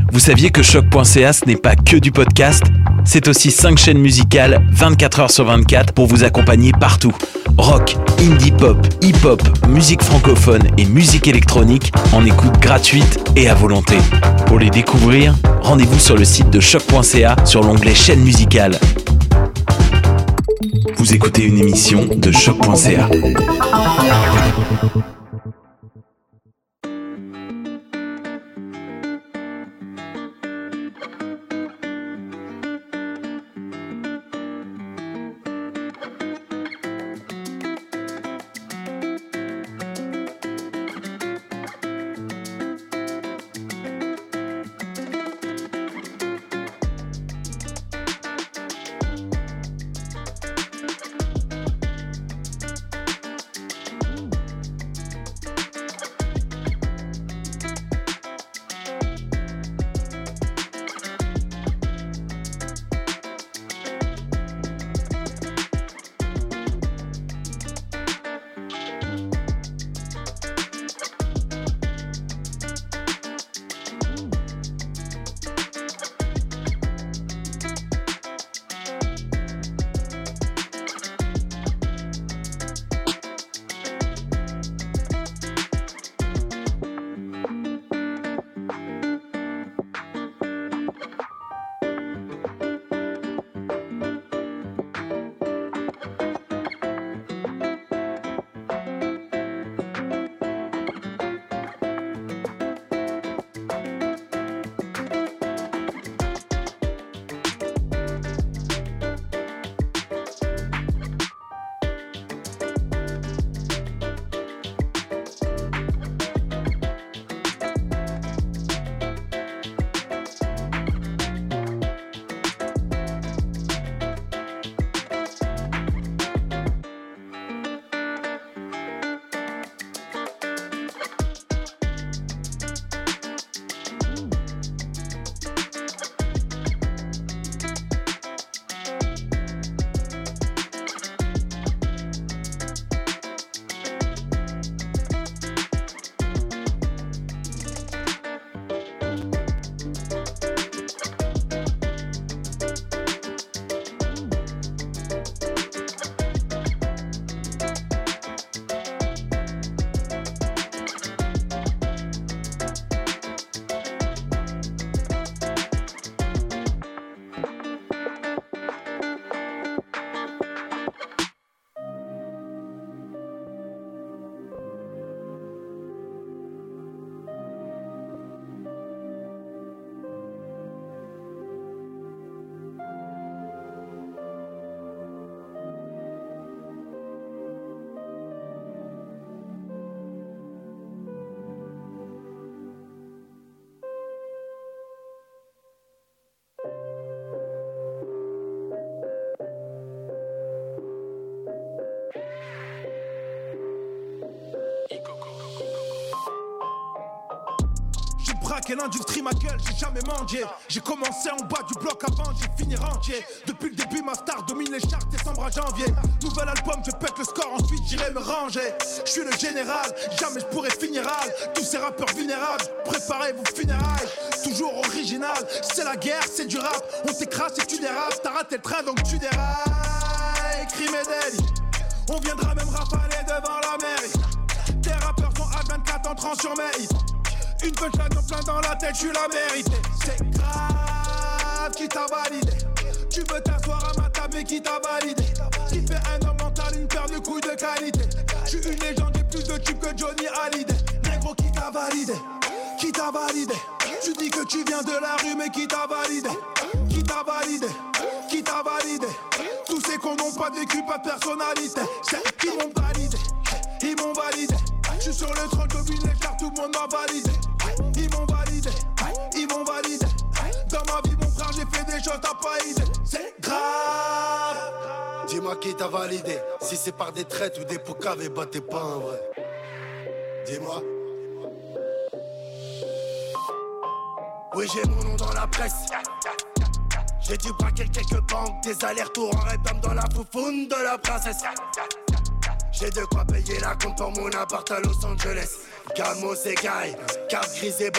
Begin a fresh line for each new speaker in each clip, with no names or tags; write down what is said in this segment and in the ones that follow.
Vous saviez que choc.ca ce n'est pas que du podcast ? C'est aussi 5 chaînes musicales 24h/24 pour vous accompagner partout. Rock, indie pop, hip-hop, musique francophone et musique électronique en écoute gratuite et à volonté. Pour les découvrir, rendez-vous sur le site de choc.ca sur l'onglet chaîne musicale. Vous écoutez une émission de choc.ca.
Quelle industrie ma gueule, j'ai jamais mendié. J'ai commencé en bas du bloc avant, j'ai fini rentier. Depuis le début ma star domine les charts, décembre à janvier. Nouvel album, je pète le score, ensuite j'irai me ranger. Je suis le général, jamais je pourrai finir hal. Tous ces rappeurs vulnérables, préparez vos funérailles. Toujours original, c'est la guerre, c'est du rap. On t'écrase et tu dérapes, t'as raté le train donc tu dérailles. Crime et délit, on viendra même rafaler devant la mairie. Tes rappeurs sont H24 entrant sur mes hits. Une punchline en plein dans la tête, je la mérité. C'est grave qui t'a validé. Tu veux t'asseoir à ma table et qui t'a validé. Qui fait un homme mental, une paire de couilles de qualité. Je suis une légende, j'ai plus de tubes que Johnny Hallyday. Négro qui t'a validé, qui t'a validé. Tu dis que tu viens de la rue mais qui t'a validé. Qui t'a validé, qui t'a validé. Tous ces cons n'ont pas de vécu, pas de personnalité. C'est qui m'ont validé, ils m'ont validé. Je suis sur le trône, domine les cartes, tout le monde m'a validé. Ils m'ont validé, ils m'ont validé. Dans ma vie mon frère j'ai fait des choses t'as pas idée. C'est grave.
Dis-moi qui t'a validé. Si c'est par des traites ou des poucaves, bah t'es pas un vrai. Dis-moi. Oui j'ai mon nom dans la presse. J'ai dû braquer quelques banques. Des allers-retours en répam dans la foufoune de la princesse. J'ai de quoi payer la compte pour mon appart à Los Angeles. Camo c'est Guy, carte grise et bail.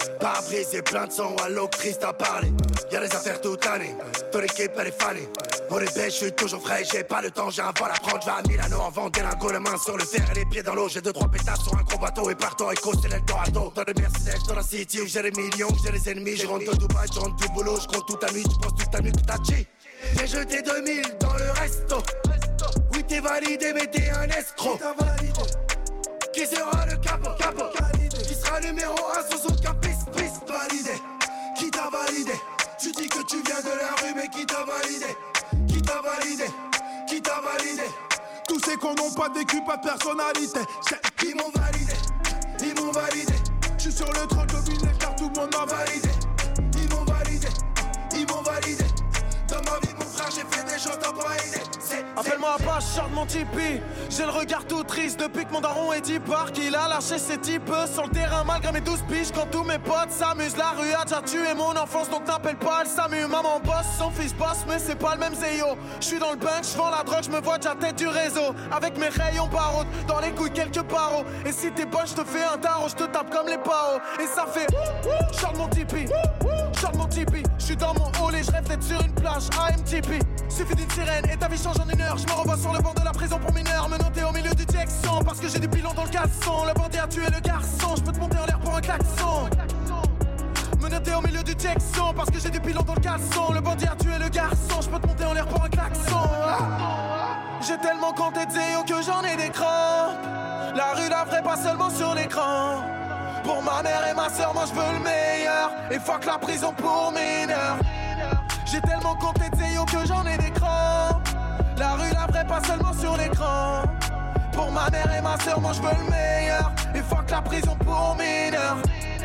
Pare-brise et plein de sang, à l'eau triste à parler. Y'a les affaires toute l'année, ton équipe elle est fanée. On est bête, je suis toujours frais, j'ai pas le temps, j'ai un vol à prendre. Je vais à Milano en vente, délingo, les mains sur le fer et les pieds dans l'eau. J'ai 2-3 pétards sur un gros bateau et Puerto Rico, c'est l'Eldorado. Dans le Mercedes, dans la city où j'ai les millions, j'ai les ennemis. Je rentre de Dubaï, je rentre du boulot, je compte toute ta nuit, tu penses toute ta nuit que t'as G. J'ai jeté 2000 dans le resto. Oui t'es validé mais t'es un escroc. Qui sera le capot? Qui sera numéro 1 sur son capiste? Validé. Qui t'a validé? Tu dis que tu viens de la rue mais qui t'a validé? Qui t'a validé? Qui t'a validé?
Tous ces cons n'ont pas de vécu, pas de personnalité.
Ils m'ont validé. Ils m'ont validé.
Je suis sur le trône, domine les cartes, tout le monde m'a validé.
Ils m'ont validé. Ils m'ont validé. Dans ma vie mon frère j'ai fait des choses t'as pas aidé.
Appelle-moi pas, je sors de mon tipi. J'ai le regard tout triste depuis que mon daron est dit par qu'il a lâché ses types sur le terrain malgré mes 12 piges. Quand tous mes potes s'amusent, la rue a déjà tué mon enfance donc n'appelle pas elle Samu. Maman bosse, son fils bosse mais c'est pas le même Zéyo. Je suis dans le bunk, je vends la drogue, je me vois déjà tête du réseau. Avec mes rayons barreaux, dans les couilles quelques barreaux. Et si t'es bonne je te fais un tarot, je te tape comme les paos. Et ça fait je sors de mon tipi. Je suis dans mon hall et je rêve d'être sur une plage AMTP. Suffit d'une sirène et ta vie change en une heure. Je me revois sur le bord de la prison pour mineurs. Menotté au milieu du Texan parce que j'ai du pilon dans le caleçon. Le bandit a tué le garçon, je peux te monter en l'air pour un klaxon. Menotté au milieu du Texan parce que j'ai du pilon dans le caleçon. Le bandit a tué le garçon, je peux te monter en l'air pour un klaxon. J'ai tellement compté de zéo que j'en ai des crampes. La rue la vraie, pas seulement sur l'écran. Pour ma mère et ma soeur, moi je veux le meilleur. Et fuck la prison pour mineurs. J'ai tellement compté de zéo que j'en ai des crampes. La rue la vraie, pas seulement sur l'écran. Pour ma mère et ma soeur, moi je veux le meilleur. Et fuck la prison pour mineurs.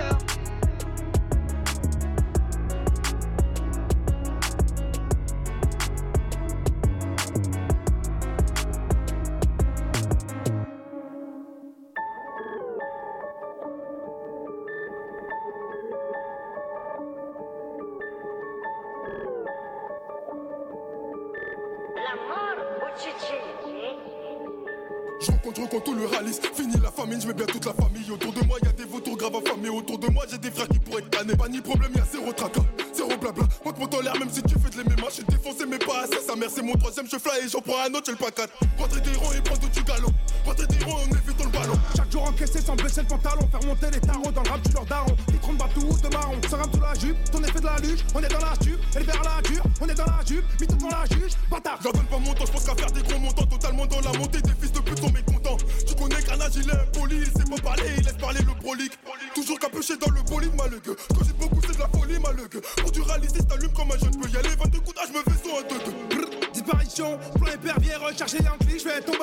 Je rencontre quand tout le ralice, fini la famine, je mets bien toute la famille. Autour de moi y'a des vautours graves affamés. Autour de moi j'ai des frères qui pourraient te canner. Pas ni problème, y'a zéro tracas, zéro blabla. Monte-moi en l'air même si tu fais de les mêmes. J'ai défoncé mais pas assez, sa mère c'est mon troisième. Je fly et j'en prends un autre, j'ai le patate. Rentrer des ronds et prendre du galop. Rentrer des ronds on évite le ballon.
Chaque jour encaissé sans baisser le pantalon. Faire monter les tarots dans le rap du leur daron. Litron de batou ou de marron. Ça rame sous la jupe, ton effet de la luche. On est dans la jupe, elle vers la dure. On est dans la jupe, mis tout devant la juge. Bâtard,
j'en donne pas mon temps, je pense qu'à faire des gros montants. Totalement dans la montée, des fils de pute sont mécontents. Tu connais Carnage, il est impoli, il sait pas parler, il laisse parler le prolique. Toujours capuché dans le bolide, malugue. Quand j'ai beaucoup, c'est de la folie, malugue. Pour du réaliser, t'allumes comme un jeune, peux y aller. 22 coups d'âge, me fais son 1-2-2.
Disparition, plan épervier, rechercher Yankee. Je vais tomber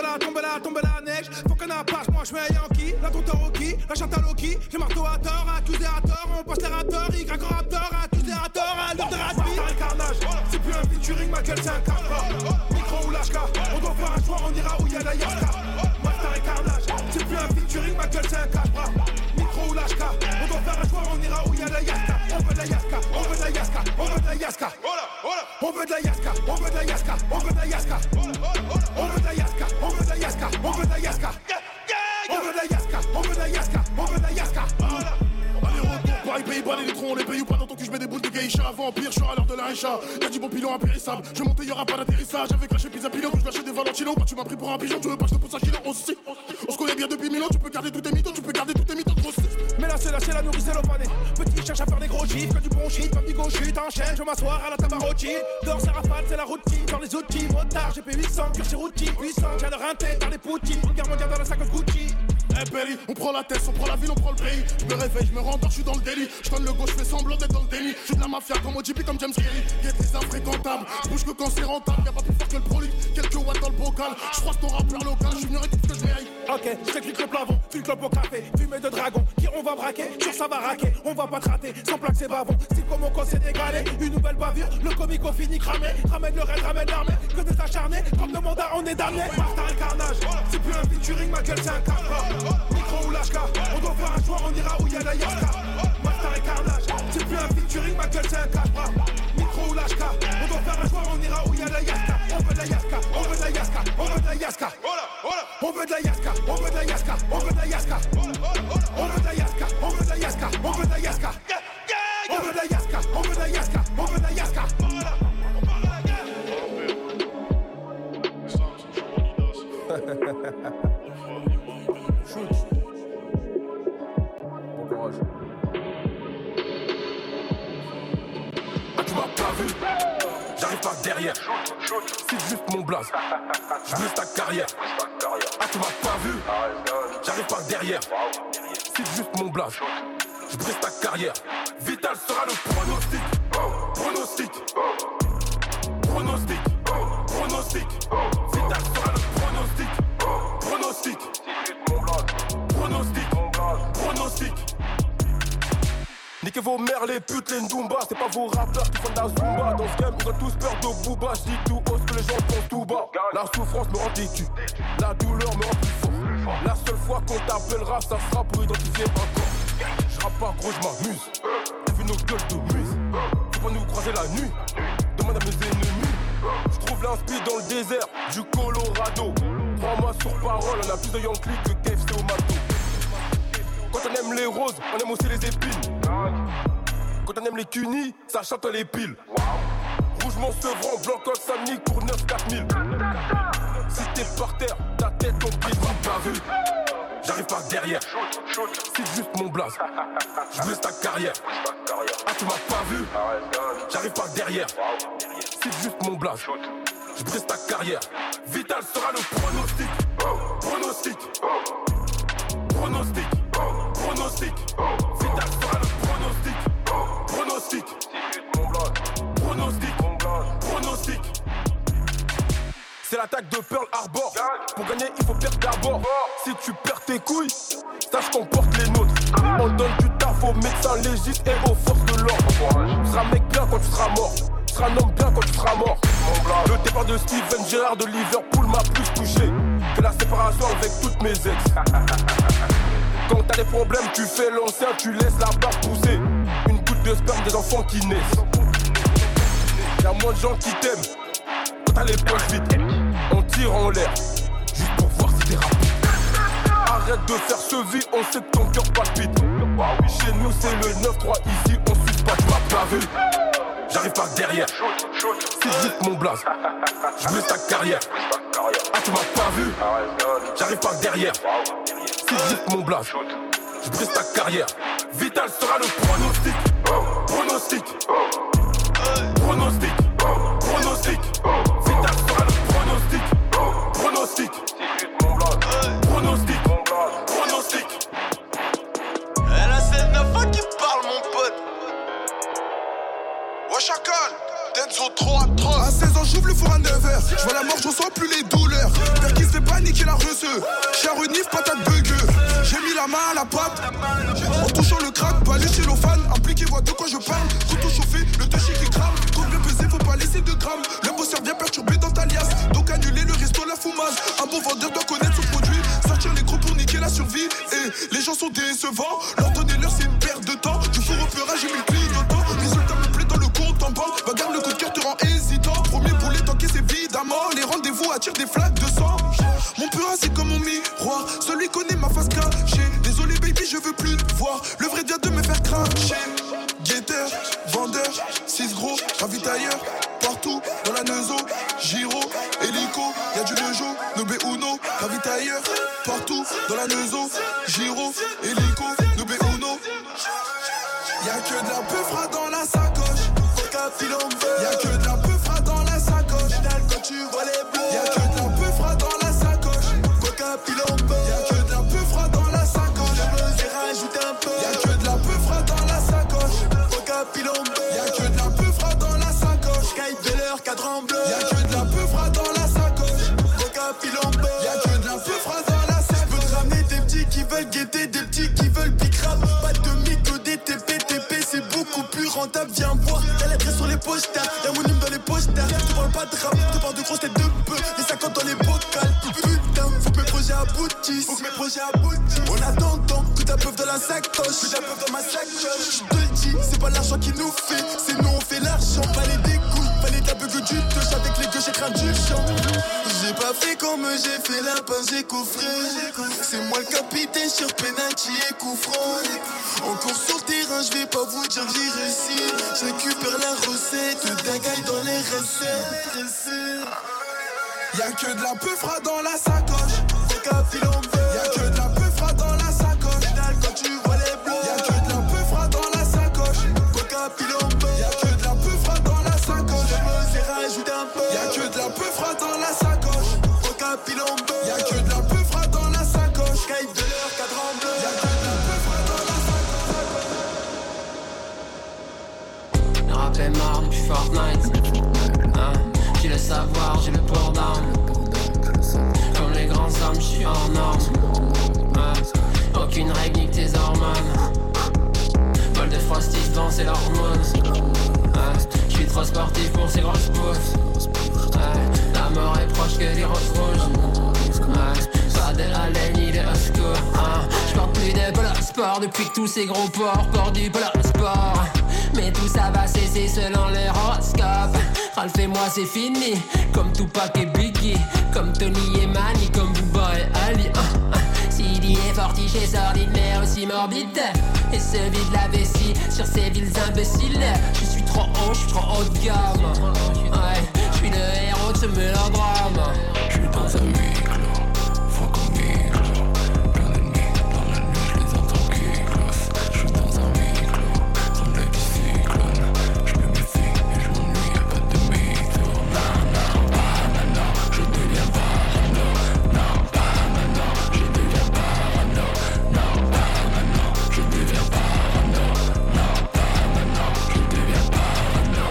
la neige. Faut qu'on appasse, moi je suis un Yankee. La tonton Rocky, la Chantaloki. J'ai marteau à tort, accusé à tort. On passe les rateurs, Y raptor, accusé à tort. À l'heure de Raspi. Carnage, c'est plus un featuring, ma gueule c'est un carnage. Micro ou l'HK, on doit faire un choix, on ira où y'a la Yaska. Master et Carnage, c'est plus un featuring, ma gueule c'est un cache-bras. Micro ou l'HK, on doit faire un choix, on ira où y'a la Yaska. On veut de la Yaska, on veut de la Yaska, on veut de la Yaska. On veut de la Yaska, on veut de la Yaska, on veut de la Yaska. On veut de la Yaska, on veut de la Yaska, on veut de la Yaska. On veut de la Yaska, on veut de la Yaska, on veut de la Yaska.
Allez retour, Paris, pays, pas les litrons, on les paye ou pas dans ton cul, je mets des boules de geisha. Vampire, je suis à l'heure de la Aïcha. Y'a du bon pilon impérissable, je vais monter, y'aura pas d'atterrissage. Avec lâché pizza pilon, je lâchais des Valentino. Quand tu m'as pris pour un pigeon, tu veux pas que je te pousse un kilo aussi. On se connaît bien depuis 1000 ans, tu peux garder tous tes mythos, tu peux garder tous tes mythos de grossesse.
Mais là c'est la nourrice l'opané. Petit cherche à faire des gros chiffres, que du bon shit, pas bigot chute, enchaîne, je m'asseoir à la table à rôti. Dehors c'est rafale, c'est la routine, dans les outils, motard, GP 800, cœur c'est routine, puissant, j'ai le rinté, dans les poutines, guerre mondiale dans la sacoche Gucci.
Eh Perry, on prend la tête, on prend la ville, on prend le pays. Je me réveille, je me rendors, je suis dans le délit. Je donne le go, je fais semblant d'être dans le déni. Je suis de la mafia comme OGP, comme James Kelly. Guette les infréquentables, je bouge que quand c'est rentable. Y'a pas plus fort que le prolique, quelques watts dans le bocal. Je croise ton rappeur local, je suis venu récupérer ce que je mérite.
Ok, je clique le plafond, tu le clopes au café. Fumée de dragon, qui on va braquer, sûr ça va raquer. On va pas te rater, sans plaque c'est bavon. Si comme au corps c'est dégalé, une nouvelle bavure. Le comico finit cramé, ramène le raid, ramène l'armée. Que des acharnés, comme le mandat on est damné. Master et Carnage, c'est plus un featuring, ma gueule c'est un carnage. Micro ou l'HK, on doit faire un choix, on ira où y'a la Yaska. Master et Carnage, c'est plus un featuring, ma gueule c'est un cache-bras. Micro ou l'HK, on doit faire un soir, on ira où y'a la yaska. On veut de la yaska, on veut de la yaska, on veut de la yaska. On veut de la yaska, on veut de la yaska, on veut de la yaska. On veut de la yaska, on veut de la yaska, on veut de la yaska. On veut de la yaska, on veut de la yaska, on veut de la yaska.
Tu m'as pas vu, j'arrive pas derrière. C'est juste mon blaze, je brise ta carrière. Ah tu m'as pas vu, j'arrive pas derrière. C'est juste mon blaze, je brise ta carrière. Vital sera le pronostic. Pronostic. Pronostic. Pronostic. Vital sera le pronostic. Pronostic. Pronostic. Pronostic. Niquez vos mères les putes, les Ndumba. C'est pas vos rappeurs qui font de la Zumba. Dans ce game, ils ont tous peur de Booba. Je dis tout haut ce que les gens pensent tout bas. La souffrance me rend têtu, la douleur me rend plus fort. La seule fois qu'on t'appellera, ça sera pour identifier un corps. Je rappe pas gros, je m'amuse. T'as vu nos gueules de muse. Faut pas nous croiser la nuit. Demande à mes ennemis. Je trouve l'inspi dans le désert du Colorado. Crois-moi sur parole, on a plus de Yankee que KFC au Mato. Quand on aime les roses, on aime aussi les épines. Quand on aime les cunis, ça chante les piles. Rougemont Sevran, blanc col Samnic pour 9-4000. Si t'es par terre, ta tête ton pied, tu m'as pas vu. J'arrive pas derrière, c'est juste mon blaze. Je brise ta carrière. Ah tu m'as pas vu, j'arrive pas derrière. C'est juste mon blaze. Je brise ta carrière. Vital sera le pronostic. Pronostic. Pronostic. Pronostic. Vital sera le pronostic. Pronostic. Pronostic. Pronostic. C'est l'attaque de Pearl Harbor. Pour gagner, il faut perdre d'abord. Si tu perds tes couilles, sache qu'on porte les nôtres. On donne du taf aux médecins légistes et aux forces de l'ordre. Tu seras un mec bien quand tu seras mort. Tu seras un homme bien quand tu seras mort. Le départ de Steven Gerrard de Liverpool m'a plus touché que la séparation avec toutes mes ex. Quand t'as des problèmes, tu fais l'ancien, tu laisses la barbe pousser. Une goutte de sperme des enfants qui naissent. Y'a moins de gens qui t'aiment quand t'as les poches vides. On tire en l'air, juste pour voir si t'es rapide. Arrête de faire ce vie, on sait que ton cœur palpite. Chez nous c'est le 9-3, ici on suit pas, tu m'as pas vu. J'arrive pas derrière, c'est juste mon blaze. Je brise ta carrière. Ah tu m'as pas vu, j'arrive pas derrière. C'est juste mon blaze. Je brise ta carrière. Vital sera le pronostic. Pronostic. Pronostic. Pronostic. Vital sera le pronostic. Pronostic. Pronostic. Pronostic.
Elle a cette 9 fois qui parle, mon pote.
Chacal, Denzo 3 3.
À 16 ans, j'ouvre le four à 9h. Je vois la mort, je ressens plus les douleurs. Perquis fait paniquer la receux. Cher renif, patate bugueux. J'ai mis la main à la pâte. En touchant le crack, balai chez l'ophane. Impliqué, voit de quoi je parle. Couteau chauffé, le touchy qui crame. Combien pesé, faut pas laisser 2 grammes. Le bosseur vient perturber dans ta liasse. Donc annuler le resto, la fumage. Un bon vendeur doit connaître son produit. Sortir les gros pour niquer la survie. Et les gens sont décevants. Leur donner l'heure, c'est une perte de temps. Du four au peurage, j'ai mis le clignotant. Résultat me plaît dans le compte en banque. Bagarre, le coup de cœur te rend hésitant. Premier boulet tanké, c'est évidemment. Les rendez-vous attirent des flaques de sang. Mon peur, c'est comme mon miroir. Celui connaît ma face cachée. Désolé, baby, je veux plus te voir. Le vrai vient de me faire cracher. Guetteur, vendeur, 6 gros, ravitailleur. Partout dans la neuzo, Giro, hélico, y'a du Lejo, Nobé Uno, ravitailleur. Partout dans la neuzo, Giro, hélico, Nobé Uno. Y'a que de la peufra dans la sacoche. Y'a que de la peufra dans la sacoche. Quand tu vois les bleus. Y'a que de la peufra dans la sacoche. Coca pilombe. Y'a que de la peufra dans la sacoche. J'ai rajouté un peu. Y'a que de la peufra dans la sacoche. Coca pilombe. Y'a que de la peufra dans la sacoche. Sky Beller, cadran bleu. Y'a que de la peufra dans la sacoche. Coca pilombe. Y'a que de la peufra dans la sacoche. Je peux te ramener des petits qui veulent guetter, des petits qui veulent big rap. Pas de mytho, des TP, c'est beaucoup plus rentable. Viens voir, y'a les traits sur les posters, y'a mon hymne dans les posters. Je te parle pas de rap, je te parle de grosses têtes de peu. Les 50 dans les bocals. Putain, faut que mes projets aboutissent. On attend tant que ta peuf dans la sacoche. Que ta peuf dans ma sacoche. Je te le dis, c'est pas l'argent qui nous fait, c'est nous on fait l'argent. Fallait des couilles, fallait de la
veux que tu touches avec les deux, j'ai craint du chien.
J'ai pas fait comme j'ai fait la passe, j'ai coffré. C'est moi le capitaine sur penalty et coup franc. En cours sur le terrain, je vais pas vous dire que j'ai réussi. Je récupère la recette, dagaille dans les recettes.
Y'a que de la peufra dans la sacoche.
Y'a
que de la peufra dans la sacoche.
Quand tu vois les bleus.
Y'a que de la peufra dans la sacoche.
Coca Pilombo.
Y'a que de la peufra dans la sacoche.
J'ai rajouté un peu.
Y'a que de la peufra dans la sacoche.
Coca Pilombo.
Y'a que de la peufra dans la sacoche.
Caïd de l'heure, cadran bleu.
Y'a que de la peufra dans la sacoche.
Le rap est mort depuis Fortnite. J'ai le savoir, j'ai le port d'armes. Comme les grands hommes, j'suis hors norme. Aucune règle nique tes hormones. Bol de frosty devant c'est l'hormone. J'suis trop sportif pour ces grosses pousses. La mort est proche que les roses rouges. Pas de la laine ni de secours. J'porte plus de polo sport depuis que tous ces gros porcs portent du polo sport. Mais tout ça va cesser selon leur horoscope. Ralph et moi c'est fini, comme Tupac et Biggie, comme Tony et Manny, comme Booba et Ali. Sidi est fortiche et sordide mais aussi morbide. Et se vide la vessie sur ces villes imbéciles. Je suis trop haut, je suis trop haut de gamme. Ouais, je suis le héros de ce mélodrame.
Je suis dans un huis clos, faut qu'on micro. Plein d'ennemis dans la nuit, je les entends qui glossent. Je suis dans un huis clos, comme l'œil du cyclone. Je me méfie et je m'ennuie, y'a pas de mytho. Non, non, pas maintenant, je deviens parano. Non, pas maintenant, je deviens parano. Non, pas maintenant, je deviens parano. Non, pas maintenant, je deviens parano.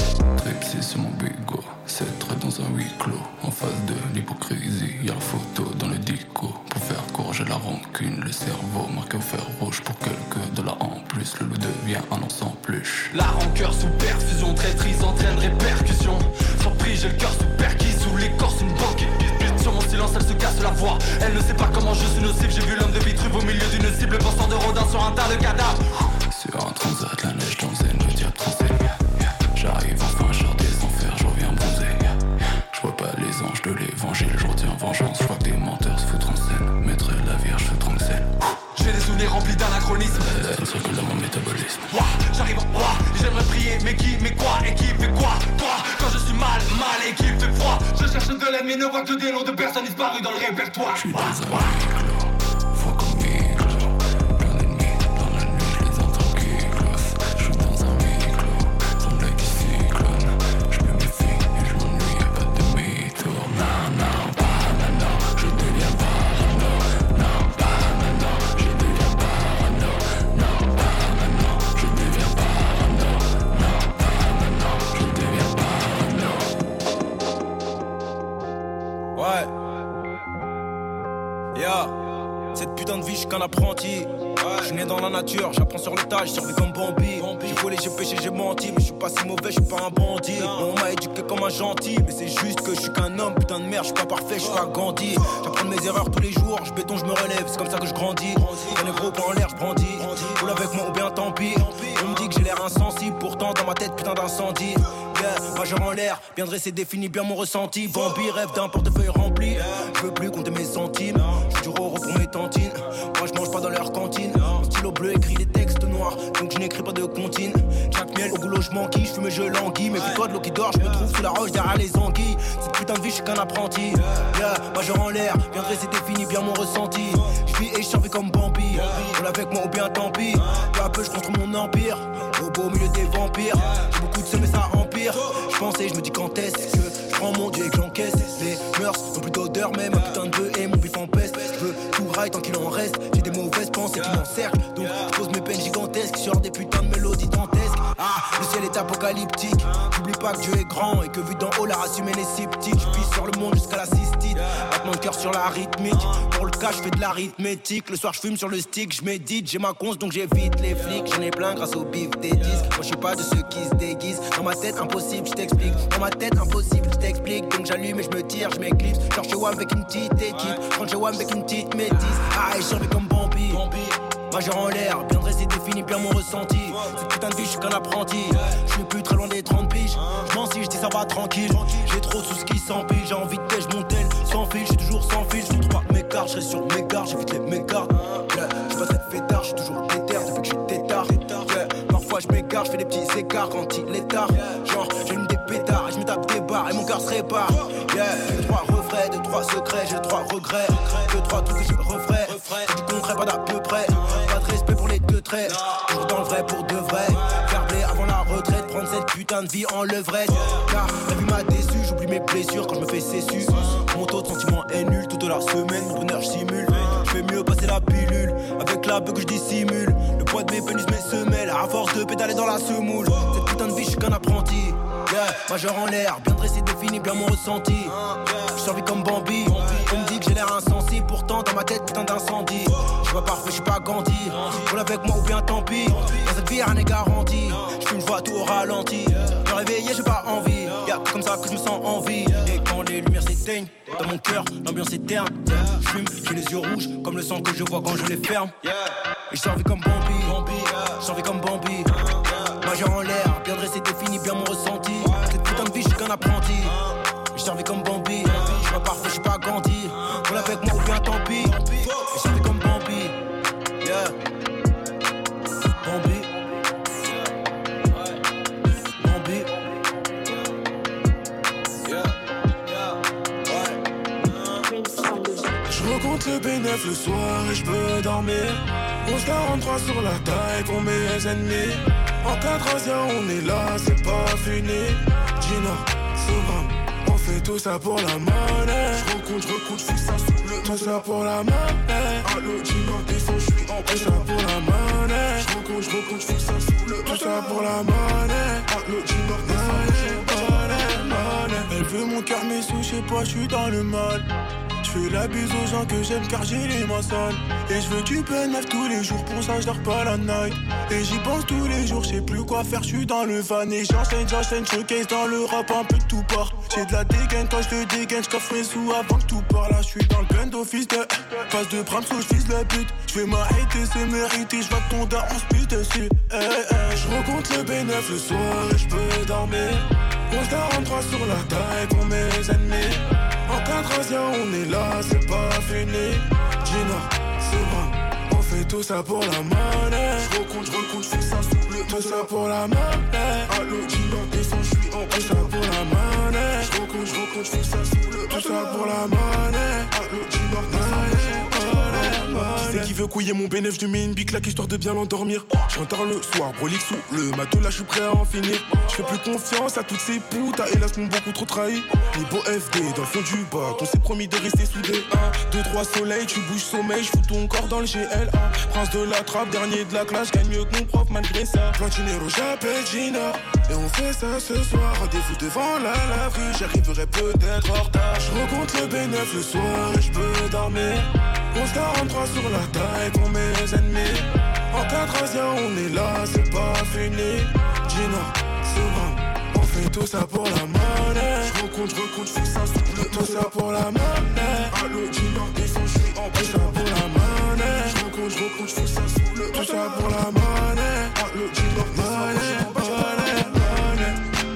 Trexé sur mon bigot, c'est très dans un huis clos. En face de l'hypocrisie, y'a la photo dans le dico. Pour faire court, j'ai la rancune, le cerveau marqué au fer rouge. Pour quelques dollars en plus, le loup devient un an sans pluche.
La rancœur sous perfusion, traîtrise entraîne répercussion. Surpris, j'ai le cœur sous perquis, sous l'écorce une banque. Sur mon silence, elle se casse la voix. Elle ne sait pas comment je suis nocif. J'ai vu l'homme de Vitruve au milieu d'une cible, pensant de Rodin sur un tas de cadavres.
Sur un transat, la neige dans une, le diable transcène. J'arrive enfin, char des enfers, je reviens bronzé. Je vois pas les anges de l'évangile, je retiens vengeance. Je vois que des menteurs se foutent en scène. Maître la Vierge se troncelle.
J'ai des souvenirs remplis d'anachronisme.
Elle circule dans mon métabolisme.
J'arrive en roi, j'aimerais prier, mais qui, mais quoi, et qui fait quoi? Toi, quand je suis mal, et qu'il fait froid. Je cherche de l'aide, mais ne vois que des noms de personnes disparues dans le répertoire.
Je suis dans un huis clos, faut qu'on micro. Plein d'ennemis dans la nuit, je les entends qui glossent. Je suis dans un huis clos, comme l'œil du cyclone. Je me méfie et je m'ennuie, y'a pas de mytho. Non, non, pas maintenant, je deviens parano. Non, pas maintenant, je deviens parano. Non, pas maintenant, je deviens parano. Non, pas maintenant, je deviens parano.
Ouais. Cette putain de vie, je suis qu'un apprenti. Je suis né dans la nature, j'apprends sur le tas, je survis comme Bambi. J'ai volé, j'ai péché, j'ai menti, mais je suis pas si mauvais, je suis pas un bandit. On m'a éduqué comme un gentil, mais c'est juste que je suis qu'un homme, putain de merde, je suis pas parfait, je suis pas Gandhi. J'apprends de mes erreurs tous les jours, je béton, je me relève, c'est comme ça que je grandis. Quand les gros points en l'air, je brandis. Roule avec moi ou bien tant pis. On me dit que j'ai l'air insensible, pourtant dans ma tête, putain d'incendie. Majeur en l'air, bien dressé, définit bien mon ressenti. Bambi rêve d'un portefeuille rempli. Je veux plus compter mes centimes. J'suis du roro pour mes tantines. Moi je mange pas dans leur cantine. Mon stylo bleu écrit des textes noirs, donc je n'écris pas de comptine. Chaque miel au goulot je m'enquille, je fume et je languis. Méfie-toi de l'eau qui dort, je me trouve sous la roche derrière les anguilles. Cette putain de vie, je suis qu'un apprenti. Majeur en l'air, bien dressé, définit bien mon ressenti. Je vis et je survis comme Bambi. Roule avec moi ou bien tant pis. Peu à peu je construis mon empire. Au beau milieu des vampires. J'ai beaucoup de seum mais ça empire. Je pensais, je me dis quand est-ce que je prends mon dieu et que j'encaisse. Les mœurs n'ont plus d'odeur, même un putain de bœuf et mon bif en peste. Je veux tout rail tant qu'il en reste. J'ai des mauvaises pensées qui m'encerclent. Donc je pose mes peines gigantesques sur des putains de mélodies dantesques. Le ciel est apocalyptique. J'oublie pas que Dieu est grand et que vu d'en haut la race humaine est sceptique. Je pisse sur le monde jusqu'à la cystite. Battement de cœur sur la rythmique. Pour le cas, je fais de l'arithmétique. Le soir, je fume sur le stick, je médite. J'ai ma conce donc j'évite les flics. J'en ai plein grâce au bif des disques. Moi, je suis pas de ceux qui se déguisent. Dans ma tête, impossible, je t'explique. Dans ma tête, impossible, je t'explique. Donc j'allume et je me tire, je m'éclipse. Genre chez WAM avec une petite équipe. Quand chez WAM avec une petite métisse. Et je survis comme Bambi. Majeur en l'air, bien dressé, définit bien mon ressenti. Cette putain de vie, je suis qu'un apprenti. Je suis plus très loin des 30 piges. Je m'en si je dis ça va tranquille. J'ai trop sous ce qui s'empile, j'ai envie de tèche mon tel. Sans fil, j'suis toujours sans fil, j'fais pas mes cartes, j'serai sur mes gardes, j'évite les mégardes. J'suis pas très fêtard, j'suis toujours déter depuis que j'suis tétard. Parfois j'm'égare, j'fais des petits écarts quand il est tard. Genre j'allume des pétards et j'me tape des barres et mon cœur se répare. J'ai 3 refrains, 2-3 secrets, j'ai 3 regrets. 2-3 trucs que je referais. C'est du concret, pas d'à peu près. Pas de respect pour les deux traits. Toujours dans le vrai pour de vrai. Faire blé avant la retraite, prendre cette putain de vie en levrette. Car la vie m'a déçu, j'oublie mes blessures quand je me fais cessu. Mon taux de sentiment est nul, toute la semaine, mon bonheur j'simule. J'fais mieux passer la pilule, avec la beuh que je dissimule. Le poids de mes pénis, mes semelles, à force de pédaler dans la semoule. Cette putain de vie, j'suis qu'un apprenti. Majeur en l'air, bien dressé, défini, bien mon ressenti. J'survis comme Bambi. On me dit que j'ai l'air insensible, pourtant dans ma tête putain d'incendie. J'suis pas parfait, j'suis pas Gandhi. Roule avec moi ou bien tant pis. Dans cette vie rien n'est garanti. J'fume, j'vois tout au ralenti. Me réveiller, j'ai pas envie. Y'a comme ça que je me sens en vie. Et quand les lumières s'éteignent, dans mon cœur, l'ambiance est terne. J'fume, j'ai les yeux rouges, comme le sang que je vois quand je les ferme. Et j'survis comme Bambi. J'survis comme Bambi. Majeur en l'air, bien dressé, défini, bien mon ressenti. Cette putain de vie, j'suis qu'un apprenti. J'servis comme Bambi, j'suis pas parfait, j'suis pas Gandhi. Roule avec moi ou bien tant pis. J'servis comme Bambi, yeah. Bambi, Bambi, yeah, ouais.
J'recompte le bénéf le soir et j'peux dormir. 11,43 sur la taille pour mes ennemis. En 4 ans on est là, c'est pas fini. Gina, Sobram, on fait tout ça pour la monnaie. J'recompte, j'fais ça sous le. Tout ça pour la monnaie. Allo, Gina, descends, j'suis en tout ça pour la monnaie. J'recompte, j'fais ça sous le. Tout ça pour la monnaie. Allo, Gina, descends, monnaie. Elle veut mon cœur, mais sous, j'sais pas, j'suis dans le mal. J'fais la bise aux gens que j'aime car j'ai les mains sales. Et j'veux du bénéf tous les jours, pour ça j'dors pas la night. Et j'y pense tous les jours, j'sais plus quoi faire, j'suis dans le van. Et j'enchaîne, showcase dans le rap, un peu de tout part. J'ai de la dégaine, quand j'te dégaine, j'coffre mes sous avant que tout part. Là j'suis dans le gun d'office de passe de Bramso, j'vise la pute. J'fais ma hate et c'est mérité, j'vois que ton daron split dessus. J'recompte le bénéf le soir et j'peux dormir. 11,43 sur la taille pour mes ennemis. En 4 ans on est là, c'est pas fini. Gina, Sobram, on fait tout ça pour la monnaie. J'recompte, j'fais ça sous le. Tout ça pour la monnaie. Allo, Gina, descends, j'suis en tout ça pour la monnaie. J'recompte, j'fais ça sous le. Tout ça pour la monnaie. Allo, Gina, descends, qui c'est qui veut couiller mon bénéf, j'lui mets une biclaque histoire de bien l'endormir. J'entends le soir, brolique sous le matos, là j'suis prêt à en finir. J'fais plus confiance à toutes ces putes, hélas m'ont beaucoup trop trahi. Les beaux FD dans le fond du bas, on s'est promis de rester soudés. 1, 2, 3 soleil, tu bouges sommeil, j'fous ton corps dans le GL1. Prince de la trappe, dernier de la classe, gagne mieux que mon prof malgré ça. Plantinero, j'appelle Gina, et on fait ça ce soir. Rendez-vous devant la laverie, j'arriverai peut-être en retard. J'recompte le bénéf le soir et j'peux dormir. 11,43 sur la taille pour mes ennemis. En 4 ans on est là, c'est pas fini. Gina, Sobram, on fait tout ça pour la monnaie. J'recompte, j'fais ça sous le. Tout ça pour la monnaie. Allo, Gina, descends, j'suis en tout ça pour la monnaie. J'recompte, j'fais ça sous le. Tout ça pour la monnaie. Allo, Gina, monnaie, monnaie, monnaie.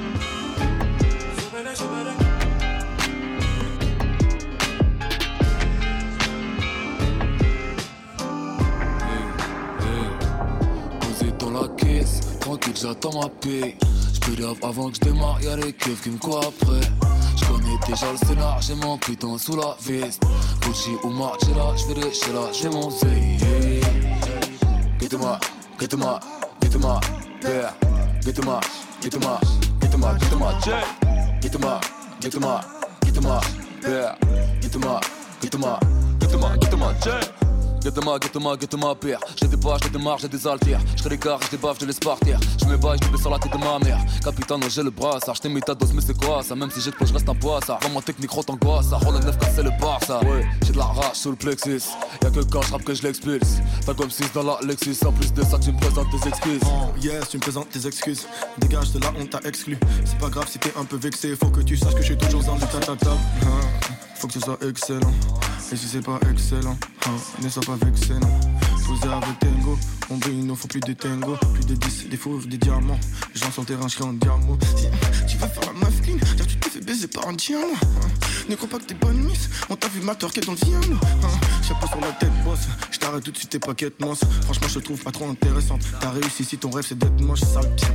Tranquille, j'attends ma paix. J'peux lave avant que j'démarre, y'a les keufs qui me courent après. J'connais déjà le scénar, j'ai mon piton sous la veste. Gucci ou Margiela, j'vais les Sheila, j'ai mon zé. Get-moi, get-moi, get-moi, père. Get-moi, get-moi, get-moi, get-moi, check. Get-moi, get-moi, get-moi, père. Get-moi, get-moi, get-moi, get-moi, check. Get-moi, père. J'ai des bâches, j'ai des marges, j'ai des haltères. J'crée les gars, j'dés baffe, je laisse par terre. J'me baille, j'me sur la tête de ma mère. Capitaine, j'ai le brassard. J't'ai mis ta dose, mais c'est quoi ça? Même si j'ai de poche, j'reste un poissard. Vraiment technique, rot en gosse. Ça roule le 9 c'est le Barça. Ouais, j'ai de la rage sous le plexus. Y'a que quand j'rappe que j'l'expulse. T'as comme 6 dans la Lexus. En plus de ça, tu me présentes tes excuses.
Yes, tu me présentes tes excuses. Dégage de là, on t'a exclu. C'est pas grave si t'es un peu vexé. Faut que tu saches que je suis toujours dans le tatata. Faut que ce soit excellent. Et si c'est pas excellent, ne sois pas vexé, non. Posé avec Tango, on brille, il nous faut plus de tango. Plus de 10, des fous, des diamants. Les gens sur le terrain, je serai en diamant. Si tu veux faire la meuf, clean. Dire tu t'es fait baiser par un diamant. Ne crois pas que t'es bonne miss. On t'a vu matorquer dans le viande. Chapeau sur la tête, boss. Je t'arrête tout de suite, t'es paquettes mosse. Franchement, je te trouve pas trop intéressante. T'as réussi si ton rêve c'est d'être moche, sale pied.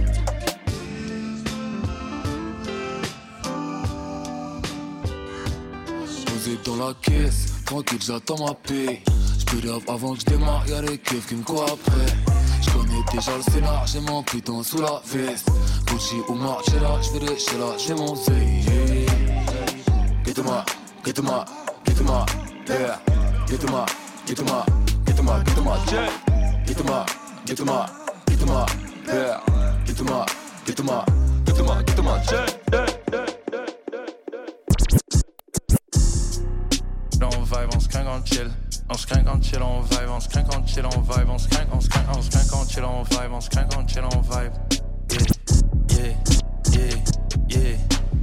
Posé dans la caisse, tranquille, j'attends ma paix. J'peux avant que j'démarre, y'a les keufs qui me courent après. J'connais déjà le scénar, j'ai mon piton sous la veste. Gucci ou Margiela, j'vais les Sheila, j'ai mon zé. Get-moi, get-moi, get-moi, yeah. Get-moi, get-moi, get-moi, get-moi, yeah. Get-moi, get-moi, get-moi, yeah. Get-moi, get-moi, get-moi, get-moi, yeah.
On vibe, on se craint en chill. On se craint en chill, on vibe, on se craint en chill, on vibe, on se craint en chill, on vibe, on se craint en chill, on vibe. Yeah, yeah, yeah, yeah.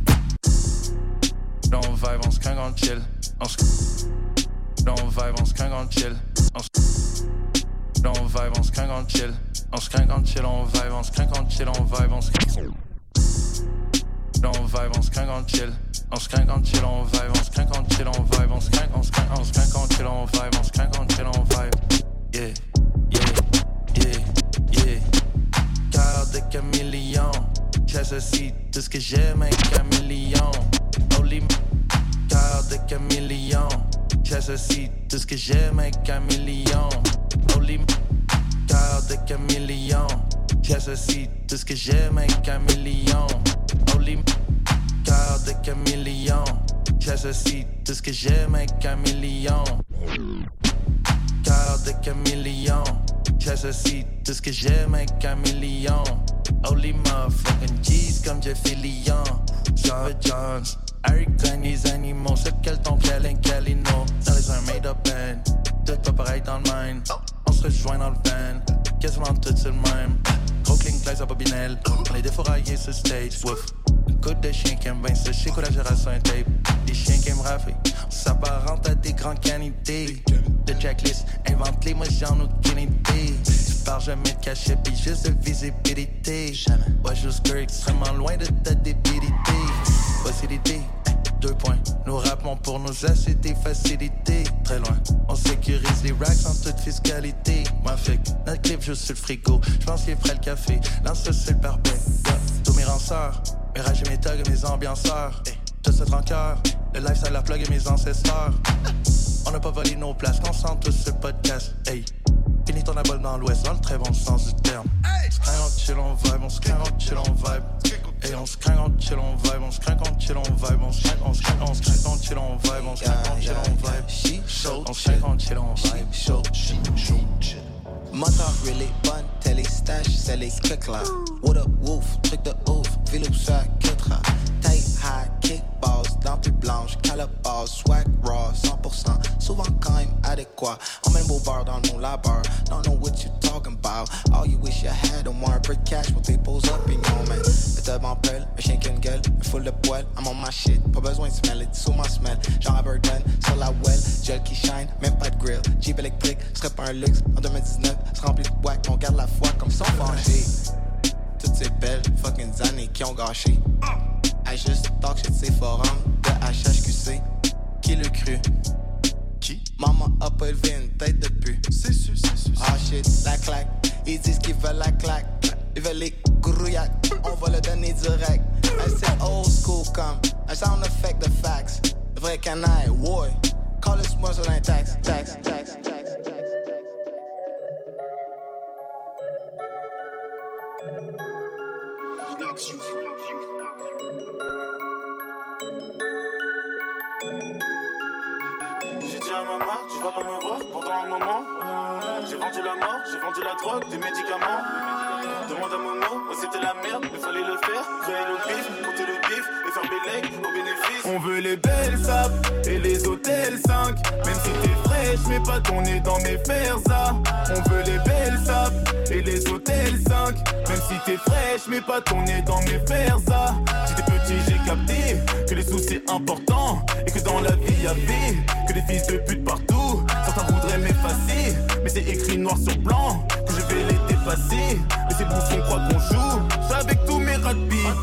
On vibe, on se craint en chill. On vibe, on se craint en chill. On vibe, on se craint en chill. On se craint en chill, on vibe, on se craint en chill, on vibe, on se craint. On vibe, on se craint en chill. On se craint en chill, on vibe, on se craint en chill, on vibe, on se craint en chill, on vibe, on se craint en chill, on vibe. Yeah, yeah, yeah, yeah. Cœur de caméléon, j'associe tout ce que j'aime avec caméléon. Holy cœur de caméléon, j'associe tout ce que j'aime avec caméléon. Holy cœur de caméléon, j'associe tout ce que j'aime avec caméléon. Holy cœur de caméléon, j'associe tout ce que j'aime avec caméléon. Cœur de caméléon, j'associe tout ce que j'aime avec caméléon. Holy motherfucking G's comme Jeffy Lyon. John Jones, Harry Klein, les animaux, sur quel ton Calin Calino. Dans les un made-up band, tout pas pareil dans le mind. On se rejoint dans le van, quasiment tout sur le même. Gros cling glace à bobinelle, on est défouraillés sur stage, wouf. Coup de chien qui aime bien ce chic ou la génération un tape. Des chiens qui aiment rafler, s'apparente à des grands qualités. De checklist, invente-les, moi j'en ai aucune idée. J'parle jamais de cachet pis juste de visibilité. Ouais, jusqu'à extrêmement loin de ta débilité. Facilité, 2 points. Nous rappelons pour nos assiettes et facilités. Très loin, on sécurise les racks en toute fiscalité. Moi fait notre clip juste sur le frigo. J'pense qu'il est prêt le café, lance ça sur le parpet. Tous mes ranceurs, mes rages et mes thugs et mes ambianceurs. Tout ce rancœur, le lifestyle, la plug et mes ancesteurs. On n'a pas volé nos places, concentre tous sur le podcast. Hey, finis ton abol dans l'ouest, dans le très bon sens du terme. On se craint en chill, on vibe, on se craint en chill, on vibe. Hey, on se craint en chill, on vibe, on se craint en chill, on vibe. On se craint en chill, on vibe, on se craint en chill, on vibe. On se craint en chill, on vibe.
Moteur relais, bonne télé, stash, c'est les clics là. What up, wolf, truc de ouf, vélo ça, quittra. Tight, high, kick, balls, dentée blanche, calabash, swag raw, 100%, souvent quand même adéquat. On met le beau bar dans mon labeur, don't know what you talking about. All you wish you had, au moins un peu de cash pour tes poses opinions, man. Le tub en pelle, un chien qui a une gueule, un full de poil, I'm on my shit, pas besoin de smell it, sous ma smell. Genre Aberton, sur la well, gel qui shine, même pas de grill. Jeep électrique, serait pas un luxe, en 2019, se remplit de boîte, on garde la foi comme son fangé. Toutes ces belles fucking années qui ont gâché. I just talk shit, ces forums de HHQC. Qui le cru? Qui? Maman a pas élevé une tête de pu. C'est sûr. Ah shit, la claque. Ils disent qu'ils veulent la claque. Ils veulent les grouillacs. On va le donner direct. C'est old school comme un sound effect de fax. Vrai canaille, ouais. Call-moi sur un tax.
J'ai dit à maman, tu vas pas me voir pendant un moment. J'ai vendu la mort, j'ai vendu la drogue, des médicaments. Demande à Momo, oh, c'était la merde, mais fallait le faire. Créer le bif, compter le bif et faire mes legs au bénéfice.
On veut les belles sapes et les hôtels 5. Même si t'es fraîche, mais pas ton nez dans mes ferzas. On veut les belles sapes et les hôtels 5. Même si t'es fraîche, mais pas ton nez dans mes ferzas. J'étais petit, j'ai capté que les sous c'est important. Et que dans la vie y'avait que des fils de pute partout. Certains voudraient m'effacer, mais c'est écrit noir sur blanc que je vais les dépasser. Mais ces bouffons croient qu'on joue, j'suis avec tous mes rats de bille. C'est la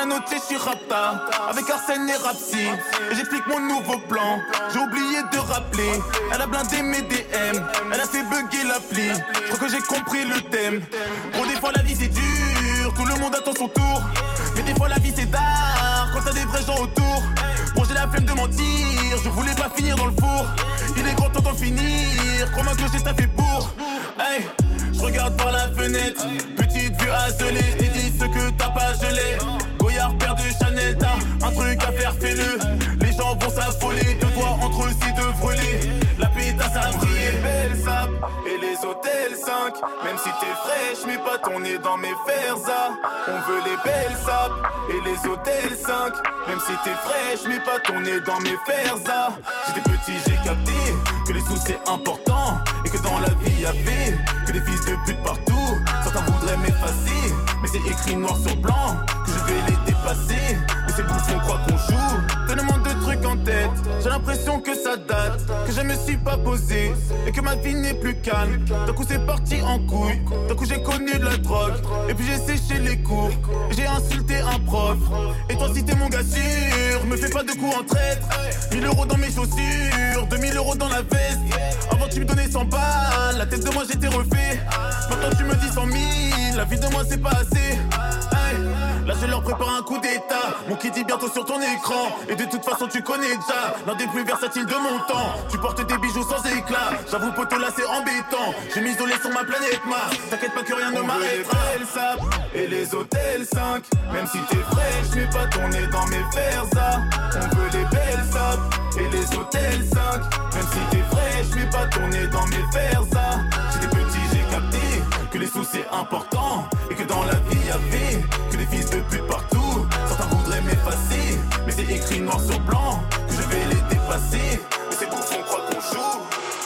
noche, je suis rapta. Avec Arsène et Rapsi. Et j'explique mon nouveau plan. J'ai oublié de rappeler. Elle a blindé mes DM. Elle a fait bugger l'appli. Je crois que j'ai compris le thème. Bon, des fois la vie c'est dur. Tout le monde attend son tour. Mais des fois la vie c'est tard. Quand t'as des vrais gens autour. Bon, j'ai la flemme de mentir. Je voulais pas finir dans le four. Il est grand temps d'en finir. Crois-moi que j'ai taffé pour. Hey, je regarde par la fenêtre. Petite vue isolée. Je t'ai dit ce que t'as pas gelé. Goyard, père de Chanel, t'as un truc à faire, fais-le. Les gens vont s'affoler. De toi entre eux, c'est de brûler. La pétasse a brillé. Belle sap et les hôtels 5. Même si t'es fraîche, mais pas ton nez dans mes ferzas. On veut les belles sap et les hôtels 5. Même si t'es fraîche, mais pas ton nez dans mes ferzas. J'étais petit, j'ai capté que les sous c'est important. Et que dans la vie y'avait que des fils de pute partout. Certains voudraient m'effacer, mais c'est écrit noir sur blanc que je vais les dépasser. Mais ces bouffons croient qu'on joue. Tellement de trucs en tête, j'ai l'impression que ça date, que je me suis pas posé et que ma vie n'est plus calme. D'un coup c'est parti en couille, d'un coup j'ai connu de la drogue. Et puis j'ai séché les cours, et j'ai insulté un prof. Et toi si t'es mon gars sûr, me fais pas de coups en traître. 1000 euros dans mes chaussures, 2000 euros dans la veste. Avant tu me donnais 100 balles, la tête de moi j'étais refait. Maintenant tu me dis 100 000, la vie de moi c'est pas assez. Hey, là je leur prépare un coup d'état. Mon kit dit bientôt sur ton écran. Et de toute façon tu connais déjà l'un des plus versatiles de mon temps. Tu portes des bijoux sans éclat. J'avoue poteau là c'est embêtant. J'ai m'isolé sur ma planète Mars. T'inquiète pas que rien ne m'arrêtera. Les sap et les hôtels 5. Même si t'es fraîche, mais pas ton nez dans mes ferzas. On veut les belles sap et les hôtels 5. Même si t'es fraîche, mais pas ton nez dans mes ferzas. J'étais petit, j'ai capté que les sous c'est important. Et que dans la vie y'avait que des fils de pute partout. Certains voudraient m'effacer, mais c'est écrit noir sur blanc que je vais les dépasser. Mais ces bouffons croient qu'on joue.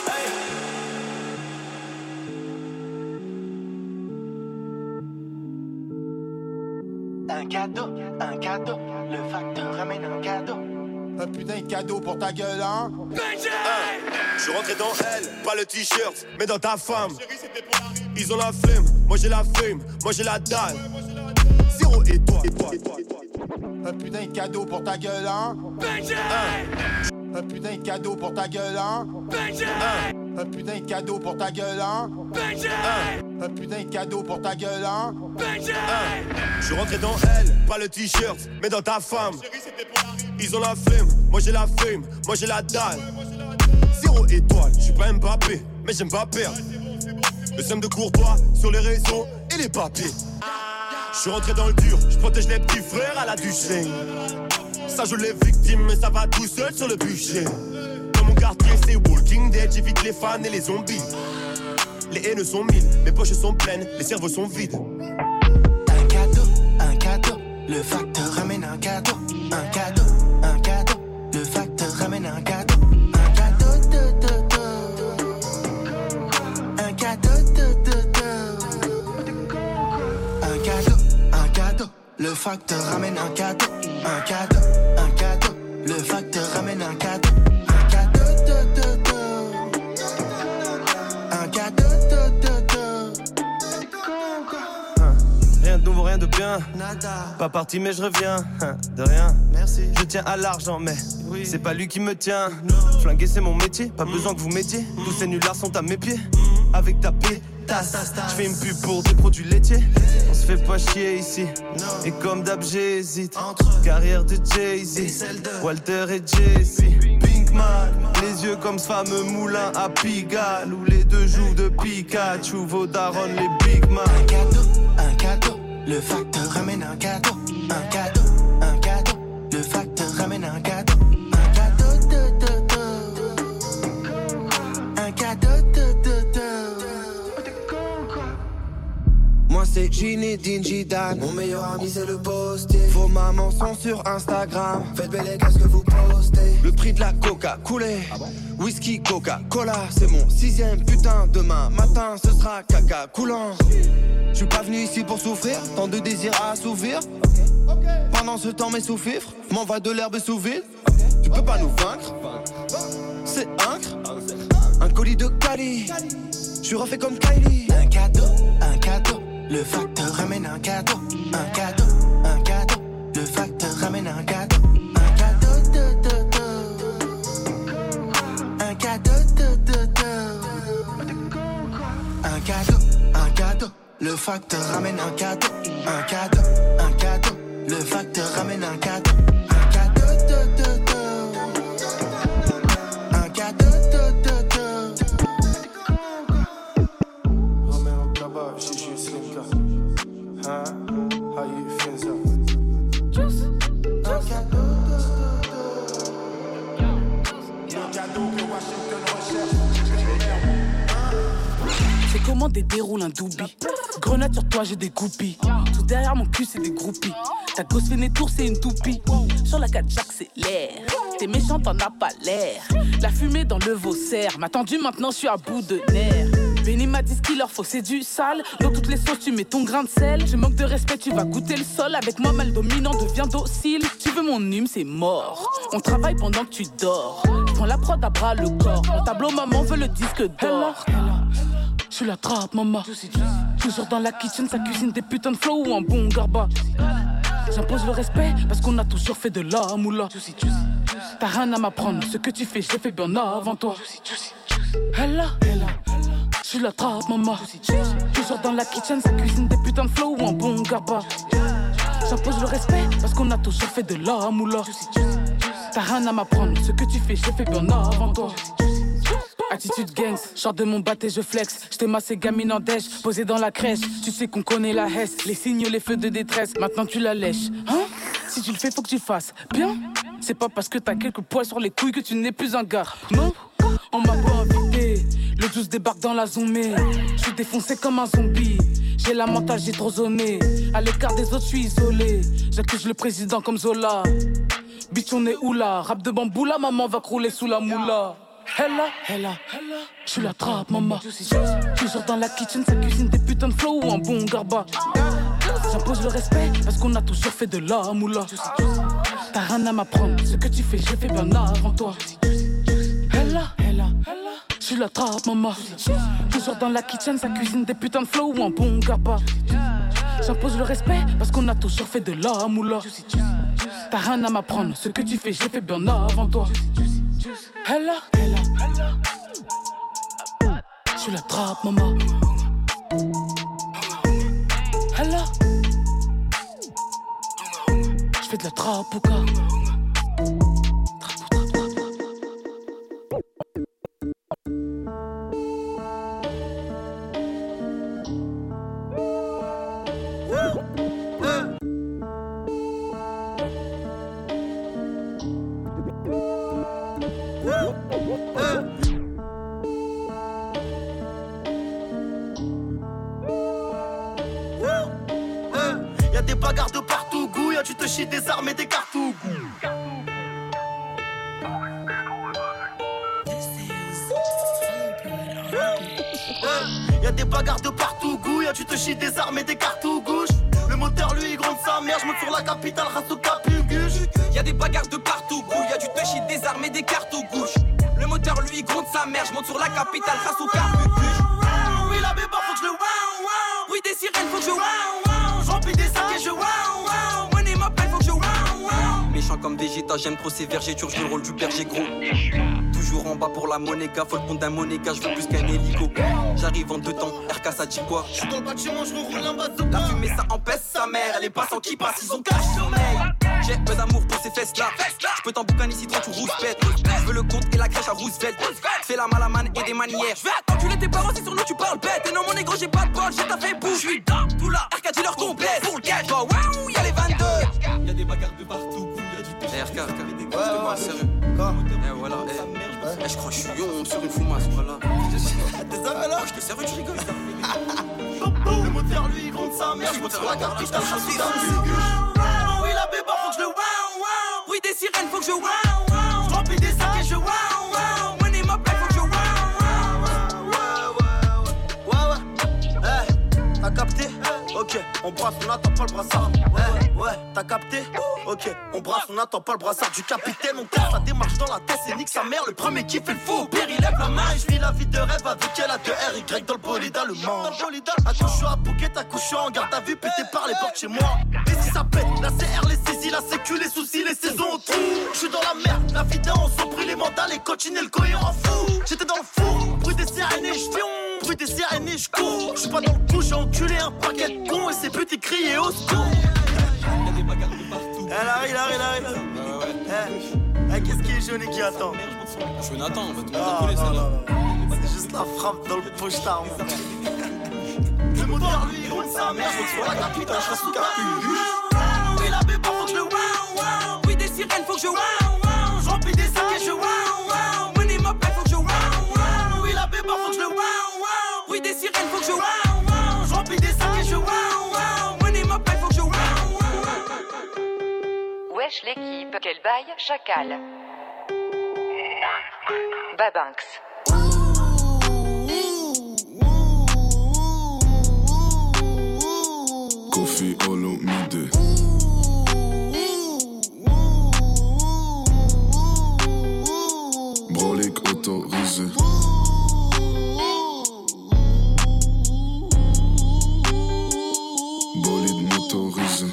Un cadeau, le facteur ramène un cadeau. Un putain de cadeau pour ta gueule, hein.
Je suis rentré dans elle, pas le t-shirt, mais dans ta femme. Ils ont la flemme, moi j'ai la fame, moi j'ai la dalle. 0 étoile.
Un putain de cadeau pour ta gueule, hein. Un putain de cadeau pour ta gueule, hein. Un putain de cadeau pour ta gueule, hein. Un putain de cadeau pour ta gueule, hein.
Je suis rentré dans elle, pas le t-shirt, mais dans ta femme. Ils ont la flemme, moi j'ai la fame, moi j'ai la dalle. 0 étoile, je suis pas Mbappé, mais j'aime pas perdre. Le seum de Courtois sur les réseaux et les papiers. Je suis rentré dans le dur, je protège les petits frères à la Duchesne. Ça joue les victimes, mais ça va tout seul sur le bûcher. Dans mon quartier c'est Walking Dead, j'évite les fans et les zombies. Les haines sont 1000, mes poches sont pleines, les cerveaux sont vides.
Un cadeau, le facteur ramène un cadeau. Un cadeau, le facteur ramène un cadeau. Un cadeau, le facteur ramène un cadeau. Un cadeau, le facteur ramène un cadeau.
Rien de nouveau, rien de bien. Nada. Pas parti mais je reviens. De rien. Merci. Je tiens à l'argent mais oui. C'est pas lui qui me tient. No. Flinguer c'est mon métier. Pas besoin que vous m'aidiez. Tous ces nullards sont à mes pieds. Avec ta pétasse. Je fais une pub pour des produits laitiers. On se fait pas chier ici. No. Et comme d'hab j'hésite. Carrière de Jay-Z, Walter et Jesse. Pinkman. Les yeux comme ce fameux moulin à Pigalle. Ou les deux joues de Pikachu. Vos darons les Big Man.
Un cadeau, le facteur ramène un cadeau. Un cadeau, le facteur ramène un cadeau. Un cadeau,
Moi c'est Zinedine Zidane. Mon meilleur ami c'est le postier. Vos mamans sont sur Instagram. Faites belle qu'est-ce que vous postez. Le prix de la coca coulé. Ah bon? Whisky, Coca-Cola. C'est mon 6ème putain. Demain matin ce sera caca coulant. Je suis pas venu ici pour souffrir. Tant de désirs à assouvir. Pendant ce temps mes sous-fifres m'envoient de l'herbe sous vide. Tu peux pas nous vaincre. C'est incre. Un colis de Cali. Je suis refait comme Kylie.
Un cadeau, le facteur ramène un cadeau. Un cadeau, le facteur facteur ramène un cadeau, un cadeau, un cadeau. Le facteur ramène un cadeau, un cadeau, un cadeau,
Ramène un cabas, Gigi Slimka. Hein? How you feel ça?
Just un cadeau,
le cadeau que Washington recherche.
C'est comment des déroule un doobie. Grenade sur toi, j'ai des groupies. Tout derrière mon cul, c'est des groupies. Ta gosse fait des tours, c'est une toupie. Sur la 4 j'accélère. T'es méchant, t'en as pas l'air. La fumée dans le Vaussaire m'a tendu, maintenant je suis à bout de nerfs. Benny m'a dit ce qu'il leur faut, c'est du sale. Dans toutes les sauces, tu mets ton grain de sel. Tu manques de respect, tu vas goûter le sol. Avec moi, mal dominant, deviens docile. Tu veux mon hume, c'est mort. On travaille pendant que tu dors. Je prends la prod à bras le corps. Mon tableau, maman veut le disque d'or. Je suis la trappe, maman. Toujours dans la kitchen, ça cuisine des putains de flow ou un bon garba. J'impose le respect parce qu'on a toujours fait de la moula. T'as rien à m'apprendre, ce que tu fais, je l'ai fait bien avant toi. Elle je suis la trappe, maman. Toujours dans la kitchen, ça cuisine des putains de flow ou un bon garba. J'impose le respect parce qu'on a toujours fait de la moula. T'as rien à m'apprendre, ce que tu fais, je l'ai fait bien avant toi. Attitude gangs, sors de mon bat et je flex. J't'ai massé gamine en dèche, posé dans la crèche. Tu sais qu'on connaît la hesse, les signes, les feux de détresse. Maintenant tu la lèches, hein? Si tu le fais, faut que tu fasses bien. C'est pas parce que t'as quelques poils sur les couilles que tu n'es plus un gars. Non, on m'a pas invité. Le 12 débarque dans la zoomée. J'suis défoncé comme un zombie. J'ai la mentale, j'ai trop zoné. À l'écart des autres, j'suis isolé. J'accuse le président comme Zola. Bitch, on est où là? Rap de bambou, la maman va crouler sous la moula. Elle j'suis la trappe, maman. Toujours dans la kitchen, ça cuisine des putains de flow ou un bon garba. J'impose le respect parce qu'on a toujours fait de la moula. T'as rien à m'apprendre, ce que tu fais, j'ai fait bien avant toi. Elle j'suis la trappe, maman. Toujours dans la kitchen, ça cuisine des putains de flow ou un bon garba. J'impose le respect parce qu'on a toujours fait de la moula. T'as rien à m'apprendre, ce que tu fais, j'ai fait bien avant toi. Elle je suis la trappe, maman. Elle je fais de la trappe au cas.
Y'a des bagarres de partout, gouille, tu te chies des armes et des cartouches. Y'a des bagarres de partout, gouille, tu te chies des armes et des cartouches. Le moteur lui il gronde sa mère, je monte sur la capitale, race au capuguche.
Y'a des bagarres de partout, gouille, tu te chies des armes et des cartouches. Le moteur lui il gronde sa mère, je monte sur la capitale, race au capuguche.
Oui la béba faut que je le wow.
Oui des sirènes faut que je wow.
J'remplis des sacs et je wow.
Money m'appelle faut que je wow. Méchant comme Vegeta, j'aime trop ces vergétures, je le rôle du berger gros. Toujours en bas pour la monéga, faut le compte d'un monéga, je veux plus qu'un hélico. J'arrive en 2 temps, RK ça dit quoi?
J'suis dans le bâtiment, je roule un bazooka.
La fumée ça empêche sa mère, les passants qui passent, ils ont caché sommeil. J'ai peu d'amour pour ces fesses là. J'peux t'emboucaner si toi tu rouspètes. J'veux le compte et la crèche à Roosevelt. Fais la malamane et des manières. J'vais enculer tes parents si sur nous tu parles bête. Et non mon négro j'ai pas de bol, j'ai taffé bouche. J'suis dans tout là, RK dis leur complet. Pour le cash, bah waouh, y'a les 22. Y'a des bagarres de partout, y'a du péché. RK, ouais, sérieux. Eh voilà, eh, j'crois que j'suis yon sur une foumasse, voilà.
Désolé là,
j'te sérieux, tu rigoles.
Le moteur lui il gronde sa mère, je monte sur la carte, j't'ai chassé dans le. Oui la béba faut que je le wow.
Oui des sirènes faut que je wow.
J'remplis des sacs et je wow.
Money m'appelle faut que je wow.
Ouais, t'as capté? Ok, on brasse, on n'attend pas le brassard. Ouais, t'as capté? Ok, on brasse, on n'attend pas le brassard du capitaine. On casse la démarche dans la tête, c'est nique sa mère. Le premier qui fait le faux, au pire il lève la main. Et je vis la vie de rêve avec elle à 2 RY dans le bolide allemand. Attends, je suis à Bouquet, ta couche en garde à vue, pété par les portes chez moi. Et si ça pète, la CR, les saisies, la sécu, les soucis, les saisons au trou. Je suis dans la merde, la vidéo, on s'en pris les mandats, les coachines et le coïn en fou. J'étais dans le four, bruit des sirènes et j'fion. Bruit des sirènes
à haine et j'cours. J'suis pas dans le coup, j'ai enculé un paquet de cons et ses petits criés au secours. Elle arrive. Qu'est-ce qui est jaune et qui attend?
Je suis Nathan, on va tout
coller ça là. C'est juste la frappe dans le pochetard. Le moteur lui roule sa mère, faut que je sois la capitaine, je reste sous capuche. Oui la bébé faut que je le wow. Oui des sirènes faut que je wow. Je remplis des sacs et je wow. Money ma paix faut que je wow. Oui la bébé faut que je le wow. Oui des sirènes faut que je wow. Je remplis des sacs et je wow. Money ma paix faut que je wow.
Wesh l'équipe, quel bail, chacal. Babanks.
Kofi Olomide. Brolic autorisé. Bolide motorisé.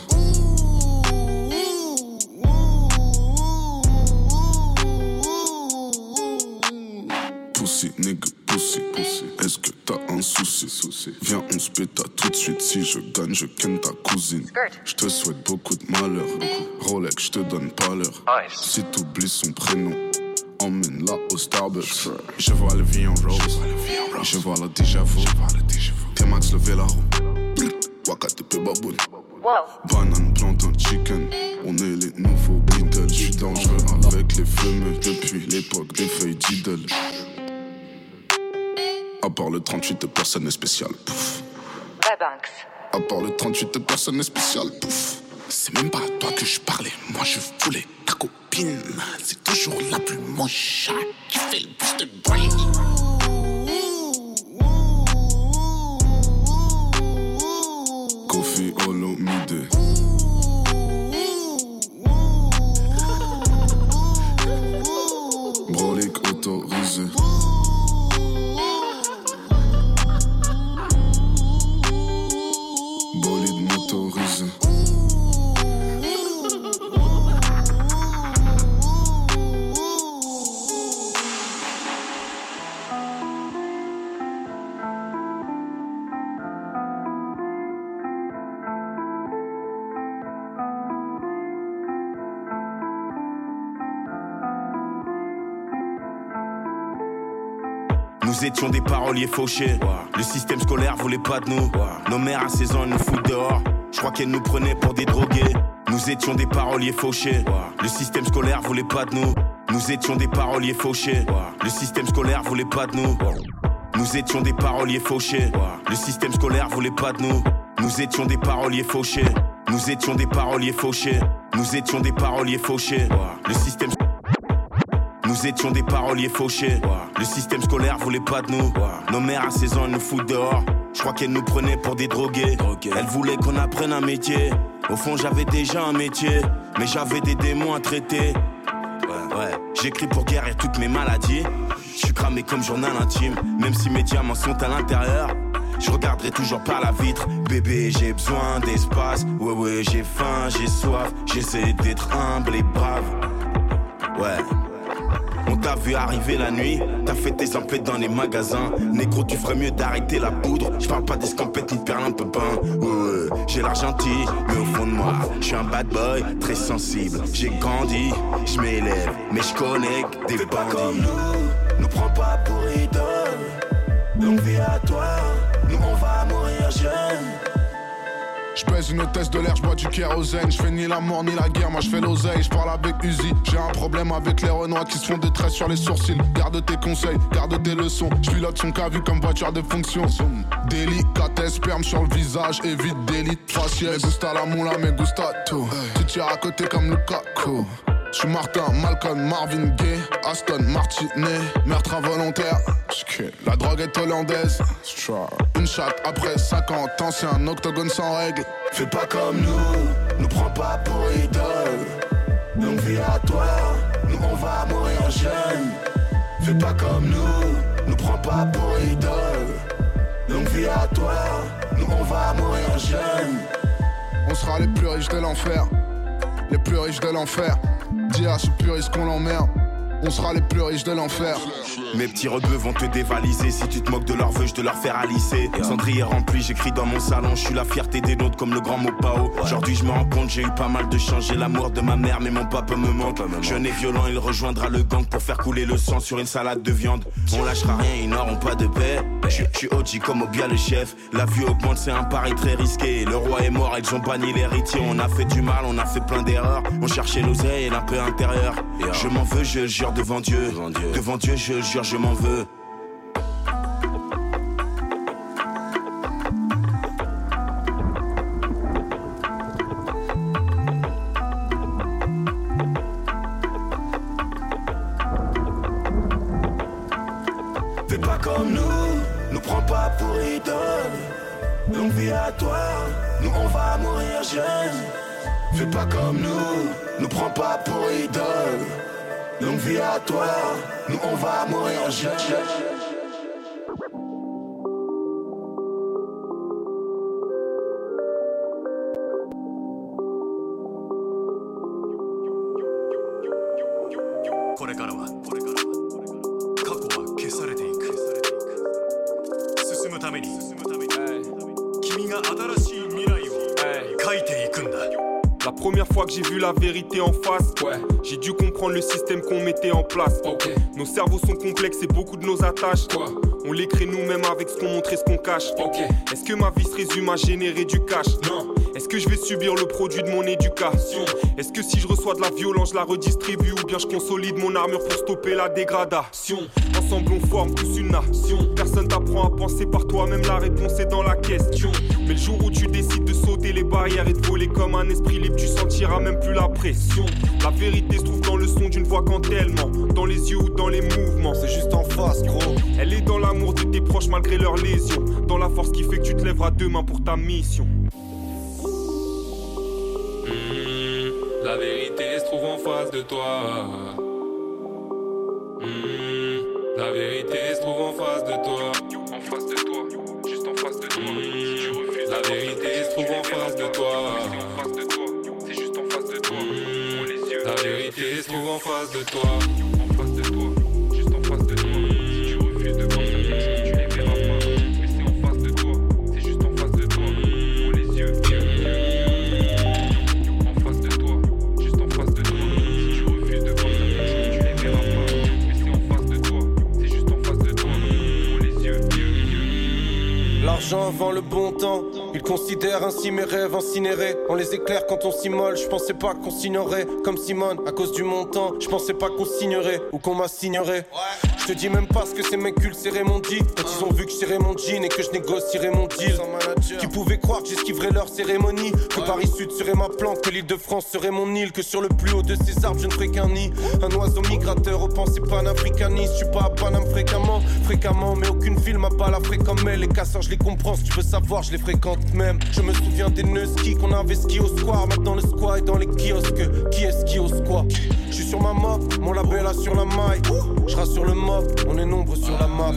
Pussy, nigga, pussy. Est-ce que t'as un souci? Viens, on se pète tout de suite. Si je gagne, je ken ta cousine. Je te souhaite beaucoup de malheur. Rolex, je te donne pas l'heure. Si t'oublies son prénom, emmène-la au Starbucks. Je vois le vie en rose. Je vois le déjà vu. T-Max, lever la roue. Wakate baboun. Banane, plantain, chicken. On est les nouveaux Beatles. J'suis dangereux avec les fumeux depuis l'époque des feuilles d'idole. À part le 38, personne n'est spécial. Pouf.
Babanks.
À part le 38, personne n'est spécial. Pouf. C'est même pas à toi que je parlais. Moi je voulais ta copine. C'est toujours la plus moche qui fait le plus de bruit. Kofi Olomide. Brolic autorisé. Bolide motorisé.
Nous étions des paroliers fauchés. Le système scolaire voulait pas de nous. Nos mères à 16 ans nous foutent dehors. Je crois qu'elles nous prenaient pour des drogués. Nous étions des paroliers fauchés. Le système scolaire voulait pas de nous. Nous étions des paroliers fauchés. Le système scolaire voulait pas de nous. Nous étions des paroliers fauchés. Le système scolaire voulait pas de nous. Nous étions des paroliers fauchés. Nous étions des paroliers fauchés. Nous étions des paroliers fauchés. Le système. Nous étions des paroliers fauchés. Le système scolaire voulait pas de nous. Nos mères à 16 ans nous foutent dehors. Je crois qu'elles nous prenaient pour des drogués. Elles voulaient qu'on apprenne un métier. Au fond j'avais déjà un métier, mais j'avais des démons à traiter. Ouais, j'écris pour guérir toutes mes maladies. Je suis cramé comme journal intime. Même si mes diamants sont à l'intérieur, je regarderai toujours par la vitre. Bébé, j'ai besoin d'espace. Ouais, j'ai faim, j'ai soif. J'essaie d'être humble et brave. Ouais. On t'a vu arriver la nuit, t'as fait tes emplettes dans les magasins. Négro, tu ferais mieux d'arrêter la poudre. J'parle pas d'escampette ni de perlin pepin. Ouais, j'ai l'argentique, mais au fond de moi, j'suis un bad boy, très sensible. J'ai grandi, j'm'élève, mais j'connecte des bandits.
Pas comme nous prends pas pour idole. Longue vie à toi, nous on va mourir jeune.
J'pèse une hôtesse de l'air, j'bois du kérosène. J'fais ni l'amour ni la guerre, moi j'fais l'oseille. J'parle avec Uzi, j'ai un problème avec les renois qui se font des traits sur les sourcils. Garde tes conseils, garde tes leçons. J'pilote son cas vu comme voiture de fonction. Délicatesse, sperme sur le visage, évite d'élite faciès. Me gusta la moula, me gusta tout. Tu tires à côté comme Lukaku. J'suis Martin, Malcolm, Marvin Gaye, Aston Martinet, meurtre involontaire. La drogue est hollandaise. Une chatte après 50 ans, c'est un octogone sans règles.
Fais pas comme nous prends pas pour idole. Longue vie à toi, nous on va mourir jeune. Fais pas comme nous prends pas pour idole. Longue vie à toi, nous on va mourir jeune.
On sera les plus riches de l'enfer, les plus riches de l'enfer. Dis à ce puriste qu'on l'emmerde.
on sera les plus riches de l'enfer.
Mes petits rebeux vont te dévaliser. Si tu te moques de leurs vœux, je te leur faire alisser. Cendrier rempli, j'écris dans mon salon. Je suis la fierté des nôtres comme le grand mot Pao. Aujourd'hui je me rends compte, j'ai eu pas mal de chance. J'ai l'amour de ma mère mais mon papa me manque. Jeune et violent, il rejoindra le gang pour faire couler le sang sur une salade de viande. On lâchera rien, ils n'auront pas de paix. Je suis OG comme Obia le chef. La vie augmente, c'est un pari très risqué. Le roi est mort, ils ont banni l'héritier. On a fait du mal, on a fait plein d'erreurs. On cherchait l'oseille et la paix intérieure. Je m'en veux, je le jure devant Dieu. Devant Dieu, je le jure, je m'en veux.
Fais pas comme nous prends pas pour idole. Longue vie à toi, nous on va mourir jeunes. Fais pas comme nous prends pas pour idole. Longue vie à toi, nous on va mourir jeunes.
La première fois que j'ai vu la vérité en face, j'ai dû comprendre le système qu'on mettait en place. Nos cerveaux sont complexes et beaucoup de nos attaches, on les crée nous-mêmes avec ce qu'on montre et ce qu'on cache. Est-ce que ma vie se résume à générer du cash? Non. Est-ce que je vais subir le produit de mon éducation? Est-ce que si je reçois de la violence, je la redistribue? Ou bien je consolide mon armure pour stopper la dégradation? Ensemble on forme tous une nation. Personne t'apprend à penser par toi-même, la réponse est dans la question. Mais le jour où tu décides de sauter les barrières et de voler comme un esprit libre, tu sentiras même plus la pression. La vérité se trouve dans le son d'une voix quand elle ment, dans les yeux ou dans les mouvements. C'est juste en face, gros. Elle est dans l'amour de tes proches malgré leurs lésions, dans la force qui fait que tu te lèveras demain pour ta mission.
La vérité se trouve en face de toi. La vérité se trouve en face de toi. En face de toi, juste en face de toi. Si tu refuses, la vérité se trouve en face de toi. En face de toi, c'est juste en face de toi. Ouvre les yeux. La vérité se trouve en face de toi. En face de toi, juste en face de toi. Si tu refuses de voir certaines choses, tu les verras pas. Mais c'est en face de toi, c'est juste en face de toi. Ouvre les yeux.
L'argent avant le bon temps, ils considèrent ainsi mes rêves incinérés. On les éclaire quand on s'immole, je pensais pas qu'on signerait comme Simone à cause du montant. Je pensais pas qu'on signerait ou qu'on m'assignerait. Je te dis même pas ce que ces mecs cultes serraient mon dit. Quand ils ont vu que je serrais mon jean et que je négocierais mon deal. Qui pouvaient croire que j'esquiverais leur cérémonie, que Paris Sud serait ma planque, que l'île de France serait mon île, que sur le plus haut de ces arbres je ne ferais qu'un nid. Un oiseau migrateur aux pensées panafricanistes. Je suis pas à Paname fréquemment, mais aucune ville m'a pas la comme elle. Les casseurs je les comprends, si tu veux savoir je les fréquente même. Je me souviens des nœuds ski qu'on avait ski au square. Maintenant le squat est dans les kiosques. Qui est-ce qui ose quoi? Je suis sur ma mop, mon label a sur la maille. Je rassure le mob, on est nombreux sur la map.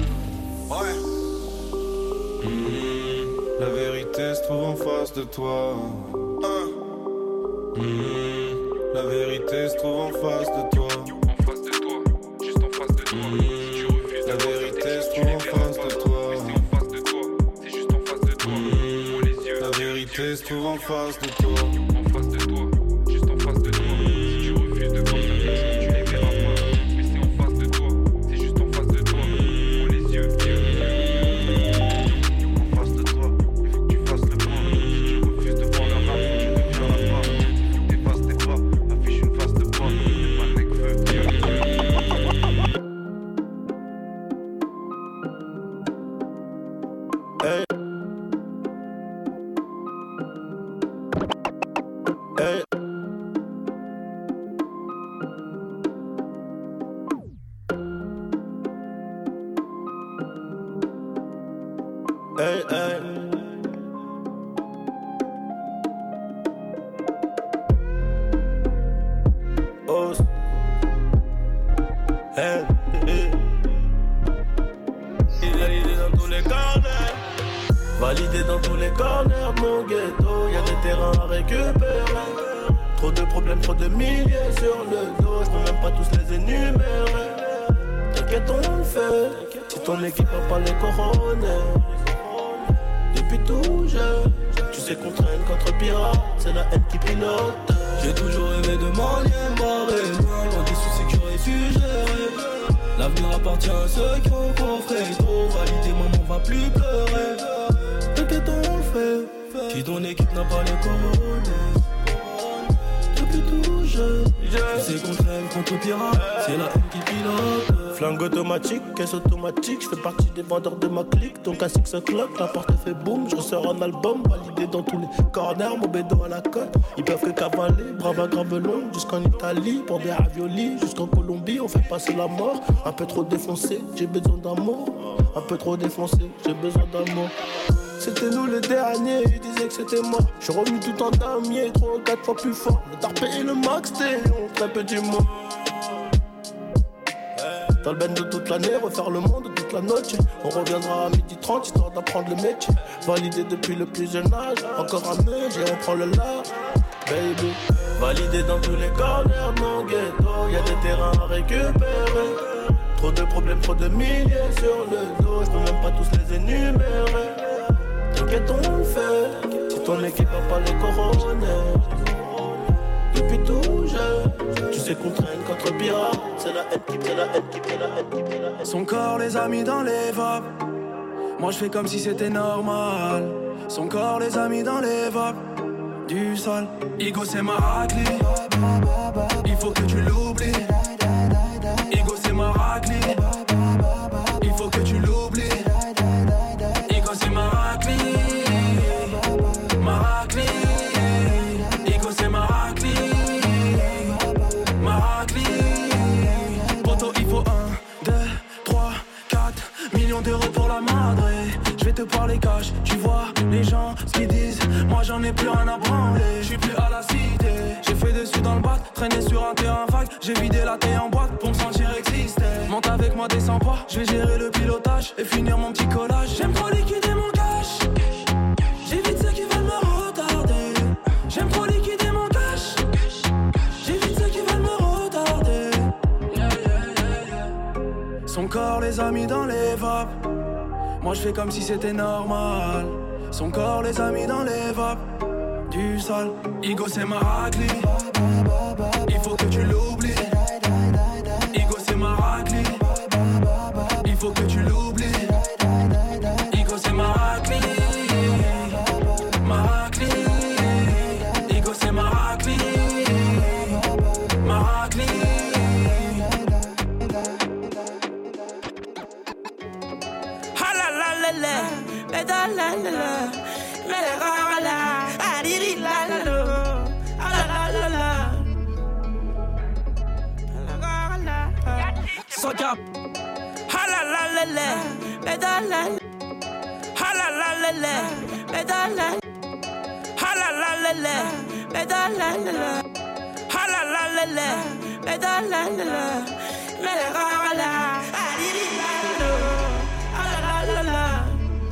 La vérité se trouve en face de toi. La vérité se trouve en face de toi.
En face de toi, juste en face de toi. Si tu refuses,
la vérité se trouve en face de toi.
Mais c'est en face de toi, c'est juste en face de toi. Ouvre les yeux.
La vérité se trouve en face de toi.
En face de toi, juste en face de toi. Si tu refuses de voir certaines choses, tu les verras pas. Mais c'est en face de toi, c'est juste en face de toi. Ouvre les yeux.
En face de toi, il faut que tu fasses le point. Si tu refuses de voir le rap, tu ne verras pas. Il faut que t'effaces tes pas, affiche une face de poids. T'es pas le mec feu.
Hey. Hey. Hey, hey. Oh. Hey, hey. Validé dans tous les corners. Validé dans tous les corners de mon ghetto. Y'a des terrains à récupérer.
Trop de problèmes, trop de milliers sur le dos. J'peux même pas tous les énumérer. T'inquiète, on le fait. Si ton équipe a pas les coronets. Depuis tout jeune, tu sais qu'on traîne contre pirates. C'est la haine qui pilote. J'ai toujours rêvé de m'enlier, barrer loin des soucis que j'aurais su gérer. L'avenir appartient à ceux qui ont coffré. Trop validé, maman va plus pleurer. T'inquiète, on le fait. Si ton équipe n'a pas les coronets. Depuis tout jeune, tu sais qu'on traîne contre pirates. C'est la haine qui pilote. Flingue automatique, caisse automatique. Je fais partie des vendeurs de ma clique. Donc à 6 o'clock, la porte fait boum. Je ressors un album validé dans tous les corners. Mon bédo à la côte. Ils peuvent que cavaler, brave à Gravelon. Jusqu'en Italie, pour des raviolis. Jusqu'en Colombie, on fait passer la mort. Un peu trop défoncé, j'ai besoin d'amour. Un peu trop défoncé, j'ai besoin d'amour. C'était nous les derniers, ils disaient que c'était mort. J'suis revenu tout en damier, 3 ou 4 fois plus fort. Le tarpé et le max, très petit mot. Dans le ben de toute l'année, refaire le monde toute la noche. On reviendra à 12h30, histoire d'apprendre le métier. Validé depuis le plus jeune âge, encore un peu, j'ai un prend le là. Baby, validé dans tous les corners de mon ghetto. Y'a des terrains à récupérer. Trop de problèmes, trop de milliers sur le dos. J'peux même pas tous les énumérer. T'inquiète, on le fait. Si ton équipe a pas les coronets. Depuis tout jeune, tu sais qu'on traîne contre pirates. C'est la haine qui, c'est la haine qui, c'est la haine qui, c'est la haine. Son corps les a mis dans les vapes. Moi je fais comme si c'était normal. Son corps les a mis dans les vapes. Du sale, Igo c'est ma raclée. Il faut que tu l'oublies. Igo c'est ma raclée. Il faut que tu l'oublies. Igo c'est ma raclée. Ma raclée. Igo c'est ma raclée. Ma raclée. Poto il faut 1, 2, 3, 4 millions d'euros pour la madre. Je vais te parler cash, tu vois les gens ce qu'ils disent. Moi j'en ai plus rien à branler. Je suis plus à la cité. J'ai fait des sous dans le bac, traîné sur un terrain vague. J'ai vidé la taille en boîte pour me sentir exister. Monte avec moi, descends pas. Je vais gérer le pilotage et finir mon petit collage. J'aime trop liquider mon cash. J'évite ceux qui veulent me retarder. J'aime trop liquider mon cash. J'évite ceux qui veulent me retarder. Son corps les a mis dans les vapes. Moi je fais comme si c'était normal. Son corps les a mis dans les vapes. Du sale, Igo c'est ma raclée. Il faut que tu l'oublies. Igo c'est ma raclée. Il faut que tu l'oublies. Igo c'est ma raclée. Ma raclée. Igo c'est ma raclée. Ma raclée.
Son cap, halalalele, pedalale, halalalele, pedalale, halalalele, pedalale, halalalele, pedalale, melegala, arililalo, halalalala.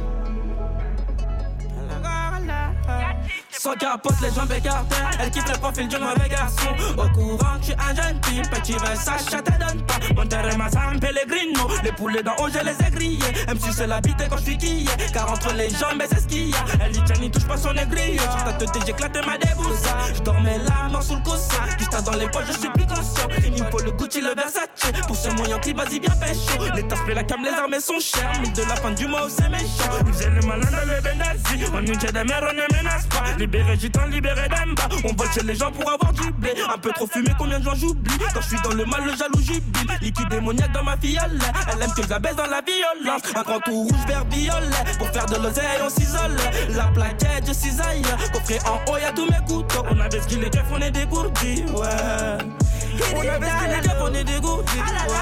Sans capote, les jambes écartées. Elle kiffe le profil du mauvais garçon. Au courant que je suis un jeune type. Petit Versace, ça te donne pas. Mon terrain, ma San Pellegrino. Les poulets d'en haut, je les ai grillés. Même si c'est la bite quand je suis quillé. Car entre les jambes, c'est ce qu'il y a. Elle dit, tiens, n'y touche pas son aigri. Sur ta tête, j'éclate ma débousse. Je dormais la mort sous le coussin. Juste dans les poches, je suis plus conscient. Il me faut le Gucci, le Versace. Pour ce moyen clip, vas-y, bien pécho. Les tasses, la cam, les armes sont chères. Mais de la fin du mois, c'est méchant. Ils faisaient le malin dans le Benazzi. On nous tient des mères, on ne menace pas. Libéré gitan, libéré d'Emba. On vole chez les gens pour avoir du blé. Un peu trop fumé, combien de gens j'oublie. Quand je suis dans le mal, le jaloux jubile. Liquide démoniaque dans ma fiole. Elle aime que je la baisse dans la violence. Un grand tout rouge, vert, violet. Pour faire de l'oseille, on s'isole. La plaquette, je cisaille. Coffret en haut, y'a tous mes couteaux. On avait ce qu'il les keufs, on est dégourdis. Ouais. On avait ce qu'il les keufs, on est dégourdis.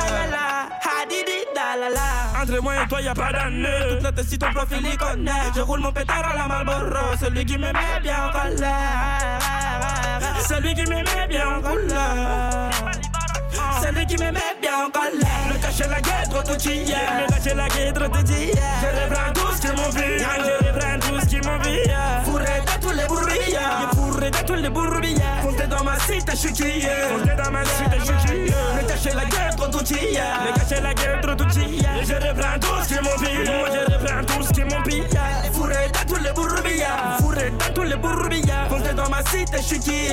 Entre moi et toi y'a pas d'année. Toute la tête si ton profil y connaît. Je roule mon pétard à la Marlboro. Celui qui me met bien en colère. Celui qui me met bien en colère. Celui qui me met bien en colère. Le cacher la guêtre tout hier. Me lâcher la guêtre tout hier. Je reprends tout ce qui m'envie. Je reprends tout ce qui m'envie. Fourré de tous les bourbillards. J'ai fourré dans tous les bourbillards. Comptez dans ma cité, je suis crié. Comptez dans ma cité, je suis crié. Me cacher la gueule, trop d'outils. Me cacher la gueule, trop d'outils. Je reprends tout ce qui est mon pire. Moi je reprends tout ce qui est mon pire. Fourré dans tous les bourbillards. Fourré dans tous les bourbillards. Comptez dans ma cité, je suis crié.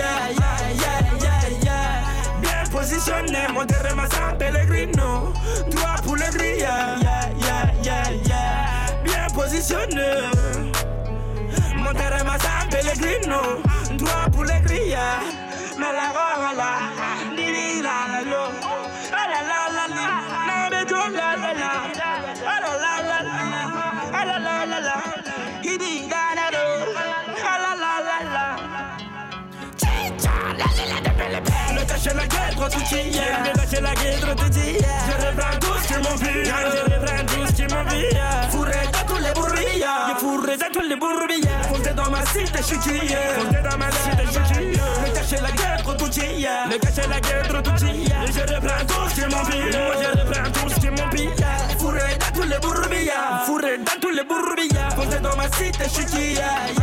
Bien positionné, mon terrain ma San Pellegrino. Droit pour le grillard. Bien positionné. Mon terrain ma San Pellegrino. Droit pour les grillards. Mais la la li la lo. La la la la la mais do la la la. La la la la la la la la. Idi da da do. La la la la. Me cacher la gueule, trop tout hier. Me cacher la gueule, trop tout hier. Je reprends tout ce qui m'en pire. Je reprends tout ce qui m'en pire. Fourré dans tous les bourbillards. J'ai fourré dans tous les bourbillards. Comptez dans ma cité, je suis crié. Comptez dans ma cité, je suis crié. Me cacher la gueule, trop tout hier. Me cacher la gueule, trop tout hier. Je reprends tout ce qui m'en pire. Moi je reprends tout ce qui m'en pire. Fourré dans tous les bourbillards. Fourré dans tous les bourbillards. Comptez dans ma cité, je suis crié.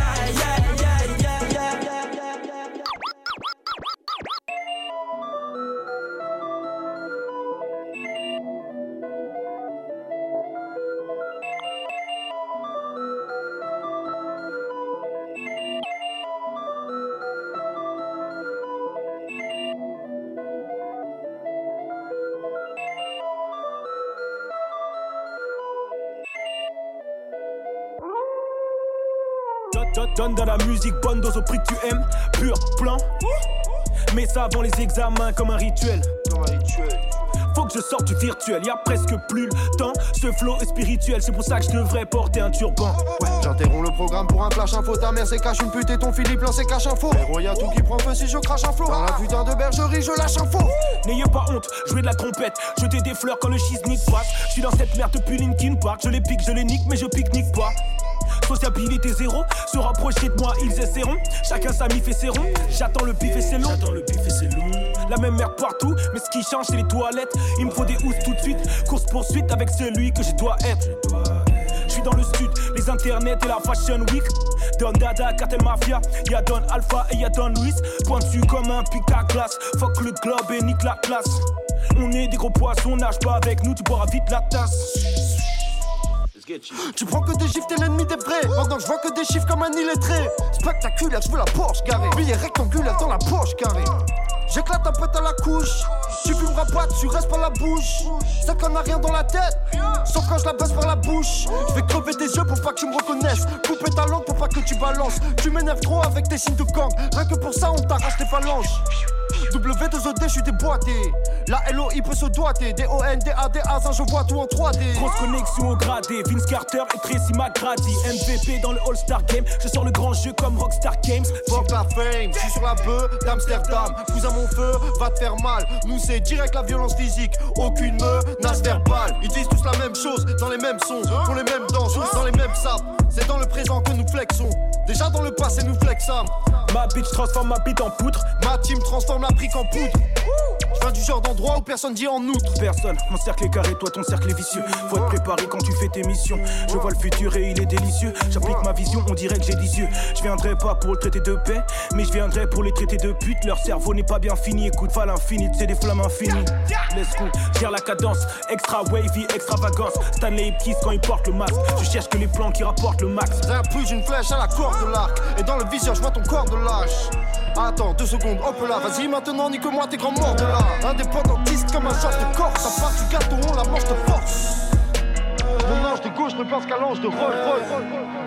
Donne dans la musique, bonne dose au prix que tu aimes. Pur plan. Mais ça avant les examens comme un rituel. Faut que je sorte du virtuel, y'a presque plus le temps. Ce flow est spirituel, c'est pour ça que je devrais porter un turban.
Ouais, j'interromps le programme pour un flash info. Ta mère c'est cache une pute et ton Philippe lance c'est cache info. Héros y'a tout qui prend feu si je crache un flow. Dans la putain de bergerie je lâche un faux.
N'ayez pas honte, jouer de la trompette, jeter des fleurs quand le schiznique passe. Je suis dans cette merde depuis Linkin Park. Je les pique, je les nique mais je pique-nique pas. Sociabilité zéro, se rapprocher de moi ils essaieront. Chacun sa mif et ses ronds. J'attends le bif et c'est long. La même merde partout, mais ce qui change c'est les toilettes. Il me faut des housses tout de suite. Course poursuite avec celui que je dois être. Je suis dans le stud, les internets et la fashion week. Don Dada, Cartel Mafia, y'a Don Alpha et y'a Don Luis. Pointu comme un pic à glace. Fuck le globe et nique la classe. On est des gros poissons, nage pas avec nous, tu boiras vite la tasse.
Tu prends que des gifs, t'es l'ennemi des vrais. Pendant que je vois que des chiffres comme un illettré. Spectaculaire, je veux la Porsche garée. Billet rectangulaire dans la poche carrée. J'éclate un pote à la couche. Tu fumeras pas, tu restes par la bouche. Ça qu'on a rien dans la tête, sauf quand je la baisse par la bouche. Je vais crever tes yeux pour pas que tu me reconnaisses. Couper ta langue pour pas que tu balances. Tu m'énerves trop avec tes signes de gang. Rien que pour ça on t'arrache les phalanges. W2OD, je suis déboîté. La LOI peut se doiter. D-O-N-D-A-D-A, ça je vois tout en 3D.
Grosse connexion au gradé. Vince Carter et Tracy McGrady. MVP dans le All-Star Game. Je sors le grand jeu comme Rockstar Games.
Fuck la fame, je suis sur la bœuf d'Amsterdam. Cousin mon feu, va te faire mal. Nous c'est direct la violence physique. Aucune menace verbale. Ils disent tous la même chose, dans les mêmes sons. Pour les mêmes danses, dans les mêmes sapes. C'est dans le présent que nous flexons. Déjà dans le passé nous flexons.
Ma bitch transforme ma bite en poutre.
Ma team transforme la brique en poudre. Je viens du genre d'endroit où personne dit en outre.
Personne, mon cercle est carré, toi ton cercle est vicieux. Faut être préparé quand tu fais tes missions. Je vois le futur et il est délicieux. J'applique ma vision, on dirait que j'ai 10 yeux. Je viendrai pas pour le traité de paix, mais je viendrai pour les traiter de pute. Leur cerveau n'est pas bien fini, écoute, va l'infini, c'est des flammes infinies. Let's go, gère la cadence, extra wavy, extravagance. Stanley Kiss quand il porte le masque. Je cherche que les plans qui rapportent le max.
J'ai plus d'une flèche à la corde de l'arc. Et dans le viseur, je vois ton corps de lâche. Attends 2 secondes, hop là, vas-y maintenant, nique-moi tes grands morts de là. Indépendantiste comme un genre de corps. Ça part du gâteau, on la mange de force. Mon ange de gauche ne pense qu'à l'ange de Rolls-Royce.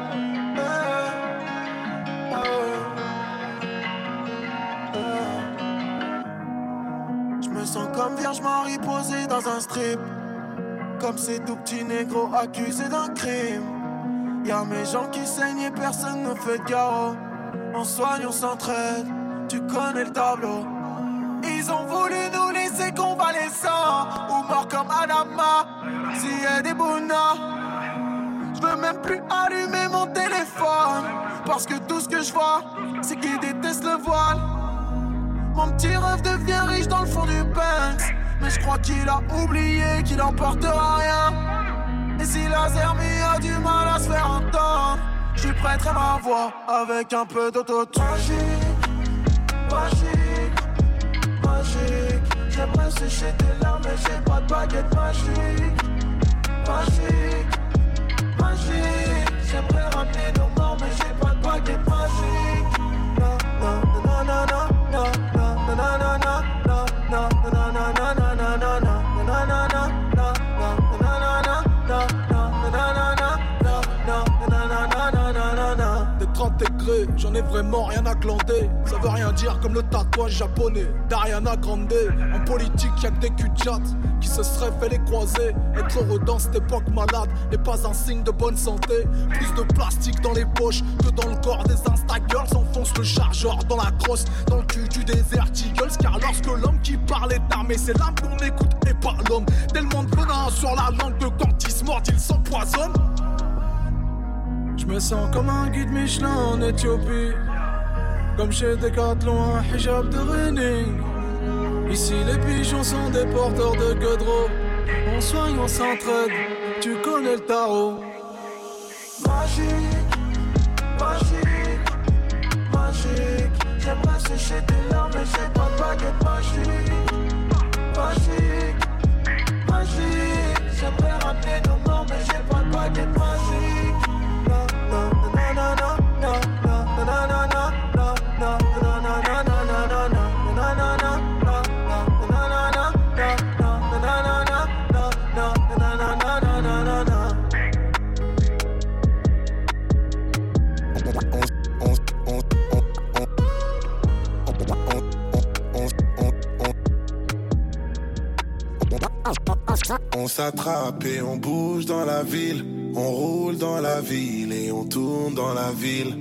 Je me sens comme Vierge Marie posée dans un strip. Comme ces tout petits négros accusés d'un crime. Y'a mes gens qui saignent et personne ne fait de garrot. On soigne, on s'entraide, tu connais le tableau. Ils ont voulu nous laisser convalescents ou morts comme Adama. S'il y a des bonheurs, je veux même plus allumer mon téléphone. Parce que tout ce que je vois, c'est qu'ils détestent le voile. Mon petit rêve devient riche dans le fond du Benz. Mais je crois qu'il a oublié qu'il emportera rien. Et si la Zermie a du mal à se faire entendre, J'suis prêterai ma voix avec un peu d'autotune. Magique, magique. J'aimerais sécher tes larmes mais j'ai pas de baguette magique. Magique, magique. J'aimerais ramener nos morts mais j'ai pas de baguette magique. Non, non, non, non, non, non, non, non, non, non, non, non, non, non, non, non, non, non, non.
Des 30 degrés, j'en ai vraiment rien à glander. Ça veut rien dire comme le tatouage japonais d'Ariana Grande. En politique y'a que des cul-de-jatte qui se seraient fait les croiser. Être heureux dans cette époque malade n'est pas un signe de bonne santé. Plus de plastique dans les poches que dans le corps des Instagirls. S'enfonce le chargeur dans la crosse, dans le cul du désert Eagles. Car lorsque l'homme qui parle est armé, c'est l'âme qu'on écoute et pas l'homme. Tellement de venin sur la langue que quand il se mord, il s'empoisonne. Je me sens comme un guide Michelin en Éthiopie, comme chez Decathlon un hijab de Renning. Ici les pigeons sont des porteurs de godreau. On soigne, on s'entraide, tu connais le tarot.
Magique, magique, magique. J'aimerais sécher tes larmes mais j'ai pas de baguette magique. Magique, magique. J'aimerais ramener nos morts mais j'ai pas de baguette magique. Non, non, non, non, non, non, non, non, non, non, non, non,
On s'attrape et on bouge dans la ville. On roule dans la ville et on tourne dans la ville.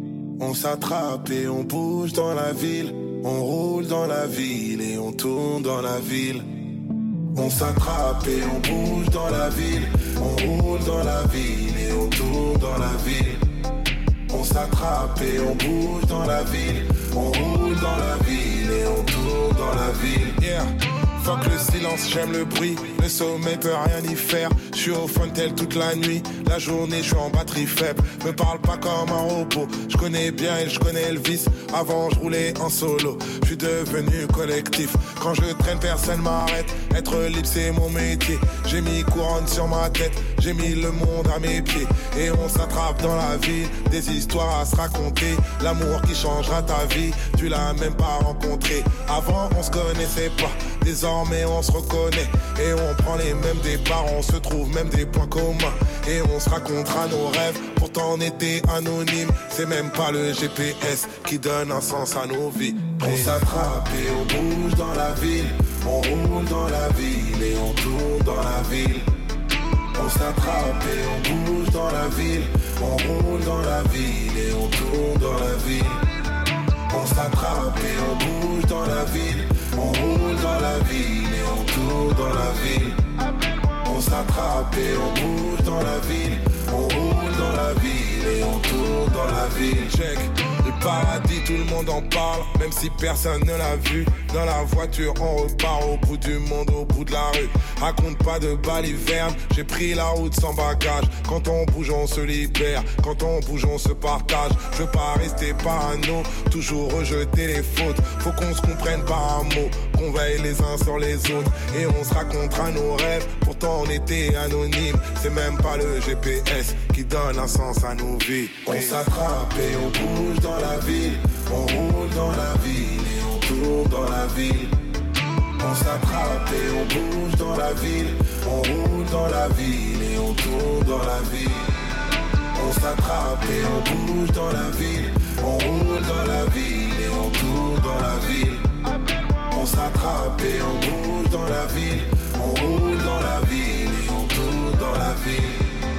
On s'attrape et on bouge dans la ville. On roule dans la ville et on tourne dans la ville. On s'attrape et on bouge dans la ville. On roule dans la ville et on tourne dans la ville. On s'attrape et on bouge dans la ville. On roule dans la ville et on tourne dans la ville.
Yeah. Fuck le silence, j'aime le bruit. Le sommeil peut rien y faire. Je suis au Fontel toute la nuit. La journée, je suis en batterie faible. Me parle pas comme un robot. Je connais bien et je connais le vice. Avant, je roulais en solo. Je suis devenu collectif. Quand je traîne, personne m'arrête. Être libre, c'est mon métier. J'ai mis couronne sur ma tête. J'ai mis le monde à mes pieds. Et on s'attrape dans la ville. Des histoires à se raconter. L'amour qui changera ta vie. Tu l'as même pas rencontré. Avant, on se connaissait pas. Désormais on se reconnaît et on prend les mêmes départs, on se trouve même des points communs et on se racontera nos rêves, pourtant on était anonymes, c'est même pas le GPS qui donne un sens à nos vies.
On s'attrape et on bouge dans la ville, on roule dans la ville et on tourne dans la ville. On s'attrape et on bouge dans la ville, on roule dans la ville et on tourne dans la ville. On s'attrape et on bouge dans la ville. On roule dans la ville et on tourne dans la ville. On s'attrape et on bouge dans la ville. On roule dans la ville et on tourne dans la ville.
Check, le paradis, tout le monde en parle, même si personne ne l'a vu. Dans la voiture, on repart au bout du monde, au bout de la rue. Raconte pas de baliverne, j'ai pris la route sans bagage. Quand on bouge, on se libère. Quand on bouge, on se partage. Je veux pas rester parano, toujours rejeter les fautes. Faut qu'on se comprenne par un mot, qu'on veille les uns sur les autres. Et on se racontera nos rêves, pourtant on était anonymes. C'est même pas le GPS qui donne un sens à nos vies.
On s'attrape et on bouge dans la ville. On roule dans la ville et on tourne dans la ville. On s'attrape et on bouge dans la ville. On roule dans la ville et on tourne dans la ville. On s'attrape et on bouge dans la ville. On roule dans la ville et on tourne dans la ville. On s'attrape et on bouge dans la ville. On roule dans la ville et on tourne dans la ville.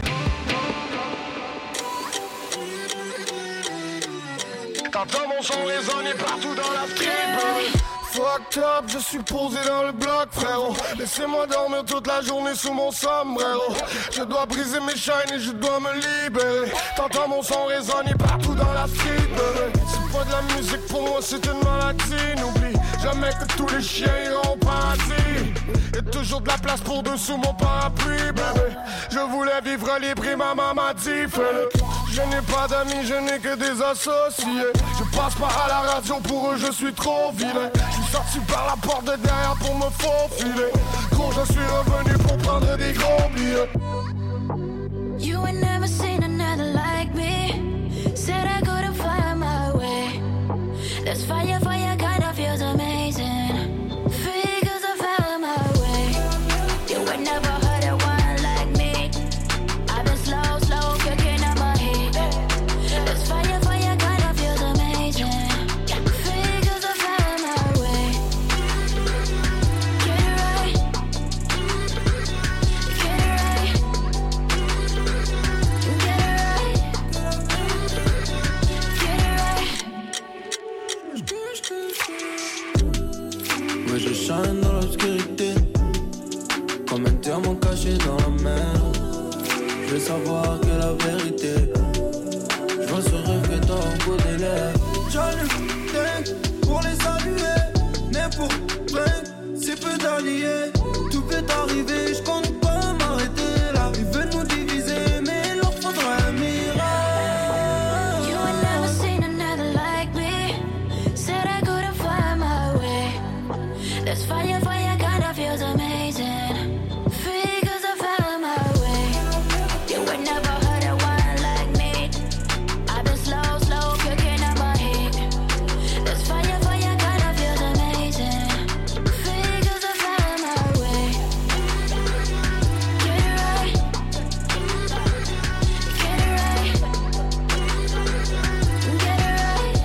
T'entends mon son résonner partout dans la street. Fucked up, je suis posé dans le bloc, frérot. Laissez-moi dormir toute la journée sous mon sombrero. Je dois briser mes chaînes et je dois me libérer. T'entends mon son résonner partout dans la street, bébé. C'est pas de la musique pour moi, c'est une maladie. N'oublie jamais que tous les chiens iront au paradis. Y'a toujours de la place pour deux sous mon parapluie, bébé. Je voulais vivre libre et ma maman m'a dit, fais-le. Je n'ai pas d'amis, je n'ai que des associés. Je passe par à la radio, pour eux je suis trop vilain. Je suis sorti par la porte de derrière pour me faufiler. Gros, je suis revenu pour prendre des gros billets.
You ain't never seen another like me. Said I couldn't find my way. There's fire, kind of feels amazing. Figures I found my way. You ain't never heard of one like me. I've been slow, cooking up my heat. There's fire, kind of feels amazing. Figures I found my way. Get it right. Get it right. Get it right. Get it right.
Ouais, je shine dans l'obscurité, comme un diamant caché dans la mer. Je veux savoir que la vérité, je vois ce rêve que t'as au bout des lèvres. J'allume dingue pour les saluer, mais pour vaincre, c'est peu d'alliés. Tout peut arriver, je compte pas m'arrêter là. Ils veulent nous diviser, mais il leur faudra un miracle.
You ain't never seen another like me. Said I couldn't find my way. There's fire, kind of feels amazing. Figures I found my way. You ain't never heard of one like me. I've been slow, cooking up my heat. There's fire, kind of feels amazing. Figures I found my way. Get it right. Get it right. Get it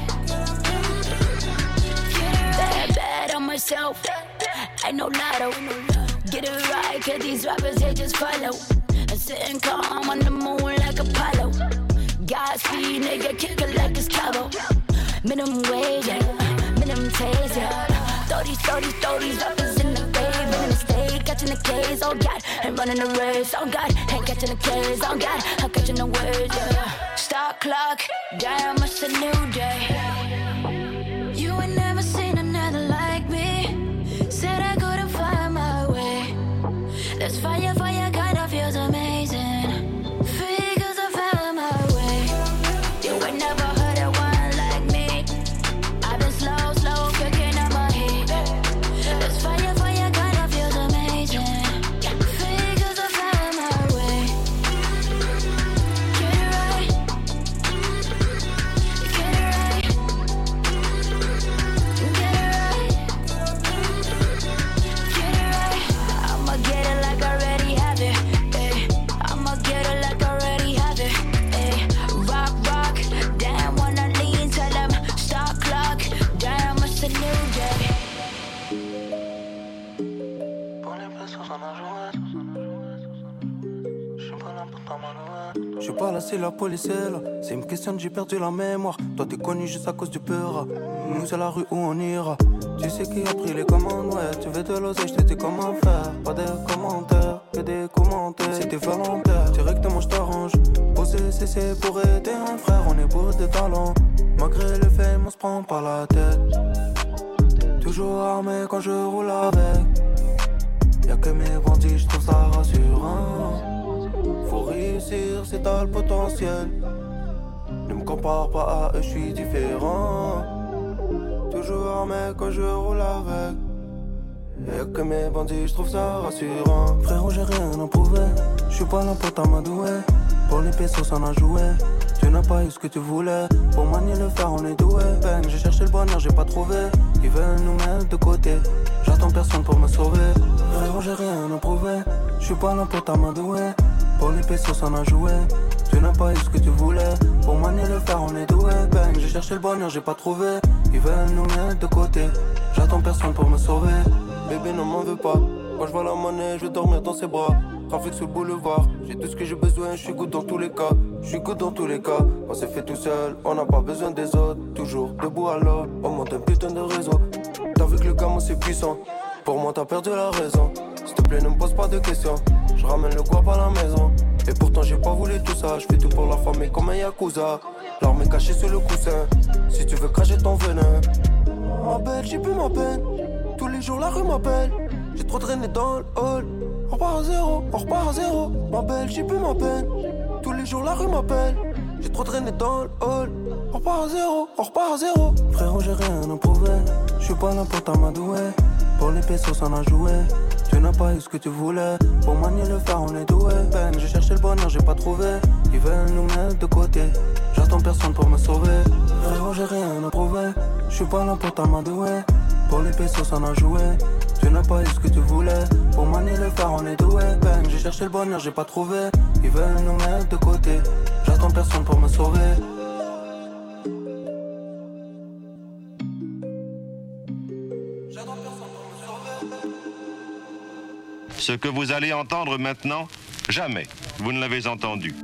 right. Bad on myself. Ain't no lotto. Get it right, cause these rappers, they just follow. I'm sitting calm on the moon like Apollo. Godspeed, nigga, kick it like it's Cabo. Minimum wage, yeah. Minimum taste, yeah. Throw these rappers in the grave. Running the state, catching the case, oh God. Ain't running the race, oh God. Ain't catching the case, oh God. I'm catching the words, yeah. Stop clock, damn, it's a new day. You ain't never seen another like me. Said I couldn't find my way. There's fire, kind of feels amazing. Figures I found my way. You ain't never heard of one like me. I've been slow, cooking up my heat. There's fire, kind of feels amazing. Figures I found my way. Get it right. Get it right. Get it right. Get it right. I'ma get it like I already have it. Ay. I'ma get it like I already have it. Ay. Rock, damn, wanna lean, tell them stop clock. Damn, it's a new day.
Je suis pas là si la police est là. C'est une question de j'ai perdu la mémoire. Toi t'es connu juste à cause du peur. Nous c'est la rue où on ira. Tu sais qui a pris les commandes, ouais. Tu veux de l'oseille, je te dis comment faire. Pas de commentaires, que des commentaires. C'était volontaire, directement je t'arrange. Poser c'est pour aider un frère. On est pour des talents. Malgré le fait, on se prend pas la tête. Toujours armé quand je roule avec. Y'a que mes bandits, je trouve ça rassurant. Faut réussir, c'est t'as le potentiel. Ne me compare pas à eux, je suis différent. Toujours armé quand je roule avec. Y'a que mes bandits, je trouve ça rassurant. Frérot, j'ai rien à prouver. Je suis pas là pour t'amadouer. Pour les pesos, on a joué. Tu n'as pas eu ce que tu voulais. Pour manier le fer, on est doué. Bang, j'ai cherché le bonheur, j'ai pas trouvé. Ils veulent nous mettre de côté. J'attends personne pour me sauver. Frérot, j'ai rien à prouver. Je suis pas là pour t'amadouer. Pour les pesos, on a joué. Tu n'as pas eu ce que tu voulais. Pour manier le fer, on est doué. Bang, j'ai cherché le bonheur, j'ai pas trouvé. Ils veulent nous mettre de côté. J'attends personne pour me sauver. Bébé, ne m'en veux pas. Quand je vois la monnaie, je vais dormir dans ses bras. Trafic sur le boulevard, j'ai tout ce que j'ai besoin, je suis good dans tous les cas. Je suis good dans tous les cas. On s'est fait tout seul, on n'a pas besoin des autres. Toujours debout à l'eau, on monte un putain de réseau. T'as vu que le gamin c'est puissant. Pour moi t'as perdu la raison. S'il te plaît ne me pose pas de questions. Je ramène le guap à la maison. Et pourtant j'ai pas voulu tout ça. Je fais tout pour la famille comme un yakuza. L'arme est cachée sous le coussin. Si tu veux cracher ton venin. Ma belle, j'ai plus ma peine. Tous les jours la rue m'appelle. J'ai trop traîné dans le hall. On repart à zéro, on repart à zéro. Ma belle, j'ai plus ma peine. Tous les jours la rue m'appelle. J'ai
trop traîné dans le hall. On repart à zéro. Frérot, j'ai rien à prouver. J'suis pas là pour t'amadouer. Pour les pesos, on a joué. Tu n'as pas eu ce que tu voulais. Pour manier le fer, on est doué. Ben, j'ai cherché le bonheur, j'ai pas trouvé. Ils veulent nous mettre de côté. J'attends personne pour me sauver. Frérot, j'ai rien à prouver. J'suis pas là pour t'amadouer. Pour les pesos, on a joué. Tu n'as pas eu ce que tu voulais. Pour manier le fer, on est doué. Ben, j'ai cherché le bonheur, j'ai pas trouvé. Ils veulent nous mettre de côté. J'attends personne pour me sauver.
Ce que vous allez entendre maintenant, jamais vous ne l'avez entendu.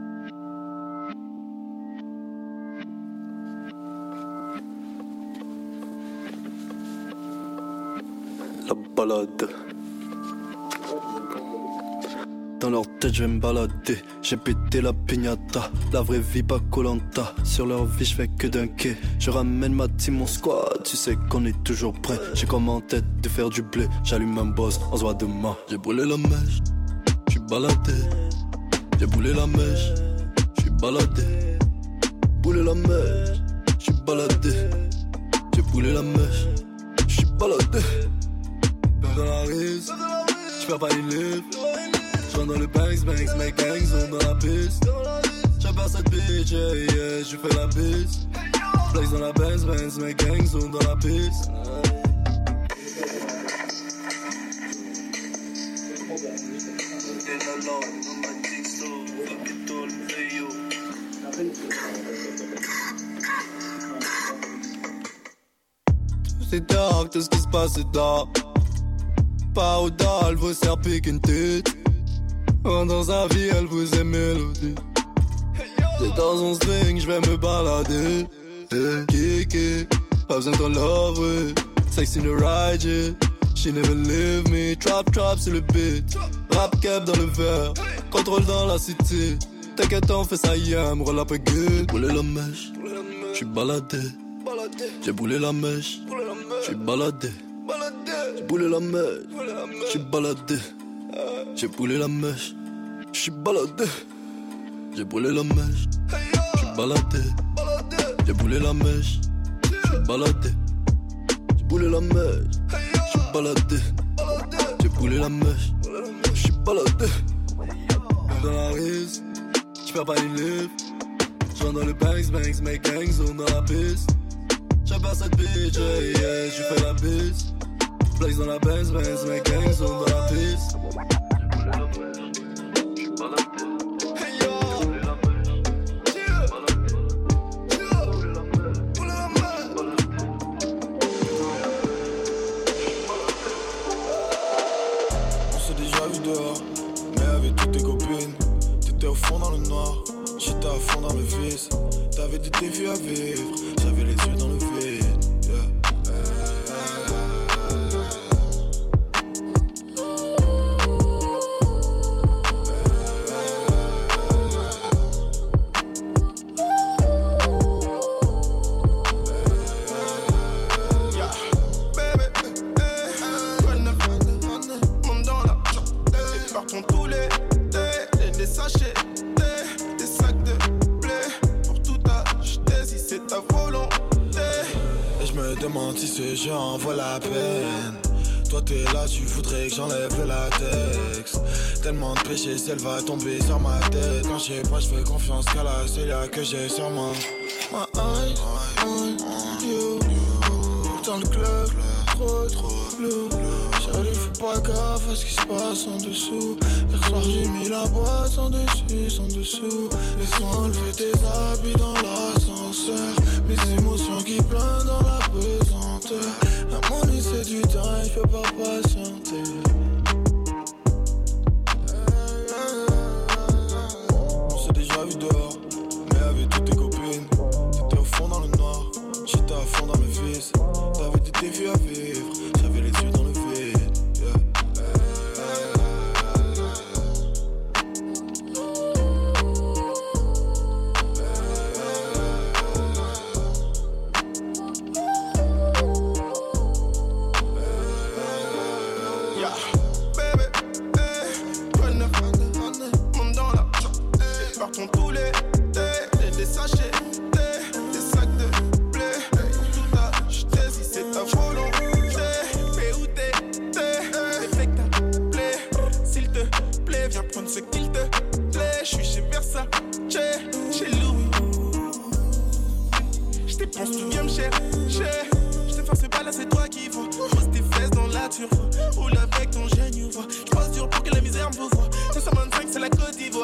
La balade. Dans leur tête je vais me balader. J'ai pété la piñata. La vraie vie pas Koh-Lanta. Sur leur vie je fais que dunker. Je ramène ma team, mon squad. Tu sais qu'on est toujours prêt. J'ai comme en tête de faire du blé. J'allume un boss, on se voit demain. J'ai brûlé la mèche, j'suis baladé. J'ai brûlé la mèche, j'suis baladé. Brûlé la mèche, j'suis baladé. J'ai brûlé la mèche, j'suis baladé. Dans la rise, j'perds pas les livres. J'rentre dans le banks, make gangs, zone dans la piste. J'aperçois cette bitch, yeah, yeah, j'fais la bise. Flex dans la Benz, make gangs, zone dans la piste. C'est dark, tout ce qui se passe c'est dark. Pas au dalle, elle vous sert pique une tête. Dans sa vie, elle vous aime mélodie. C'est dans son string, j'vais me balader. Kiki, pas besoin de love, ouais. Sex in the ride, yeah. She never leave me. Trap, sur le beat. Rap cap dans le verre. Contrôle dans la cité. T'inquiète, on fait ça, yam. Roll up a good. Brûlé la mèche. J'suis baladé. J'ai brûlé la mèche. J'suis baladé. J'ai brûlé la mèche. J'suis baladé. J'ai brûlé la mèche. J'suis baladé. J'ai brûlé la mèche. J'suis baladé. J'ai brûlé la mèche. J'suis baladé. J'ai brûlé la mèche. J'suis baladé. J'ai brûlé la mèche. J'suis baladé. Dans la rise, j'perds pas les livres. J'rentre dans le banks, make gangs, zone dans la piste. J'aperçois cette bitch, yeah, yeah, j'fais la bise. Flex dans la Benz, make gangs, zone dans la piste.
J'étais à fond dans le vice. T'avais des défis à vivre. J'avais les yeux dans le vide. Si ce jeu en vaut la peine. Toi t'es là, tu voudrais que j'enlève le latex. Tellement de péché, elle va tomber sur ma tête. Quand je sais pas, je fais confiance qu'à la seule que j'ai sur moi. My eye on you. Dans le club, trop bleu. J'arrive, fais pas gaffe à ce qui se passe en dessous. Hier soir j'ai mis la boîte sans dessous. Laisse-moi enlever tes habits dans l'ascenseur. Mes émotions qui planent dans la pesanteur. La monnaie c'est du temps, je peux pas patienter. On s'est déjà vu dehors, mais avec toutes tes copines. T'étais au fond dans le noir, j'étais à fond dans le vice. T'avais des défis à vivre, j'avais les yeux dans le vide.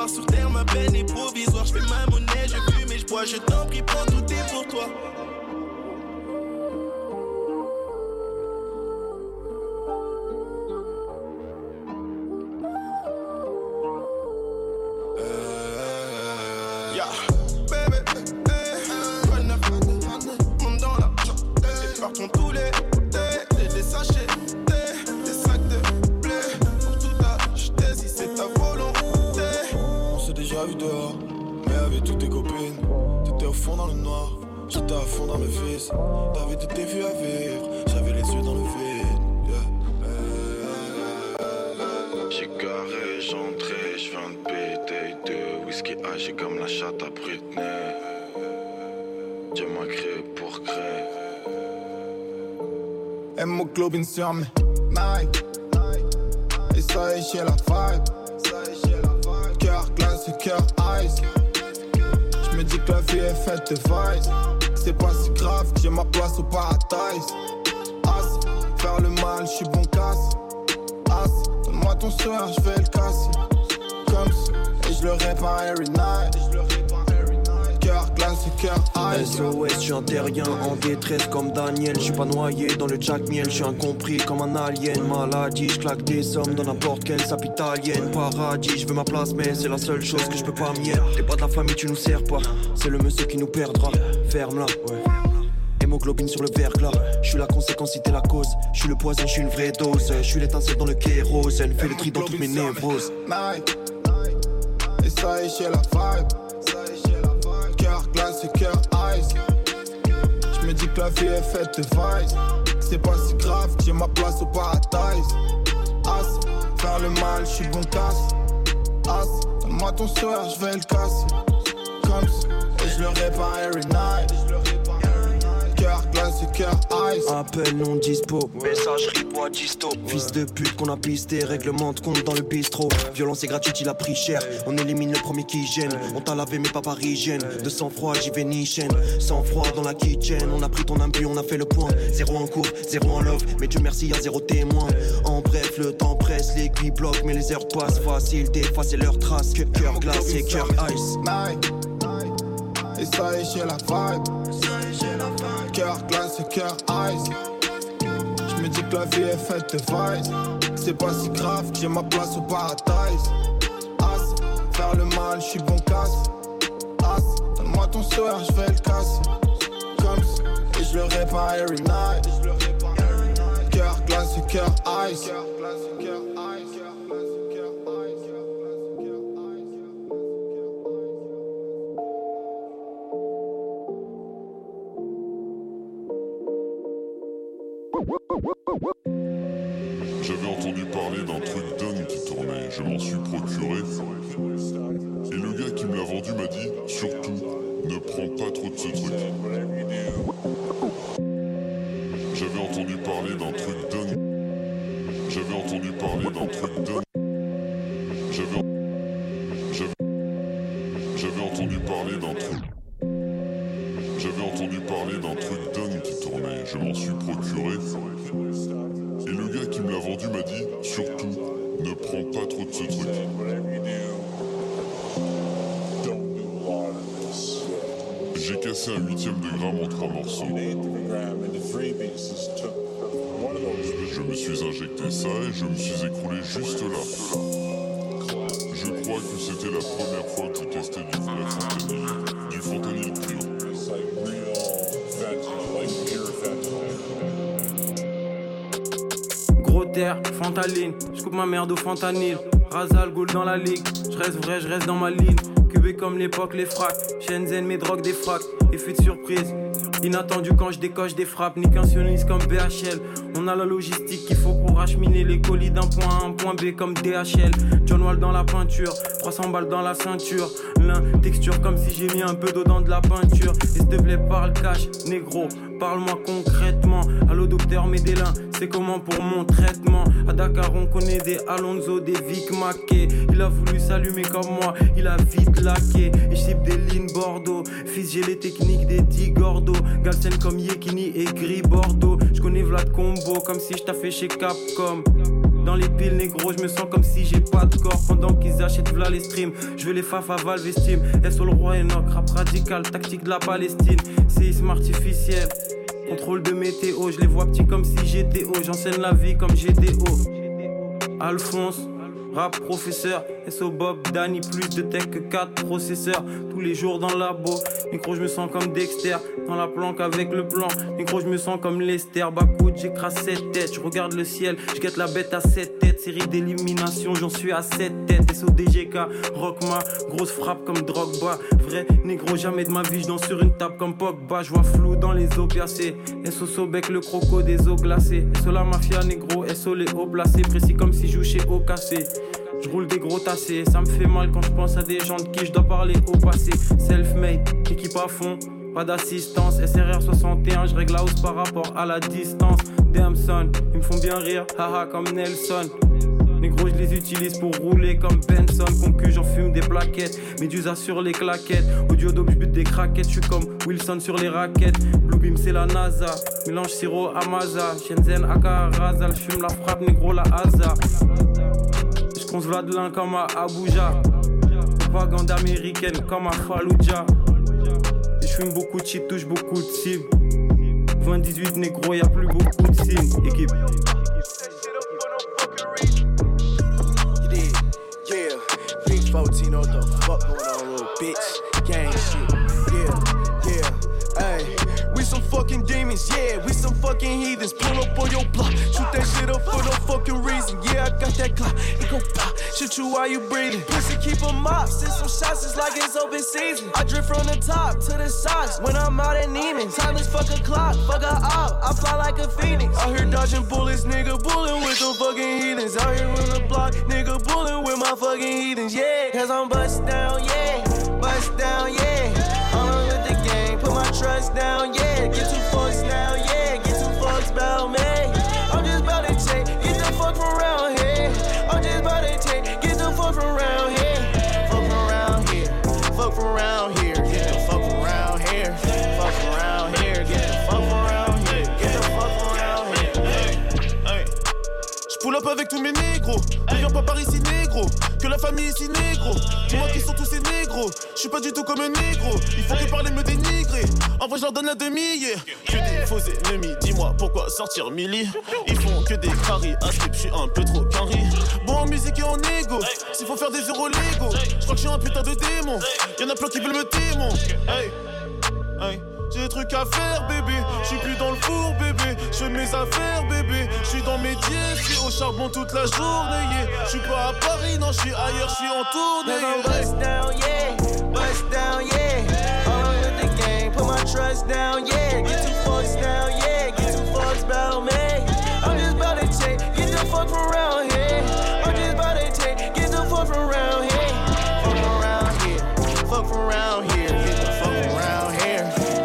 voir sur terre, ma peine est provisoire. Je fais ma monnaie, je fume et je bois. Je t'en prie, prends tout est pour toi. Partons tous les des sachets, des sacs de blé. Pour tout acheter si c'est ta volonté.
On s'est déjà vu dehors, mais avec toutes tes copines. T'étais au fond dans le noir, j'étais à fond dans le vice. T'avais des défis à vivre, j'avais les yeux dans le vide.
J'ai garé, j'entrais, j'viens de péter de whisky âgé comme la chatte à Britney. Dieu m'a créé pour créer.
Hémoglobine sur mes Nike. Et ça est chez la vibe. Cœur glace et cœur ice. J'me dis que la vie est faite de vice. C'est pas si grave que j'ai ma place au paradise. As, faire le mal, j'suis bon casse. As, donne-moi ton soeur, j'vais le casser. Comme ça, et j'le répare every night. Cœur glace et cœur ice.
SOS, j'suis un terrien en détresse comme Daniel. J'suis pas noyé dans le Jack Miel, j'suis incompris comme un alien. Maladie, j'claque des sommes dans n'importe quelle sape italienne. Paradis, j'veux ma place mais c'est la seule chose que j'peux pas mier. T'es pas de la famille, tu nous sers pas. C'est le monsieur qui nous perdra. Ferme-la, hémoglobine sur le verglas. J'suis la conséquence si t'es la cause. J'suis le poison, j'suis une vraie dose. J'suis l'étincelle dans le kérosène. Fais le tri dans toutes mes névroses.
Et ça est chez la vibe. Cœur glace et cœur ice. J'me dis que la vie est faite de vice. C'est pas si grave que j'ai ma place au paradise. As, faire le mal, j'suis bon casse. As, donne-moi ton soeur, j'vais le casser. Comme ça, et j'le répare every night. Cœur glace et cœur ice.
Appel non dispo, messagerie bois disto. Fils de pute qu'on a pisté, règlement de compte dans le bistrot. Violence est gratuite, il a pris cher. On élimine le premier qui gêne. On t'a lavé mais pas parisienne. De sang-froid j'y vais ni chaîne. Sans froid dans la kitchen. On a pris ton imbu, on a fait le point. Zéro en cours, zéro en love. Mais Dieu merci y'a zéro témoin. En bref le temps presse, l'aiguille bloque. Mais les heures passent, facile d'effacer leurs traces. Cœur glacé, cœur ice.
Et ça est chez la vibe. Cœur glace et cœur ice. J'me dis que la vie est faite de vice. C'est pas si grave que j'ai ma place au paradise. As, faire le mal, j'suis bon casse. As, donne-moi ton soeur, j'vais le casser. Comme ça, et j'le répare every night. Cœur glace et cœur ice.
J'avais entendu parler d'un truc dingue qui tournait, je m'en suis procuré. Et le gars qui me l'a vendu m'a dit, surtout, ne prends pas trop de ce truc. J'avais entendu parler d'un truc dingue. J'avais entendu parler d'un truc dingue. J'avais entendu parler d'un truc. J'avais entendu parler d'un truc dingue qui tournait, je m'en suis procuré. Et le gars qui me l'a vendu m'a dit, surtout, ne prends pas trop de ce truc. J'ai cassé un 1/8 de gramme en 3 morceaux. Je me suis injecté ça et je me suis écroulé juste là. Je crois que c'était la première fois que je testais du vrai fentanyl. Du fentanyl pur.
Gros terre, fantaline, j'coupe ma merde au fentanyl. Razal, goal dans la ligue, j'reste vrai, j'reste dans ma ligne. Cubé comme l'époque, les fracs. Shenzhen, mes drogues, des fracs. Effet de surprise, inattendu quand je décoche des frappes. Nique un sioniste comme BHL. On a la logistique qu'il faut pour acheminer les colis d'un point A à un point B comme DHL. John Wall dans la peinture, 300 balles dans la ceinture. L'un texture comme si j'ai mis un peu d'eau dans de la peinture. Et s'il te plaît parle cash, négro, parle-moi concrètement. Allô docteur Medellin, c'est comment pour mon traitement? À Dakar on connaît des Alonso, des Vic Mackey. Il a voulu s'allumer comme moi, il a vite laqué. Et j'cible des lignes Bordeaux, fils j'ai les techniques des Tigordo. Galsen comme Yekini et Gris Bordeaux. J'connais Vlad Combo comme si j't'ai fait chez Capcom. Dans les piles négro, je me sens comme si j'ai pas de corps. Pendant qu'ils achètent v'là les streams, je veux les faf à Valve Steam. SO le roi Enoch, rap radical, tactique de la Palestine. Séisme artificiel, contrôle de météo. Je les vois petits comme si j'étais haut. J'enseigne la vie comme GDO. Alphonse, rap professeur, SO Bob, Danny, plus de tech que 4 processeurs. Tous les jours dans le labo, micro je me sens comme Dexter. Dans la planque avec le plan, micro je me sens comme Lester. Bakout, j'écrase 7 têtes, je regarde le ciel, je guette la bête à 7 têtes. Série d'élimination, j'en suis à 7 têtes. SO DGK, Rockma, grosse frappe comme Drogba. Vrai négro, jamais de ma vie, je danse sur une table comme Pogba. Je vois flou dans les opiacés. SO Sobek, le croco des eaux glacées. SO la mafia négro, SO les hauts placés. Précis comme si je joue chez Ocassé. Je roule des gros tassés, ça me fait mal quand je pense à des gens de qui je dois parler au passé. Self-made, équipe à fond, pas d'assistance. SRR 61, je règle la hausse par rapport à la distance. Damn son, ils me font bien rire, haha comme Nelson. Négro, je les utilise pour rouler comme Benson. Concu, j'en fume des plaquettes. Médusa sur les claquettes. Audio dope, je bute des craquettes. Je suis comme Wilson sur les raquettes. Bluebeam, c'est la NASA. Mélange sirop Amaza. Shenzhen, Aka, Razal. Je fume la frappe, négro, la Haza. Je pense Vladlin comme à Abuja. Propagande américaine comme à Fallujah. Je fume beaucoup de shit, touche beaucoup de cibles. 20-18 négro, y'a plus beaucoup de signes. Équipe.
Yeah, Big 14, what the fuck going on, little bitch? Gang shit, yeah, hey. We some fucking demons, yeah, we some fucking heathens. Pull up on your block, shoot that shit up for no fucking reason. Yeah, I got that clock, it gon' pop, shoot you while you breathing. Pussy keep 'em up, send some shots, it's like it's open season. I drip from the top to the sides when I'm out at Neiman. Time is fuck a clock, fuck a op, I fly like a phoenix. Out here dodging bullets, nigga, bullin' with the fucking heathens. Out here on the block, nigga, bullin' with my fucking heathens, yeah. Cause I'm bust down, yeah, I'm with the game, put my trust down, yeah. Get 2 fucks now, yeah, get 2 fucks about me. I'm just about to take, get the fuck from around here. I'm just about to take, get the fuck from around here. Fuck from around here, fuck from around here, get the fuck from around here. Fuck from around here, get the fuck from around here, get the fuck from around here. Hey, j'pull up avec tous mes négros, ne viens pas par ici négro, que la famille ici négro. Dis-moi qui sont tous ces négros, j'suis pas du tout comme un négro. Il faut que parler me dénigrer, en vrai j'leur donne la demi, yeah. Que des faux ennemis, dis-moi pourquoi sortir Millie. Ils font que des craries, à strip j'suis un peu trop carré. Bon en musique et en égo, s'il faut faire des euros Lego. J'crois que j'suis un putain de démon, y'en a plein qui veulent me démon. Hey, hey. J'ai des trucs à faire bébé, j'suis plus dans le four bébé, j'fais mes affaires bébé, j'suis dans mes dièses, j'suis au charbon toute la journée, yeah. J'suis pas à Paris, non j'suis ailleurs, j'suis en tournée, yeah. Bust down, yeah, I'm with the game, put my trust down, yeah. Get 2 fucks down, yeah, get 2 fucks about me. I'm just about to take, get the fuck from around here. I'm just about to take, get the fuck from around here. Fuck from around here, fuck from around here, get the fuck from around here.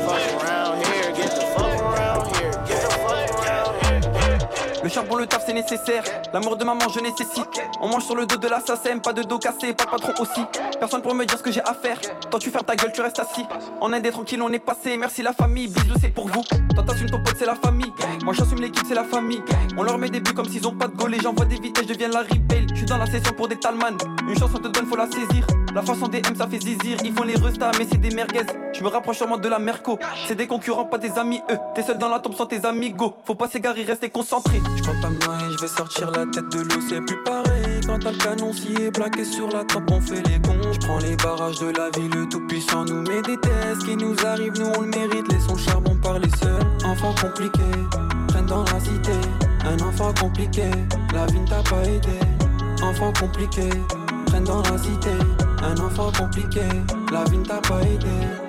Le charbon, le taf c'est nécessaire, l'amour de maman je nécessite. On mange sur le dos de l'assassin, pas de dos cassé, pas de patron aussi. Personne pour me dire ce que j'ai à faire, toi tu fermes ta gueule, tu restes assis. En Inde tranquille on est passé, merci la famille, bisous c'est pour vous. Toi t'assumes ton pote c'est la famille, moi j'assume l'équipe c'est la famille. On leur met des buts comme s'ils ont pas de goal, et j'envoie des vitesses, je deviens la rebelle. Je suis dans la session pour des talman, une chance on te donne faut la saisir. La façon des M ça fait zizir, ils font les restas mais c'est des merguez. Je me rapproche sûrement de la Merco, c'est des concurrents pas des amis eux. T'es seul dans la tombe sans tes amigos, faut pas s'égarer, rester concentré.
Je compte pas moi et je vais sortir la tête de l'eau, c'est plus pareil. Quand t'as le canon scié plaqué sur la tempe, on fait les cons. Je prends les barrages de la vie, le tout puissant nous met des tests. Qui nous arrive, nous on le mérite, laissons le charbon parler seul. Enfant compliqué, traîne dans la cité. Un enfant compliqué, la vie ne t'a pas aidé. Enfant compliqué, traîne dans la cité. Un enfant compliqué, la vie ne t'a pas aidé.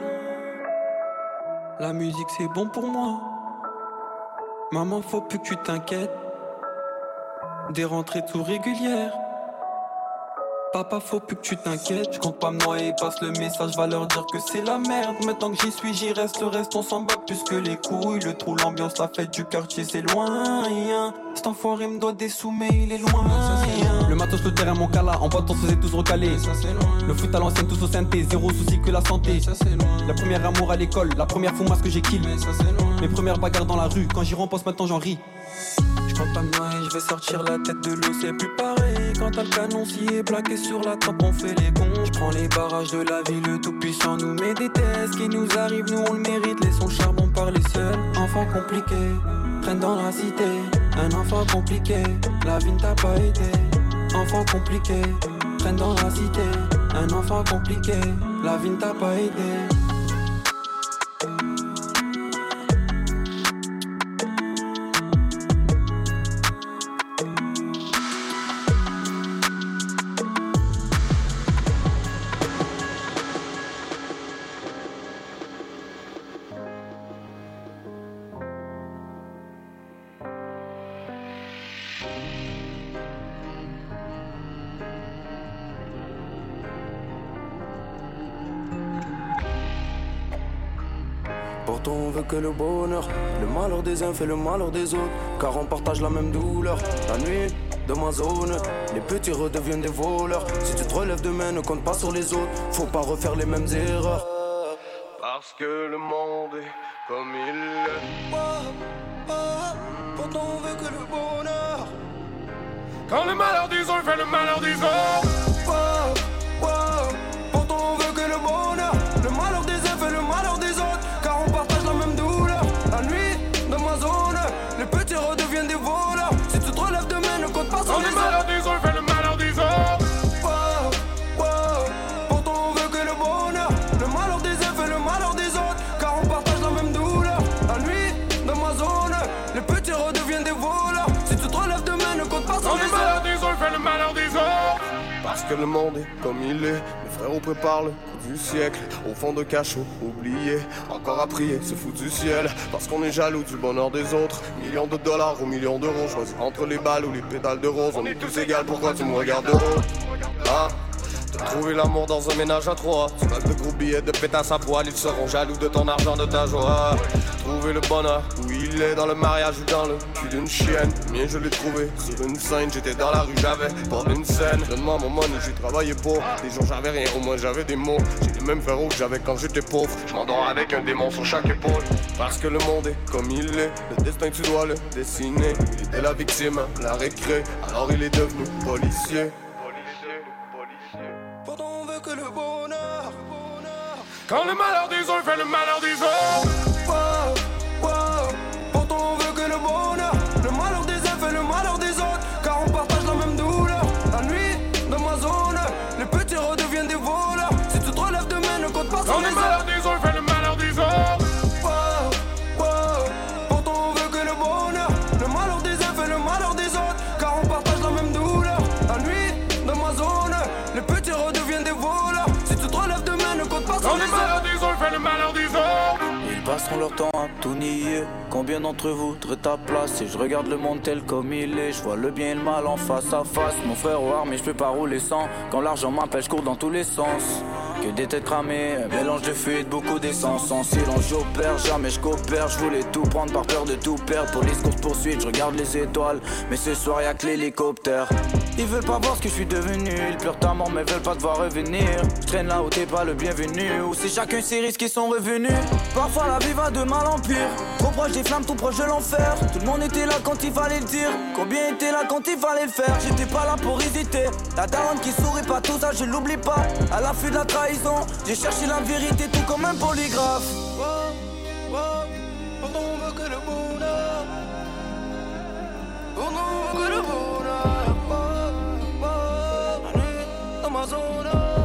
La musique c'est bon pour moi. Maman faut plus que tu t'inquiètes. Des rentrées tout régulières. Papa faut plus que tu t'inquiètes. Je compte pas me noyer, passe le message, va leur dire que c'est la merde. Maintenant que j'y suis, j'y reste, le reste on s'en bat plus que les couilles. Le trou, l'ambiance, la fête du quartier c'est loin. Cet enfoiré me doit des sous mais il est loin. Le matos, le terrain, mon cala, en bas on se faisait tous recaler. Le foot à l'ancienne, tous au synthé, zéro souci que la santé. La première amour à l'école, la première foumasse que j'ai kill. Mes premières bagarres dans la rue, quand j'y repense maintenant j'en ris. Quand t'as main, je vais sortir la tête de l'eau, c'est plus pareil. Quand t'as le canon scié plaqué sur la trappe, on fait les cons. J'prends les barrages de la vie, le tout puissant nous met des tests. Qui nous arrive, nous on le mérite, laissons le charbon parler seul. Enfant compliqué, traîne dans la cité. Un enfant compliqué, la vie ne t'a pas aidé. Enfant compliqué, traîne dans la cité. Un enfant compliqué, la vie ne t'a pas aidé. Pourtant on veut que le bonheur, le malheur des uns fait le malheur des autres. Car on partage la même douleur. La nuit de ma zone, les petits redeviennent des voleurs. Si tu te relèves demain, ne compte pas sur les autres. Faut pas refaire les mêmes erreurs.
Parce que le monde est comme il est.
Pourtant on veut que le bonheur.
Quand le malheur des uns fait le malheur des autres.
Pourtant on veut que le bonheur, le malheur des uns fait le malheur des autres. Car on partage la même douleur. La nuit de ma zone, les petits redeviennent des voleurs. Si tu te relèves demain, ne compte pas sur les autres.
Quand le malheur des uns fait le malheur des autres.
Pourtant on veut que le bonheur, le malheur des uns fait le malheur des autres. Car on partage la même douleur. La nuit de ma zone, les petits redeviennent des voleurs. Si tu te relèves demain, ne compte pas sur les autres.
Quand le malheur des uns fait le malheur des autres. Parce que le monde est comme il est. Mes frères préparent le coup du siècle. Au fond de cachot, oublié. Encore à prier, c'est fou du ciel. Parce qu'on est jaloux du bonheur des autres. Millions de dollars ou millions d'euros. Choisis entre les balles ou les pédales de rose. On est tous égaux, pourquoi tu me regardes de haut? Ah, t'as trouvé l'amour dans un ménage à trois. Tu notes de gros billets de pétasse à poil. Ils seront jaloux de ton argent, de ta joie. Trouver le bonheur où il est, dans le mariage ou dans le cul d'une chienne. Mien je l'ai trouvé sur une scène. J'étais dans la rue, j'avais pas une scène. Donne-moi mon money, j'ai travaillé pour. Des jours j'avais rien, au moins j'avais des mots. J'ai les mêmes frérots que j'avais quand j'étais pauvre. Je m'endors avec un démon sur chaque épaule. Parce que le monde est comme il est. Le destin tu dois le dessiner. Il était la victime, la récré. Alors il est devenu policier.
Pourtant on veut que le bonheur.
Quand le malheur des uns fait le malheur des autres.
Pourtant on veut que le bonheur, le malheur des uns fait le malheur des autres. Car on partage la même douleur. La nuit de ma zone, les petits redeviennent des voleurs. Si tu te relèves demain, ne compte pas sur les autres.
Quand le malheur des uns fait le malheur des autres.
Pourtant on veut que le bonheur, le malheur des uns fait le malheur des autres. Car on partage la même douleur. La nuit de ma zone, les petits redeviennent des voleurs. Si tu te relèves demain, ne compte pas sur les autres.
Quand le malheur des uns fait le malheur des autres.
Ils passeront leur temps à tout nier. Combien d'entre vous voudraient ta place? Et je regarde le monde tel comme il est. Je vois le bien et le mal en face à face. Mon frère au armes, mais je peux pas rouler sans. Quand l'argent m'appelle, je cours dans tous les sens. Que des têtes cramées, un mélange de fuite, beaucoup d'essence. Sans silence, j'opère, jamais je coopère. Je voulais tout prendre par peur de tout perdre. Police, course poursuite, je regarde les étoiles. Mais ce soir y'a que l'hélicoptère. Ils veulent pas voir ce que je suis devenu. Ils pleurent ta mort mais veulent pas te voir revenir. Je traîne là où t'es pas le bienvenu. Où c'est chacun ses risques qui sont revenus. Parfois la vie va de mal en pire. Trop proche des flammes, tout proche de l'enfer. Tout le monde était là quand il fallait le dire. Combien était là quand il fallait le faire? J'étais pas là pour hésiter. La daronne qui sourit pas, tout ça je l'oublie pas. À l'affût de la trahison, j'ai cherché la vérité tout comme un polygraphe. Pourtant on veut que le bonheur. Pourtant on veut que le bonheur. Dans ma zone.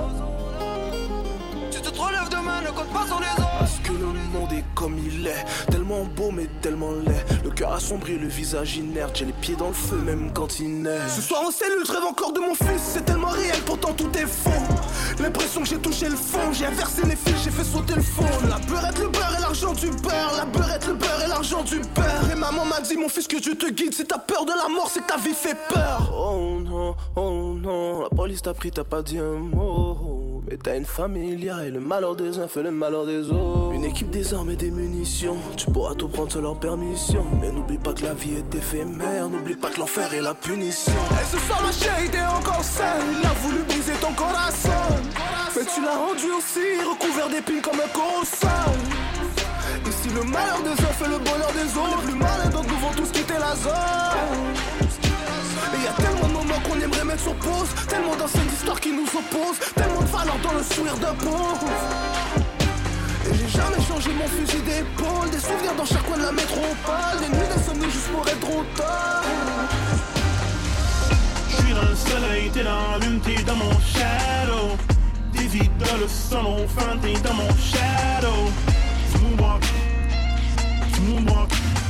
Si tu te relèves demain, ne compte pas sur les autres.
Parce que le monde est comme il est, tellement beau mais tellement laid. Le cœur assombri, le visage inerte, j'ai les pieds dans le feu même quand il neige. Ce soir en cellule, je rêve encore de mon fils, c'est tellement réel, pourtant tout est faux. L'impression que j'ai touché le fond, j'ai inversé les fils, j'ai fait sauter le fond. La beurrette, le beurre et l'argent du beurre, la beurrette, le beurre et l'argent du beurre. Et maman m'a dit, mon fils, que Dieu te guide, si t'as peur de la mort, c'est que ta vie fait peur. Oh non, la police t'a pris, t'as pas dit un mot. Mais t'as une famille, et le malheur des uns fait le malheur des autres. Une équipe des armes et des munitions, tu pourras tout prendre sans leur permission. Mais n'oublie pas que la vie est éphémère, n'oublie pas que l'enfer est la punition. Et ce soir ma chérie t'es encore seule, il a voulu briser ton corazon. Mais tu l'as rendu aussi, recouvert d'épines comme un colossal. Et si Le malheur des uns fait le bonheur des autres. Les plus malins d'entre nous vont tous quitter la zone. Et y'a tellement de moments qu'on aimerait mettre sur pause, tellement d'anciennes histoires qui nous opposent, tellement de valeurs dans le sourire d'un pauvre. Et j'ai jamais changé mon fusil d'épaule, des souvenirs dans chaque coin de la métropole, des nuits d'insomnie juste pour être trop tard.
J'suis dans le soleil, t'es dans la lune, t'es dans mon shadow. Des vies dans le sun, enfin t'es dans mon shadow. Tu moonwalk, tu moonwalk,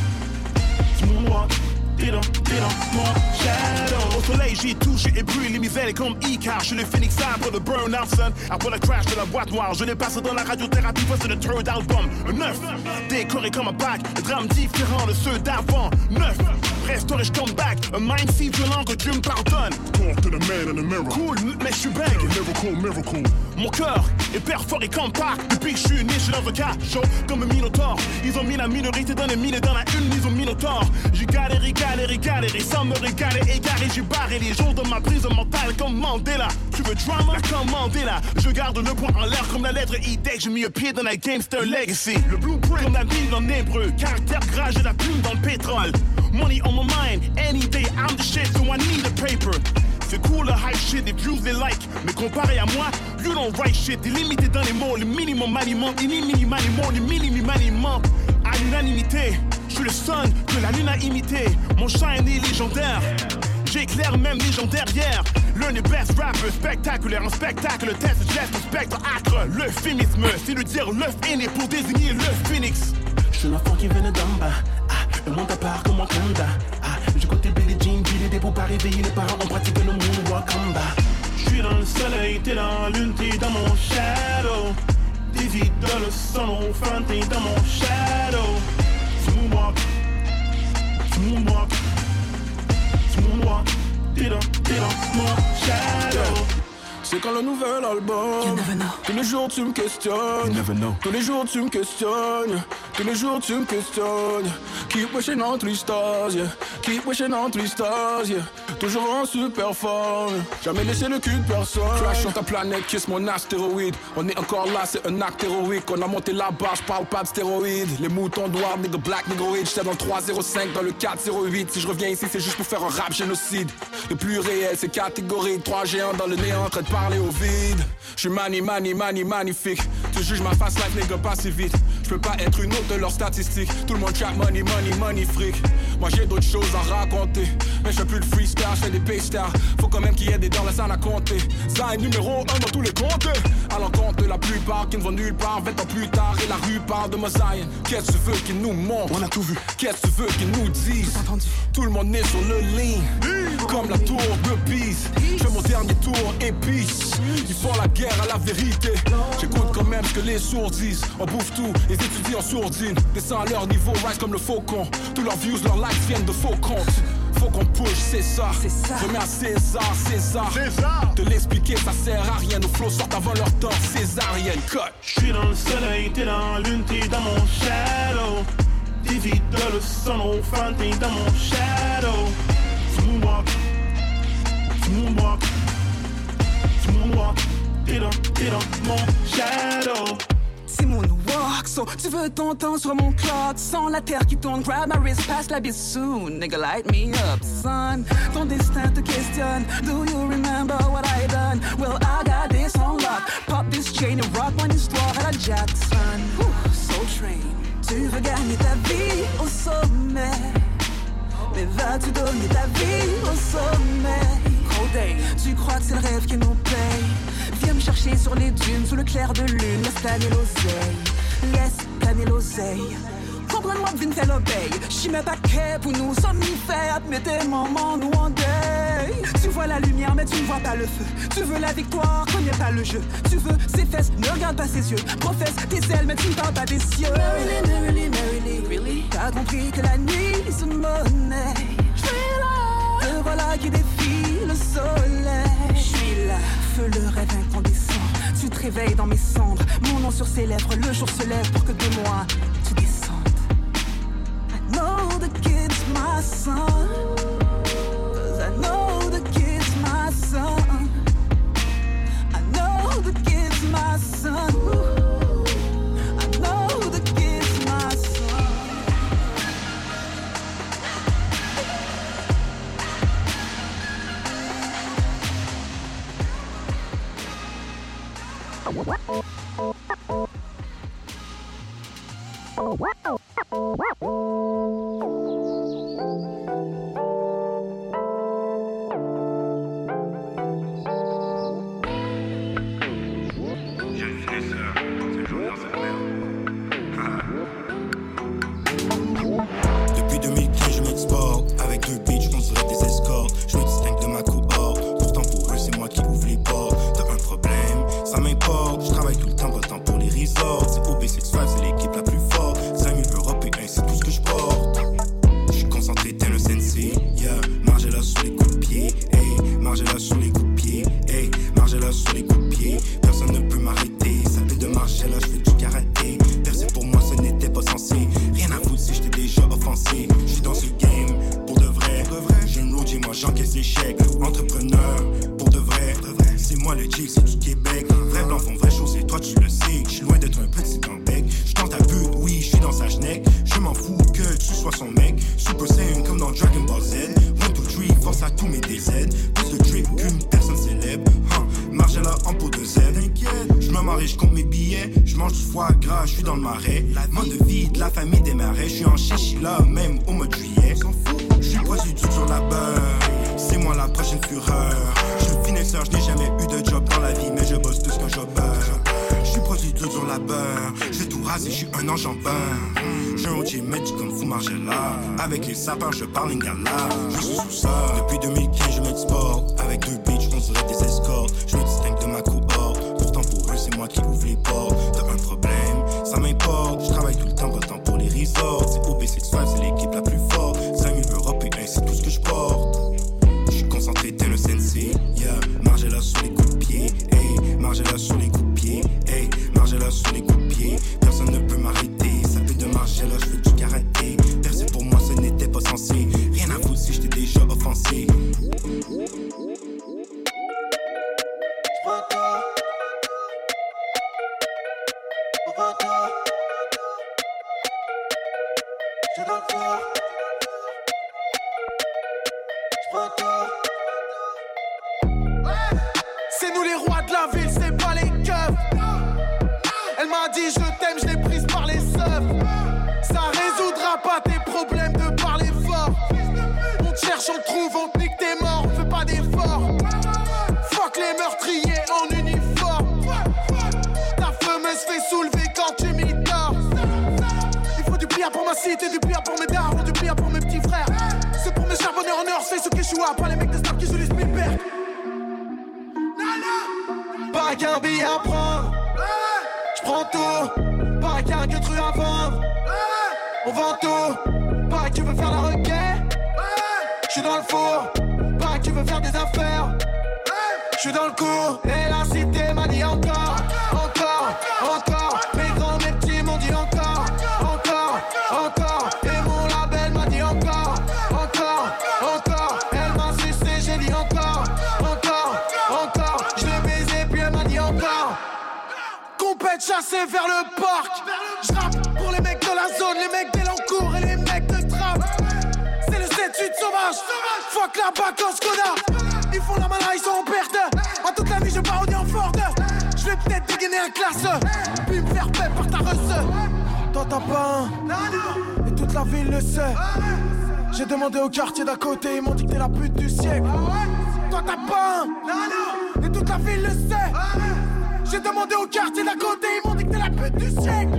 tu moonwalk. T'es dans mon shadow. Au soleil j'ai touché et brûlé les misères comme Icar. Je suis le phoenix après le burn-out son. Après le crash de la boîte noire, je l'ai passé dans la radiothérapie. Voici le third album, 9. Décoré comme un pack, un drame différent de ceux d'avant. 9. Restauré, je come back. Un mind si violent que Dieu me pardonne.
Talk to the man in the mirror.
Cool, mais je suis bang.
Miracle, miracle.
Mon cœur est perforé comme Pâques. Depuis que je suis né, je suis dans un cas chaud comme un minotaure. Ils ont mis la minorité dans les mines, dans la une, ils ont minotaure. J'ai galéré, sans me régaler, égaré. J'ai barré les jours de ma prise mentale comme Mandela. Tu veux drama? La Mandela. Je garde le poing en l'air comme la lettre I. Dès que j'ai mis un pied dans la gangster legacy. Le blueprint comme la Bible en hébreu. Caractère gras, j'ai la plume dans le pétrole. Money on my mind, any day I'm the shit, so I need a paper. C'est cool le high shit, les views les like. Mais comparé à moi, you don't write shit. T'es limité dans les mots, le minimum alimente. Et ni minimum, le minimum alimente. À l'unanimité, je suis le son que la lune a imité. Mon shine est légendaire. J'éclaire même les gens derrière. L'un des best rappers spectaculaire, un spectacle, test, geste, un spectre acre. Le féminisme, c'est de dire l'œuf est né pour désigner le phoenix.
Je suis un enfant qui venait d'en bas. Le monde à part comme Wakanda. J'ai côté Billie Jean, Billy pour pas réveiller les parents. On pratique le moonwalk en bas.
J'suis dans le soleil, t'es dans la lune, t'es dans mon shadow. Des vies dans le sun, enfin t'es dans mon shadow. Tu moonwalk, tu moonwalk, tu moonwalk. T'es dans mon shadow.
C'est quand le nouvel album. Tous les jours tu me questionnes. Tous les jours tu me questionnes. Tous les jours tu me questionnes. Keep wishing on 3 stars, yeah. Keep wishing on 3 stars, yeah. Toujours en super forme. Jamais laissé le cul de personne. Crash sur ta planète, kiss mon astéroïde. On est encore là, c'est un acte héroïque. On a monté la barre, j'parle pas de stéroïdes. Les moutons noirs, nigga black, nigga rich. J'étais dans le 305, dans le 408. Si je reviens ici, c'est juste pour faire un rap génocide. Le plus réel, c'est catégorique. 3 géants dans le néant, en train de parler au vide. J'suis magnifique. Tu juges ma face life, nigga, pas si vite. J'peux pas être une autre de leurs statistiques. Tout le monde chat money, fric. Moi j'ai d'autres choses à raconter. Mais j'fais plus de freestyle, j'fais des paystars. Faut quand même qu'il y ait des dans la salle à compter. Ça est numéro 1 dans tous les comptes. À l'encontre de la plupart qui ne vont nulle part. 20 ans plus tard et la rue parle de Mosaïen. Qu'est-ce que tu veux qu'ils nous montrent? On a tout vu. Qu'est-ce que tu veux qu'ils nous disent? Tout le monde est sur le ligne. Comme la tour de Pise. J'fais mon dernier tour épice. Ils font la guerre à la vérité. J'écoute quand même ce que les sourds disent. On bouffe tout, les étudiants en sourdine. Descend à leur niveau, rise comme le faucon. Tous leurs views, leurs likes viennent de faux comptes. Faut qu'on push, c'est ça. Remets à César. Te l'expliquer, ça sert à rien. Nos flots sortent avant leur temps. Césarienne, cut.
J'suis dans le soleil, t'es dans la lune, t'es dans mon shadow. Des vies dans le sun, enfin t'es dans mon shadow. Tu moonwalk, tu moonwalk, tu moonwalk. T'es dans mon shadow.
C'est moonwalk, so tu veux ton temps sur mon clock. Sans la terre qui tourne, grab my wrist, pass la bise soon. Nigga, light me up, son. Ton destin te questionne. Do you remember what I done? Well, I got this on lock. Pop this chain and rock mon histoire à la Jackson. Soul Train. Tu veux gagner ta vie au sommet. Mais vas-tu donner ta vie au sommet? Cold. Tu crois que c'est le rêve qui nous paye? Viens me chercher sur les dunes, sous le clair de lune. Laisse planer l'oseille, laisse planer l'oseille. Comprends-moi, vine fait l'obéi. J'suis même pas qu'est pour nous somnifères. Mettez maman, nous en deuil. Tu vois la lumière, mais tu ne vois pas le feu. Tu veux la victoire, connais pas le jeu. Tu veux ses fesses, ne regarde pas ses yeux. Professe tes ailes, mais tu ne parles pas des cieux. Merrily, really? T'as compris que la nuit se monnaie. Te voilà qui défie le soleil. J'suis là, feu le rêve incandescent. Tu te réveilles dans mes cendres. Mon nom sur ses lèvres, le jour se lève pour que de moi tu descendes. I know the kid's my son. 'Cause I know the kid's my son. I know the kid's my son. I know the kid's my son.
Depuis 2015 je m'exporte. Avec deux bitches on serait des escortes. Je me distingue de ma cohorte. Pourtant pour eux c'est moi qui ouvre les portes. T'as un problème, ça m'importe. Je travaille tout le temps, pas le temps pour les resorts. C'est OB65, c'est l'équipe la plus forte. 5000 européens, c'est tout ce que je porte. Je suis concentré tel un sensei. Yeah, margez-la sur les coups de pied. Hey, margez-la sur les coups de pied. Hey, margez-la sur les coups de pied. Personne ne peut m'arrêter. Ça fait de marger là, je fais du karaté. Percer pour moi, ce n'était pas censé. Rien à foutre si j'étais déjà offensé. Je suis dans ce game pour de vrai. J'ai une road, moi j'encaisse l'échec. Entrepreneur pour de vrai. C'est moi le Jig, c'est du Québec. Vrai blanc font vraie chose et toi tu le sais. Je suis loin d'être un petit bec. Je tente ta pute, oui, je suis dans sa schneck. Je m'en fous que tu sois son mec. Super Saiyan comme dans Dragon Ball Z. 1, 2, 3, force à tous mes DZ. Plus de drip qu'une personne célèbre. Marge à la en pot de Z. Je me marie, je compte mes billets. Je mange du foie gras, je suis dans le marais. Mode de vie de la famille des marais. Je suis en chichila même au mois de juillet. Je suis produit sur la beurre. C'est moi la prochaine fureur. Je suis finesseur, je n'ai jamais eu de job dans la vie, mais je bosse plus qu'un jobber. Je suis produit sur la beurre. Je vais tout raser, je suis un ange en beurre. J'ai un OG Magic comme Fou Margella. Avec les sapins, je parle lingala. Je suis sous ça. Depuis 2015, je m'exporte. Avec deux bitches, on serait des escortes. Je me distingue de ma cohorte. Pourtant pour eux, c'est moi qui ouvre les portes. T'as un problème, ça m'importe. Je travaille tout le temps, pas le temps pour les resorts. C'est OB65, c'est l'équipe la plus forte. 5000 européens, c'est tout ce que je porte. Je suis concentré tel un sensei. Yeah, margez-la sur les coups de pied. Hey, margez-la sur les coups de pied. Hey, margez-la sur les coups de pied. Personne ne peut m'arrêter. Ça fait de marger là, je fais du karaté. Percer pour moi, ce n'était pas censé. Rien à foutre si j'étais déjà offensé.
C'est nous les rois de la ville, c'est pas les keufs. Elle m'a dit je t'aime, je l'ai prise par les seufs. Ça résoudra pas tes problèmes de parler fort. On te cherche, on te trouve, on te nique, t'es mort, on fait pas d'effort. Fuck les meurtriers en uniforme. Ta fameuse fait soulever quand tu m'y dors. Il faut du pire pour ma cité, du pire pour mes darons, du pire pour mes petits frères. C'est pour mes charbonneurs en or, c'est ceux qui échouent, pas les mecs de stars qui jouent les Spielberg. Pas qu'un billet à prendre, j'prends tout. Pas qu'un que truc à vendre, on vend tout. Pas que tu veux faire la requête, j'suis dans le four. Pas que tu veux faire des affaires, j'suis dans le coup. Et la cité m'a dit encore, encore, encore. Mes grands, mes petits m'ont dit encore, encore, encore. Et mon label m'a dit encore, encore, encore. Elle m'a sucé, j'ai dit encore, encore, encore. Je l'ai baisé puis elle m'a dit encore. Compète chassée vers le parc. J'rappe pour les mecs de la zone, les mecs d'Elancourt et les mecs de Trap. C'est le 7-8 sauvage. Fuck la Bacchus Skoda. Ils font la malade, ils sont en perte. En toute la nuit je parodie en Ford. Je vais peut-être dégainer un classe, puis me faire paix par ta reuse. Toi t'as pas un, et toute la ville le sait. J'ai demandé au quartier d'à côté, ils m'ont dit que t'es la pute du siècle. Toi t'as pas un, et toute la ville le sait. J'ai demandé au quartier d'à côté, ils m'ont dit que t'es la pute du siècle.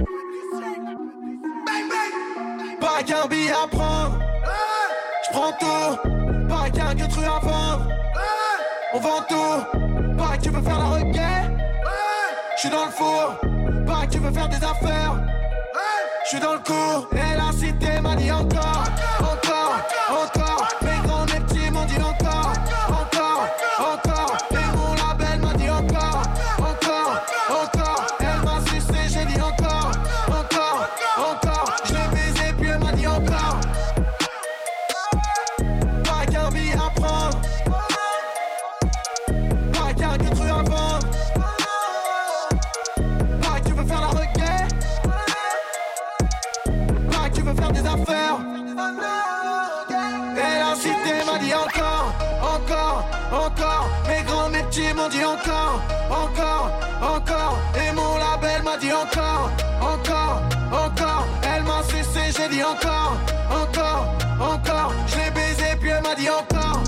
Pas qu'un billet à prendre, j'prends tout. Pas qu'un que truc à vendre, on vend tout. Pas que tu veux faire la requête, j'suis dans le four. Pas que tu veux faire des affaires, j'suis dans le coup. Et la cité m'a dit encore, encore, encore. Mes grands, mes petits m'ont dit encore, encore, encore. Et mon label m'a dit encore, encore, encore. Elle m'a sucé, j'ai dit encore, encore, encore. Je l'ai baisé puis elle m'a dit encore. Pas qu'un billet à prendre, pas qu'un que truc à vendre. Pas que tu veux faire la requête, pas que tu veux faire des affaires, encore. Mes grands, mes petits m'ont dit encore, encore, encore. Et mon label m'a dit encore, encore, encore. Elle m'a sucé, j'ai dit encore, encore, encore. Je l'ai baisé puis elle m'a dit encore.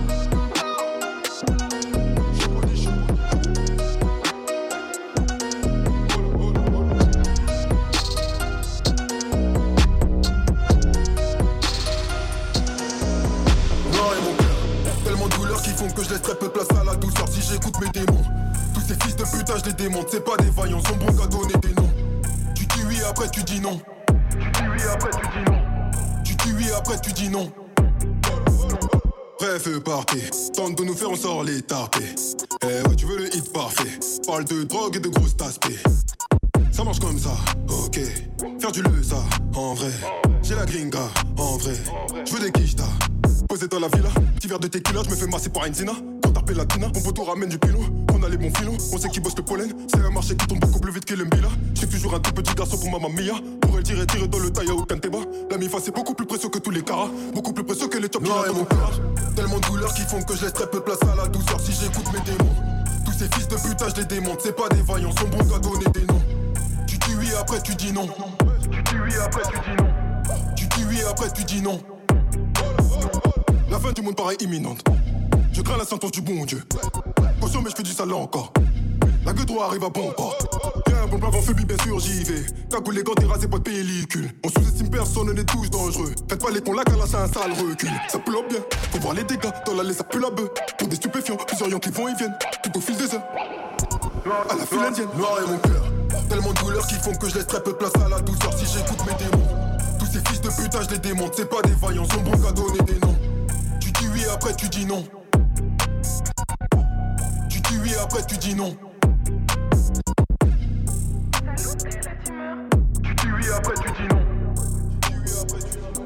Font que je laisse très peu de place à la douceur si j'écoute mes démons. Tous ces fils de putain je les démonte, c'est pas des vaillants, sont bons qu'à donner des noms. Tu dis oui après tu dis non. Tu dis oui après tu dis non. Tu dis oui après tu dis non. Bref parti, tente de nous faire on sort les tarpés. Eh ouais tu veux le hit parfait. Parle de drogue et de grosses taspées. Ça marche comme ça, ok. Faire du le ça, en vrai. J'ai la gringa, en vrai. Je veux des quichtas. Posé dans la villa, petit verre de tequila, je me fais masser par une zina. Quand t'appelles latina, mon poteau ramène du pilon. On a les bons filons, on sait qui bosse le pollen. C'est un marché qui tombe beaucoup plus vite que l'embila. J'ai toujours un tout petit garçon pour ma mamia. Pour elle tirer dans le taille à aucun débat. La mifa c'est beaucoup plus précieux que tous les caras. Beaucoup plus précieux que les chops qui a mon père. Tellement de douleurs qui font que je laisse très peu de place à la douceur si j'écoute mes démons. Tous ces fils de putain je les démonte, c'est pas des vaillants, sont bons qu'à donner des noms. Tu dis oui après tu dis non. Tu dis oui après tu dis non. Tu dis oui après tu dis non. La fin du monde paraît imminente. Je crains la sentence du bon Dieu. Caution mais je fais du sale encore. La gueule droit arrive à bon port. Y'a un bon plan en phobie bien sûr j'y vais. Cagoule les gants terrassés pas de pellicule. On sous-estime personne on est tous dangereux. Faites pas les cons là car là c'est un sale recul. Ça pue bien, faut voir les dégâts. Dans l'allée ça pue la bœuf. Pour des stupéfiants, plusieurs qui vont et viennent. Tout au fil des heures. À la file indienne. Noir est mon cœur. Tellement de douleurs qui font que je laisse très peu de place à la douceur si j'écoute mes démons. Tous ces fils de putain je les démonte. C'est pas des vaillants, sont bons qu'à donner des noms. Tu dis oui après tu dis non. Tu dis oui après tu dis non. Tu dis oui après tu dis non. Tu dis oui après tu dis non.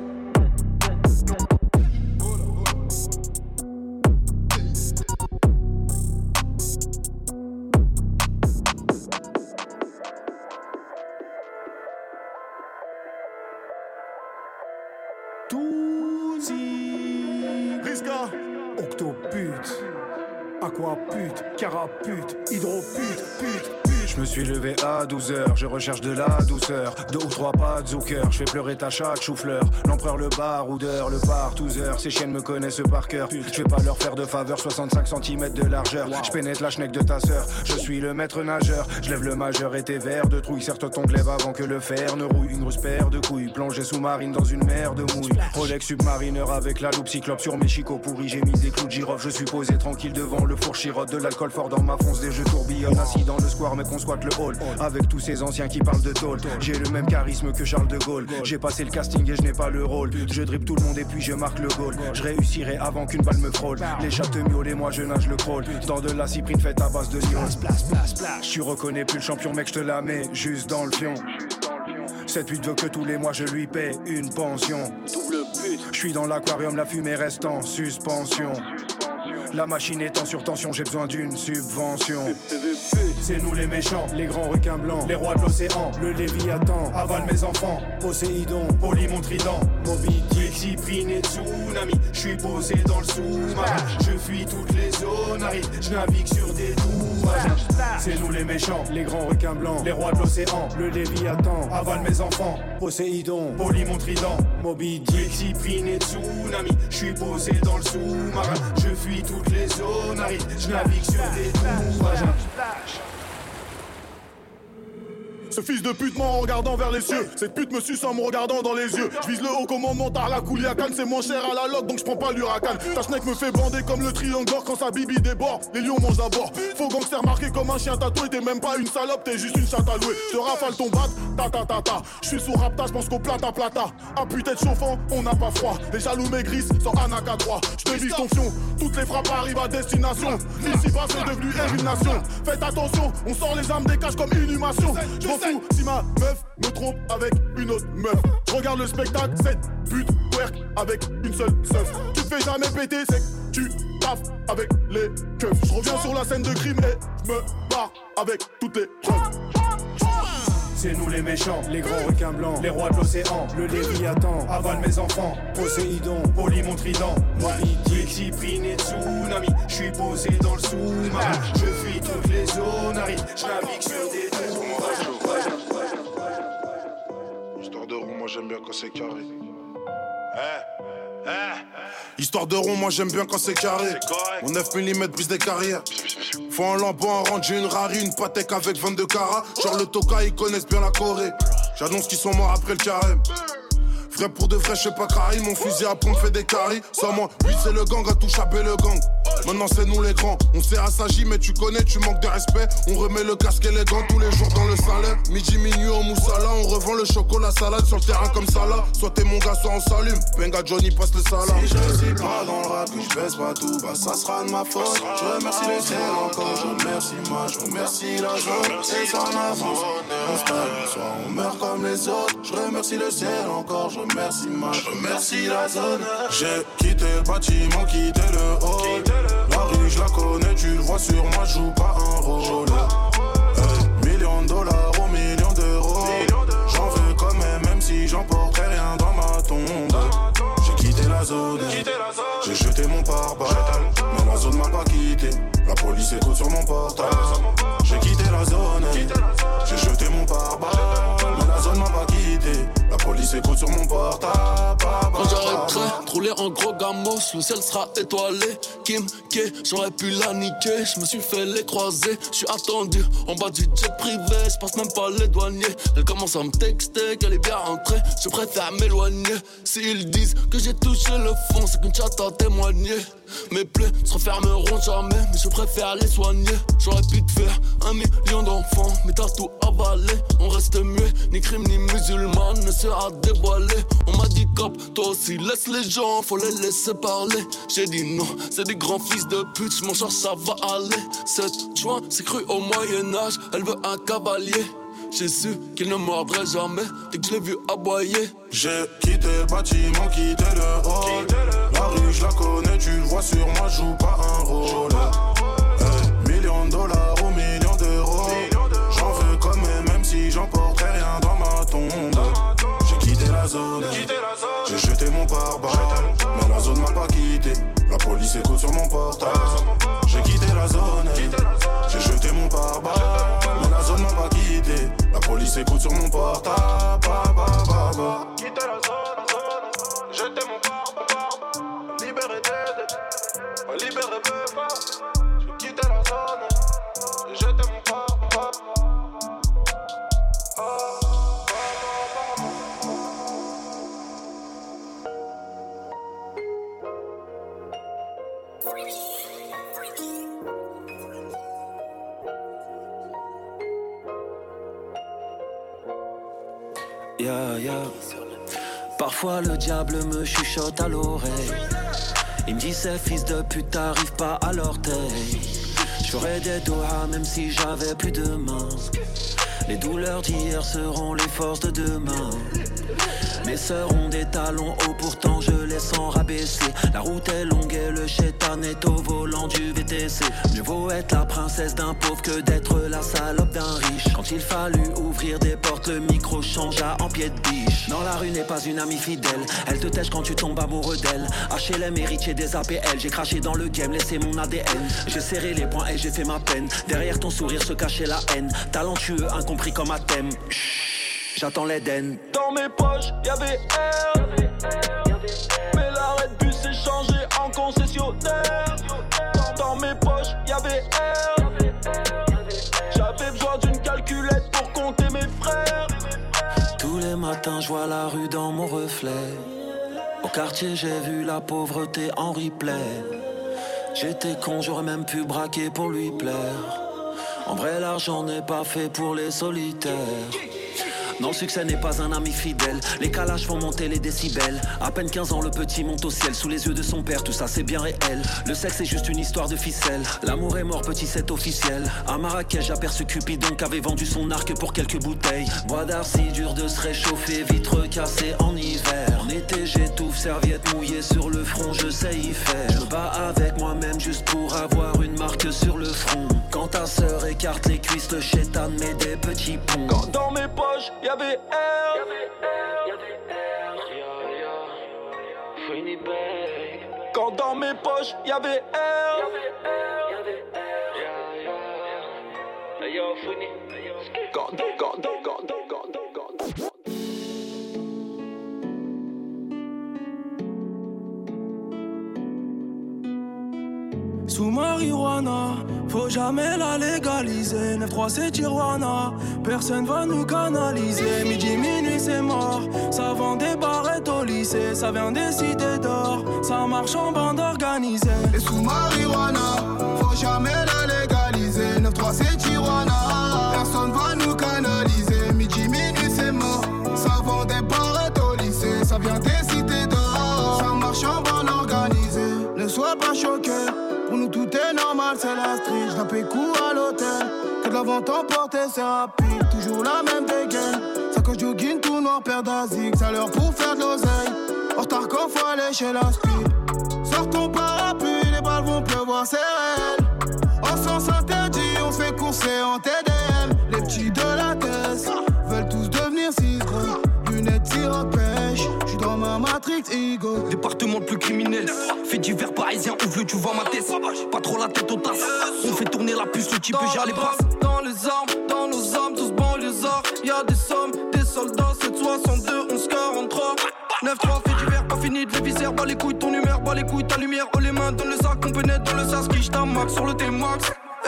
Octopute, aquapute, carapute, hydropute, pute. Je me suis levé à 12h, je recherche de la douceur. 2 ou 3 pas de Zucker, je fais pleurer ta chatte chou-fleur. L'empereur, le baroudeur, le partouzeur. Ces chiennes me connaissent par cœur. Je vais pas leur faire de faveur, 65 cm de largeur. Je pénètre la schneck de ta sœur, je suis le maître nageur. Je lève le majeur et tes verres de trouille. Certes ton glaive avant que le fer ne rouille. Une grosse paire de couilles, plongée sous-marine dans une mer de mouille. Rolex submarineur avec la loupe cyclope sur mes chicots pourris. J'ai mis des clous de girofle, je suis posé tranquille devant le four chirote. De l'alcool fort dans ma fonce, des jeux tourbillonnent. Assis dans le square mais qu'on squatte le hall. Avec tous ces anciens qui parlent de tôle. J'ai le même charisme que Charles de Gaulle. J'ai passé le casting et je n'ai pas le rôle. Je dribble tout le monde et puis je marque le goal. Je réussirai avant qu'une balle me frôle. Les chats te miaulent et moi je nage le crawl. Dans de la cyprine faite à base de lion. Tu reconnais plus le champion mec, je te la mets juste dans le fion. 7-8 veut que tous les mois je lui paie une pension. Je suis dans l'aquarium, la fumée reste en suspension. La machine est en surtension, j'ai besoin d'une subvention. C'est nous les méchants, les grands requins blancs, les rois de l'océan, le Léviathan, avale mes enfants, Poséidon, Poly mon trident, Moby Dick, Cyprine et Tsunami. Je suis posé dans le sous-marin, je fuis toutes les zones arides, je navigue sur des douanes. C'est nous les méchants, les grands requins blancs, les rois de l'océan, le Léviathan, avale mes enfants, Poséidon, Poly mon trident, Moby Dick, Cyprine et Tsunami. Je suis posé dans le sous-marin, je fuis toutes les zones arides, je navigue sur des douanes.
Ce fils de pute ment en regardant vers les cieux. Cette pute me suce en me regardant dans les yeux. Je vise le haut commandement à la Kouliakan. C'est moins cher à la loc donc je prends pas l'Huracan. Ta schneck me fait bander comme le triangle d'or quand sa bibi déborde. Les lions mangent d'abord. Faux gangster marqué comme un chien tatoué. T'es même pas une salope, t'es juste une chatte à louer. Je te rafale ton bat, ta ta ta ta. Je suis sous rapta, je pense qu'au plata plata. Ah putain de chauffant, on n'a pas froid. Les jaloux maigrissent sans Anaka 3. Je te vise ton fion, toutes les frappes arrivent à destination. Ici bas c'est devenu une nation. Faites attention, on sort les armes des cages comme inhumation. Je m'en fous si ma meuf me trompe avec une autre meuf. Je regarde le spectacle, cette pute twerk avec une seule seuf. Tu te fais jamais péter, c'est que tu taffes avec les keufs. Je reviens sur la scène de crime et je me barre avec toutes les preuves.
c'est nous les méchants, les grands requins blancs, les rois de l'océan, le Léviathan, avale mes enfants, Poséidon, Poly mon trident, Moïdi, Cyprine et Tsunami, je suis posé dans le sous-marin, je fuis toutes les zones arides, je navigue sur des tours.
Histoire de rond, moi j'aime bien quand c'est carré. Histoire de rond, moi j'aime bien quand c'est carré. Mon 9 mm brise des carrières. Faut un lambeau, un rendu, une rari, une patek avec 22 carats. Genre le Toka, ils connaissent bien la Corée. J'annonce qu'ils sont morts après le carême. Frère pour de vrai, je sais pas carré. Mon fusil à pompe fait des caries. Sans moi, lui c'est le gang, a tout chapé le gang. Maintenant c'est nous les grands. On sert à s'agir, mais tu connais, tu manques de respect. On remet le casque et les gants tous les jours dans le salaire. Midi, minuit en moussala. On revend le chocolat salade sur le terrain comme ça là. Soit t'es mon gars, soit on s'allume. Benga Johnny passe le salam.
Si je suis pas dans le rap, que je baisse pas tout, bah ça sera de ma faute. Je remercie le ciel encore, je remercie moi, je remercie la zone. Et ça en avance, on se taille, soit on meurt comme les autres. Je remercie le ciel encore, je remercie moi, je remercie la zone.
J'ai quitté le bâtiment, quitté le hall. La rue je la connais, tu le vois sur moi, je joue pas un rôle. Hey, millions de dollars ou millions d'euros. J'en veux quand même si j'en porterai rien dans ma tombe. J'ai quitté la zone, j'ai jeté mon pare-balles, mais la zone m'a pas quitté. La police écoute sur mon portable. J'ai quitté la zone, j'ai jeté mon pare-balles, mais la zone m'a pas quitté. La police écoute sur mon portable.
Quand j'arrêterai de rouler en gros gamos, le ciel sera étoilé. Kim K, j'aurais pu la niquer. Je me suis fait les croiser, je suis attendu en bas du jet privé. Je passe même pas les douaniers. Elle commence à me texter qu'elle est bien rentrée. Je préfère m'éloigner. S'ils disent que j'ai touché le fond, c'est qu'une chatte a témoigné. Mes plaies se refermeront jamais, mais je préfère les soigner. J'aurais pu te faire 1 million d'enfants, mais t'as tout avalé. On reste muet, ni crime ni musulman ne sera dévoilé. On m'a dit cop, toi aussi laisse les gens, faut les laisser parler. J'ai dit non, c'est des grands fils de pute, j'm'en charge, ça va aller. 7 juin, c'est cru au Moyen-Âge, elle veut un cavalier. J'ai su qu'il ne mordrait jamais dès que je l'ai vu aboyer.
J'ai quitté le bâtiment, quitté le hall. La rue je la connais, tu le vois sur moi, je joue pas un rôle. Hey, millions de dollars ou millions d'euros. J'en veux quand même si j'en porterai rien dans ma tombe. J'ai quitté la zone, j'ai jeté mon pare-balles, mais la zone m'a pas quitté. La police écoute sur mon portable. J'ai quitté la zone, j'ai jeté mon pare-balles, mais la zone m'a pas quitté. La police écoute sur mon portable.
Quitter la zone, jeter mon pare-balles, libérer des libérer Beuva. J'ai quitté la zone, jeter mon pare-balles.
Yeah, yeah. Parfois le diable me chuchote à l'oreille. Il me dit ces fils de pute t'arrivent pas à l'orteil. J'ferais des doigts même si j'avais plus de mains. Les douleurs d'hier seront les forces de demain. Mes sœurs ont des talons hauts, pourtant je les sens rabaisser. La route est longue et le chétan est au volant du VTC. Mieux vaut être la princesse d'un pauvre que d'être la salope d'un riche. Quand il fallut ouvrir des portes, le micro changea en pied de biche. Non, la rue n'est pas une amie fidèle, elle te tèche quand tu tombes amoureux d'elle. HLM héritier des APL, j'ai craché dans le game, laissé mon ADN. J'ai serré les poings et j'ai fait ma peine. Derrière ton sourire se cachait la haine. Talentueux, incompris comme à thème. J'attends l'Éden.
Dans mes poches, y'avait R. Mais l'arrêt de bus s'est changé en concessionnaire. Dans mes poches, y'avait R. J'avais besoin d'une calculette pour compter mes frères.
Tous les matins, je vois la rue dans mon reflet. Au quartier, j'ai vu la pauvreté en replay. J'étais con, j'aurais même pu braquer pour lui plaire. En vrai, l'argent n'est pas fait pour les solitaires. Non, le succès n'est pas un ami fidèle. Les calages font monter les décibels. À peine 15 ans, le petit monte au ciel. Sous les yeux de son père, tout ça c'est bien réel. Le sexe est juste une histoire de ficelle. L'amour est mort, petit, c'est officiel. À Marrakech, j'aperçus Cupidon qui avait vendu son arc pour quelques bouteilles. Bois d'Arcy, dur de se réchauffer, vitres cassées en hiver. En été, j'étouffe, serviette mouillée sur le front, je sais y faire. Je me bats avec moi-même juste pour avoir une marque
que sur le front. Quand ta sœur écarte les cuisses, le chétan met des petits ponts.
Quand dans mes poches, y'avait R. Quand dans mes poches, y'avait R.
Sous marijuana, faut jamais la légaliser. 9-3 c'est Tijuana, personne va nous canaliser. Midi, minuit c'est mort, ça vend des barrettes au lycée. Ça vient des cités d'or, ça marche en bande organisée.
Et sous marijuana, faut jamais la légaliser. 9-3 c'est Tijuana, personne va nous canaliser. Midi, minuit c'est mort, ça vend des barrettes au lycée. Ça vient des cités d'or, ça marche en bande organisée. Ne sois pas choqué, pour nous tout est normal, c'est la street. J'tape coup à l'hôtel, que de la vente emportée c'est rapide. Toujours la même dégaine, sacoche jogging tout noir, paire d'Azik. Ça l'heure pour faire de l'oseille, en retard quand faut aller chez la speed. Sors ton parapluie, les balles vont pleuvoir, c'est réel. En sens interdit, on se fait courser en TDM. Les petits de la tête veulent tous devenir cidres. Lunettes, tir pêche, j'suis dans ma Matrix ego.
Département le plus criminel, fait divers parisien, ouvre-le, tu vois ma tête. Pas trop la tête au tas, on fait tourner la puce, le type déjà les passes.
Dans les armes, dans nos armes, tous banlieusards. Y'a des sommes, des soldats, 762, 1143. 9-3, fait divers, pas fini de les visères. Bas les couilles, ton humeur, bas les couilles, ta lumière. Oh les mains dans le sac, on pénètre dans le sas, qui j't'en max sur le T-Max.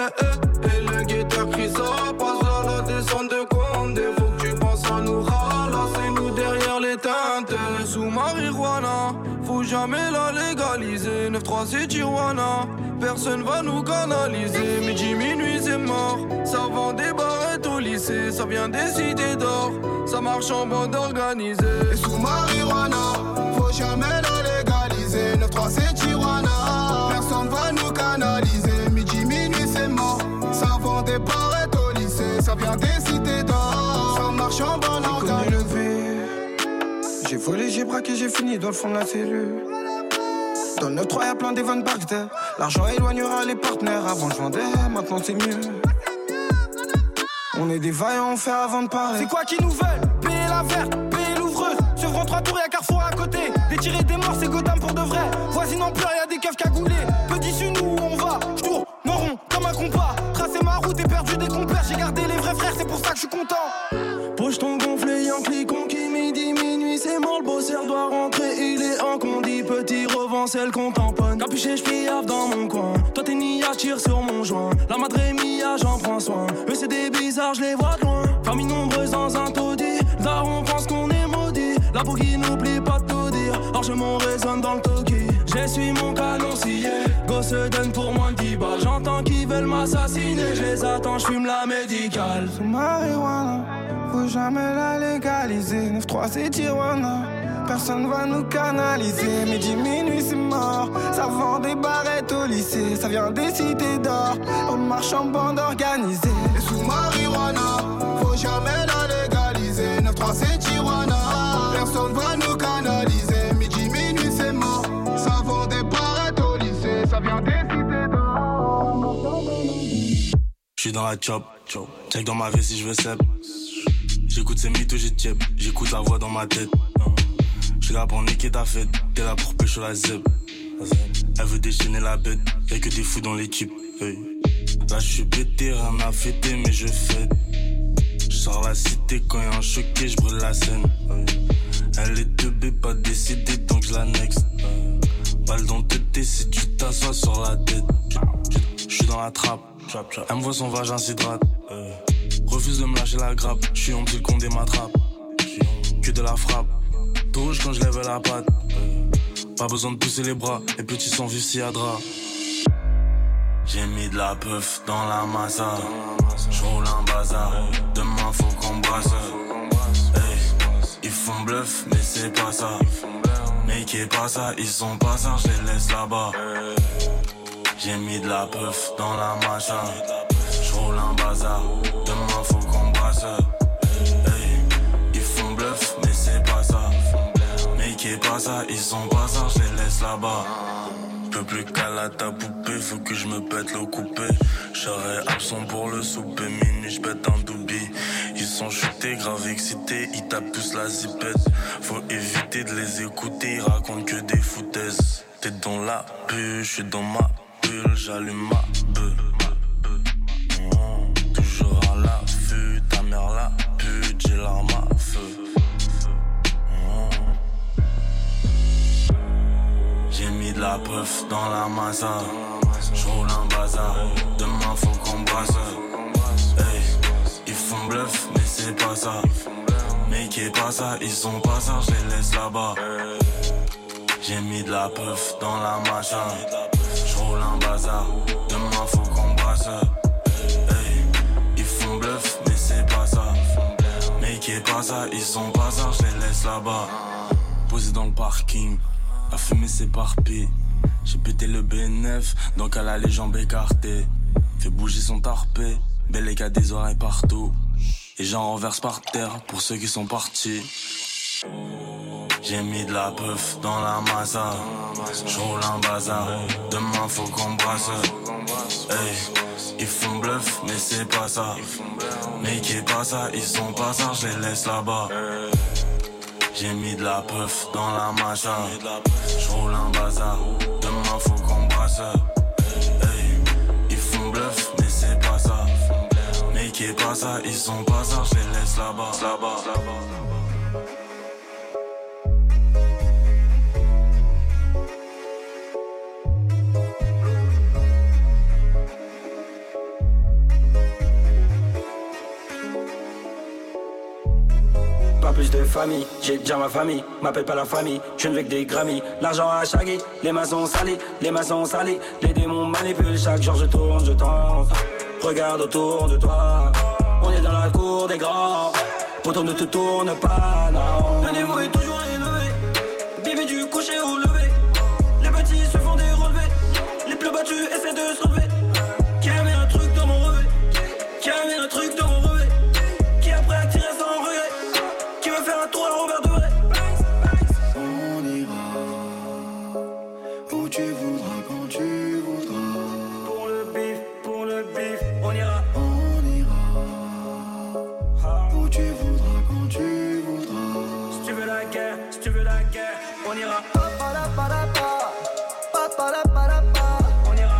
Et le guetteur crie ça, passe à la descente de Condé. Faut que tu penses à nous ralasser, nous derrière les teintes. Sous marijuana, faut jamais la légaliser. 9-3 c'est Tijuana, personne va nous canaliser. Midi, minuit c'est mort, ça vend des barrettes au lycée. Ça vient des cités d'or, ça marche en bande organisée.
Et sous marijuana, faut jamais la légaliser. 9-3 c'est Tijuana, personne va nous canaliser. Midi, minuit c'est mort, ça vend des barrettes au lycée. Ça vient des cités d'or, ça marche en bande organisée.
J'ai volé, j'ai braqué, j'ai fini dans le fond de la cellule. Dans le 9-3 y'a plein des vannes Bagdad. L'argent éloignera les partenaires. Avant je vendais, maintenant c'est mieux. On est des vaillants, on fait avant de parler.
C'est quoi qui nous veulent? Payer la verte, payer l'ouvreuse. Sur Grand 3 tours, y'a Carrefour à côté. Des tirés, des morts, c'est Gotham pour de vrai. Voisine en pleurs, y'a des keufs cagoulés. Petit su nous où on va, j'tourne, marron, comme un compas. Tracé ma route et perdu des compères. J'ai gardé les vrais frères, c'est pour ça que je suis content. Pocheton gonflé, Yankee conquis, midi, minuit, c'est mort, le bosseur doit rentrer, il est en condi, petit revend, c'est le qu'on tamponne. Capuché, j'piave dans mon coin, toi t'es niage, tire sur mon joint. La madre mia, j'en prends soin, eux c'est des bizarres, je les vois de loin. Famille nombreuse dans un taudis, daron pense qu'on est maudit. La bougie n'oublie pas de tout dire, largement résonne dans le toki. J'essuie mon canon scié, go se donne pour moins de 10 balles. J'entends qu'ils veulent m'assassiner, je les attends, j'fume la médicale.
Sous marijuana, faut jamais la légaliser. 9-3 c'est Tijuana, personne va nous canaliser. Midi, minuit c'est mort, ça vend des barrettes au lycée. Ça vient des cités d'or, on marche en bande organisée.
Et sous marijuana, faut jamais la légaliser. 9-3 c'est Tijuana, personne va nous canaliser. Midi, minuit c'est mort, ça vend des barrettes au lycée. Ça vient des cités d'or.
J'suis dans la chop, check dans ma vie si je veux sep. J'écoute ces mythos, j'ai tiep, j'écoute la voix dans ma tête. J'suis là pour niquer ta fête, t'es là pour pêcher la zeb. Elle veut déchaîner la bête, y'a que des fous dans l'équipe. Là j'suis pété, rien à fêter, mais je fête. J'sors la cité quand y'a un choqué, j'brûle la scène. Elle est teubée, pas décidée, donc j'lannexe. Balle dans le tête si tu t'assois sur la tête. J'suis dans la trappe, elle me voit son vagin s'hydrate. Refuse de me lâcher la grappe, j'suis en petit le con des matrappes. Que de la frappe, tout rouge quand je lève la patte. Pas besoin de pousser les bras, les petits sont vifs si yadra. J'ai mis de la puff dans la massa, j'roule un bazar, demain faut qu'on brasse. Hey, ils font bluff mais c'est pas ça, mais qui est pas ça, ils sont pas ça, j'les laisse là-bas. J'ai mis de la puff dans la massa, j'roule un bazar, demain faut qu'on brasse. Hey, ils font bluff mais c'est pas ça, mais qui
qui est pas ça, ils sont pas ça, je les laisse là-bas. Peux plus caler ta poupée, faut que je me pète le coupé. J'serai absent pour le souper, minuit j'pète un doubi. Ils sont chutés, grave excités, ils tapent tous la zipette. Faut éviter de les écouter, ils racontent que des foutaises. T'es dans la bulle, j'suis dans ma bulle, j'allume ma beuh. Toujours à l'affût, ta mère la pute, j'ai l'arme à feu. J'ai mis de la puff dans la massa. J'roule un bazar. Demain faut qu'on brasse. Hey, ils font bluff, mais c'est pas ça. Mais qui est pas ça, ils sont pas ça, je les laisse là-bas. J'ai mis de la puff dans la massa. J'roule un bazar. Demain faut qu'on brasse. Hey, ils font bluff, mais c'est pas ça. Mais qui est pas ça, ils sont pas ça, je les laisse là-bas. Posé dans le parking. La fumée s'éparpille. J'ai pété le BNF, donc elle a les jambes écartées. Fait bouger son tarpé, belle et qu'a des oreilles partout. Et j'en renverse par terre pour ceux qui sont partis. J'ai mis de la puff dans la massa. J'roule un bazar. Demain faut qu'on brasse. Hey, ils font bluff, mais c'est pas ça. Mais qui est pas ça, ils sont pas ça, je les laisse là-bas. J'ai mis de la puff dans la macha. J'roule un bazar. Demain faut qu'on brasse. Hey, ils font bluff, mais c'est pas ça. Mais qui est pas ça, ils sont pas ça, je les laisse là-bas.
Pas plus de famille, j'ai déjà ma famille. M'appelle pas la famille, je ne veux que des Grammy. L'argent à chaguer, les mains sont salées, les démons manipulent, chaque jour je tourne, je tente. Regarde autour de toi, on est dans la cour des grands. Pourtant ne te tourne pas, non. Le niveau est toujours élevé, bébé du coucher au lever. Les petits se font des relevés, les plus battus essaient de se relever. Qui a mis un truc dans mon revêt, qui a mis un truc dans mon revêt, qui est prêt à tirer sans regret, qui veut faire un tour à Robert Debré.
On ira où tu voudras, quand tu voudras.
Pour le bif, on ira.
On ira où tu voudras, quand tu voudras.
Si tu veux la guerre, on ira. On ira.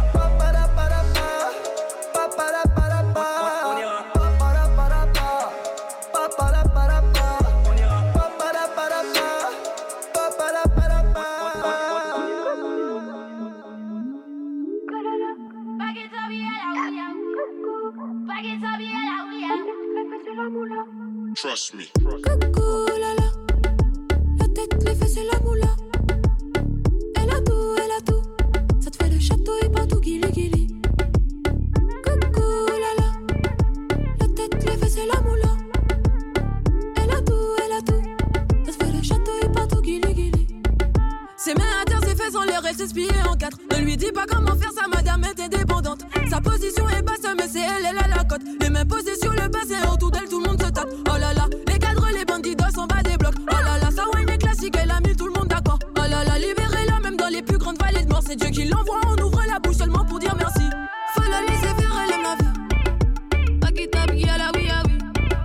Trust me.
Coucou lala, la tête, les fesses et la moula. Elle a tout, ça te fait le château et partout guili guili. Coucou lala, la tête, les fesses et la moula. Elle a tout, ça te fait le château et partout guili guili. Ses mains à terre, ses fesses en l'air, elle s'est pliée en quatre. Ne lui dis pas comment faire, sa madame est indépendante. Sa position est basse, mais c'est elle a la cote. Les mains posées sur le bassin, autour d'elle tout le monde se tape. Oh là là, les cadres, les bandits s'en bas des blocs. Oh là là, sa wine est classique, elle a mis tout le monde d'accord. Oh là là, libérez-la même dans les plus grandes vallées de mort. C'est Dieu qui l'envoie, on ouvre la bouche seulement pour dire merci. Faut la laisser faire, elle aime la vie. Paquita, bia la oui, ah oui.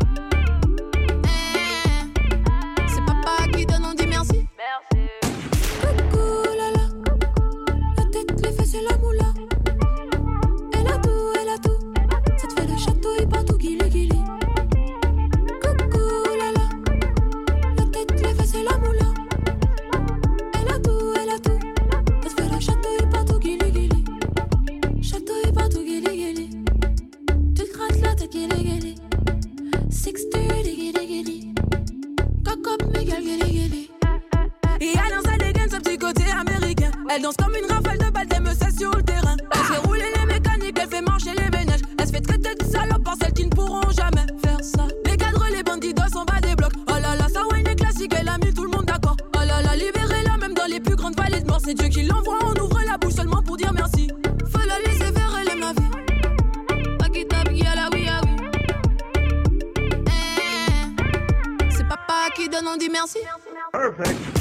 C'est papa qui donne, on dit merci. Coucou lala, la tête, les fesses et la moula. Elle a tout, ça te fait le château et partout guili guili. Coucou lala, la tête, les fesses et la moula. Elle a tout, ça te fait le château et partout guili guili. Château et partout guili guili. Tu te grattes la tête guili guili. 630 guili guili. Cock up Miguel guili guili. Et elle danse, elle dégaine ce petit côté américain. Elle danse comme une rafale de balles, des meussets sur le terrain. Elle fait rouler les mécaniques, elle fait marcher les ménages. Elle se fait traiter de salope par celles qui ne pourront jamais faire ça. Les cadres, les bandits s'en bas des blocs. Oh là là, sa wine est classique, elle a mis tout le monde d'accord. Oh là là, libérez-la même dans les plus grandes vallées de mort. C'est Dieu qui l'envoie, on ouvre la bouche seulement pour dire merci. Faut la laisser faire, elle aime la vie. Paquita, bia la oui, ah oui. C'est papa qui donne, on dit merci.
Perfect.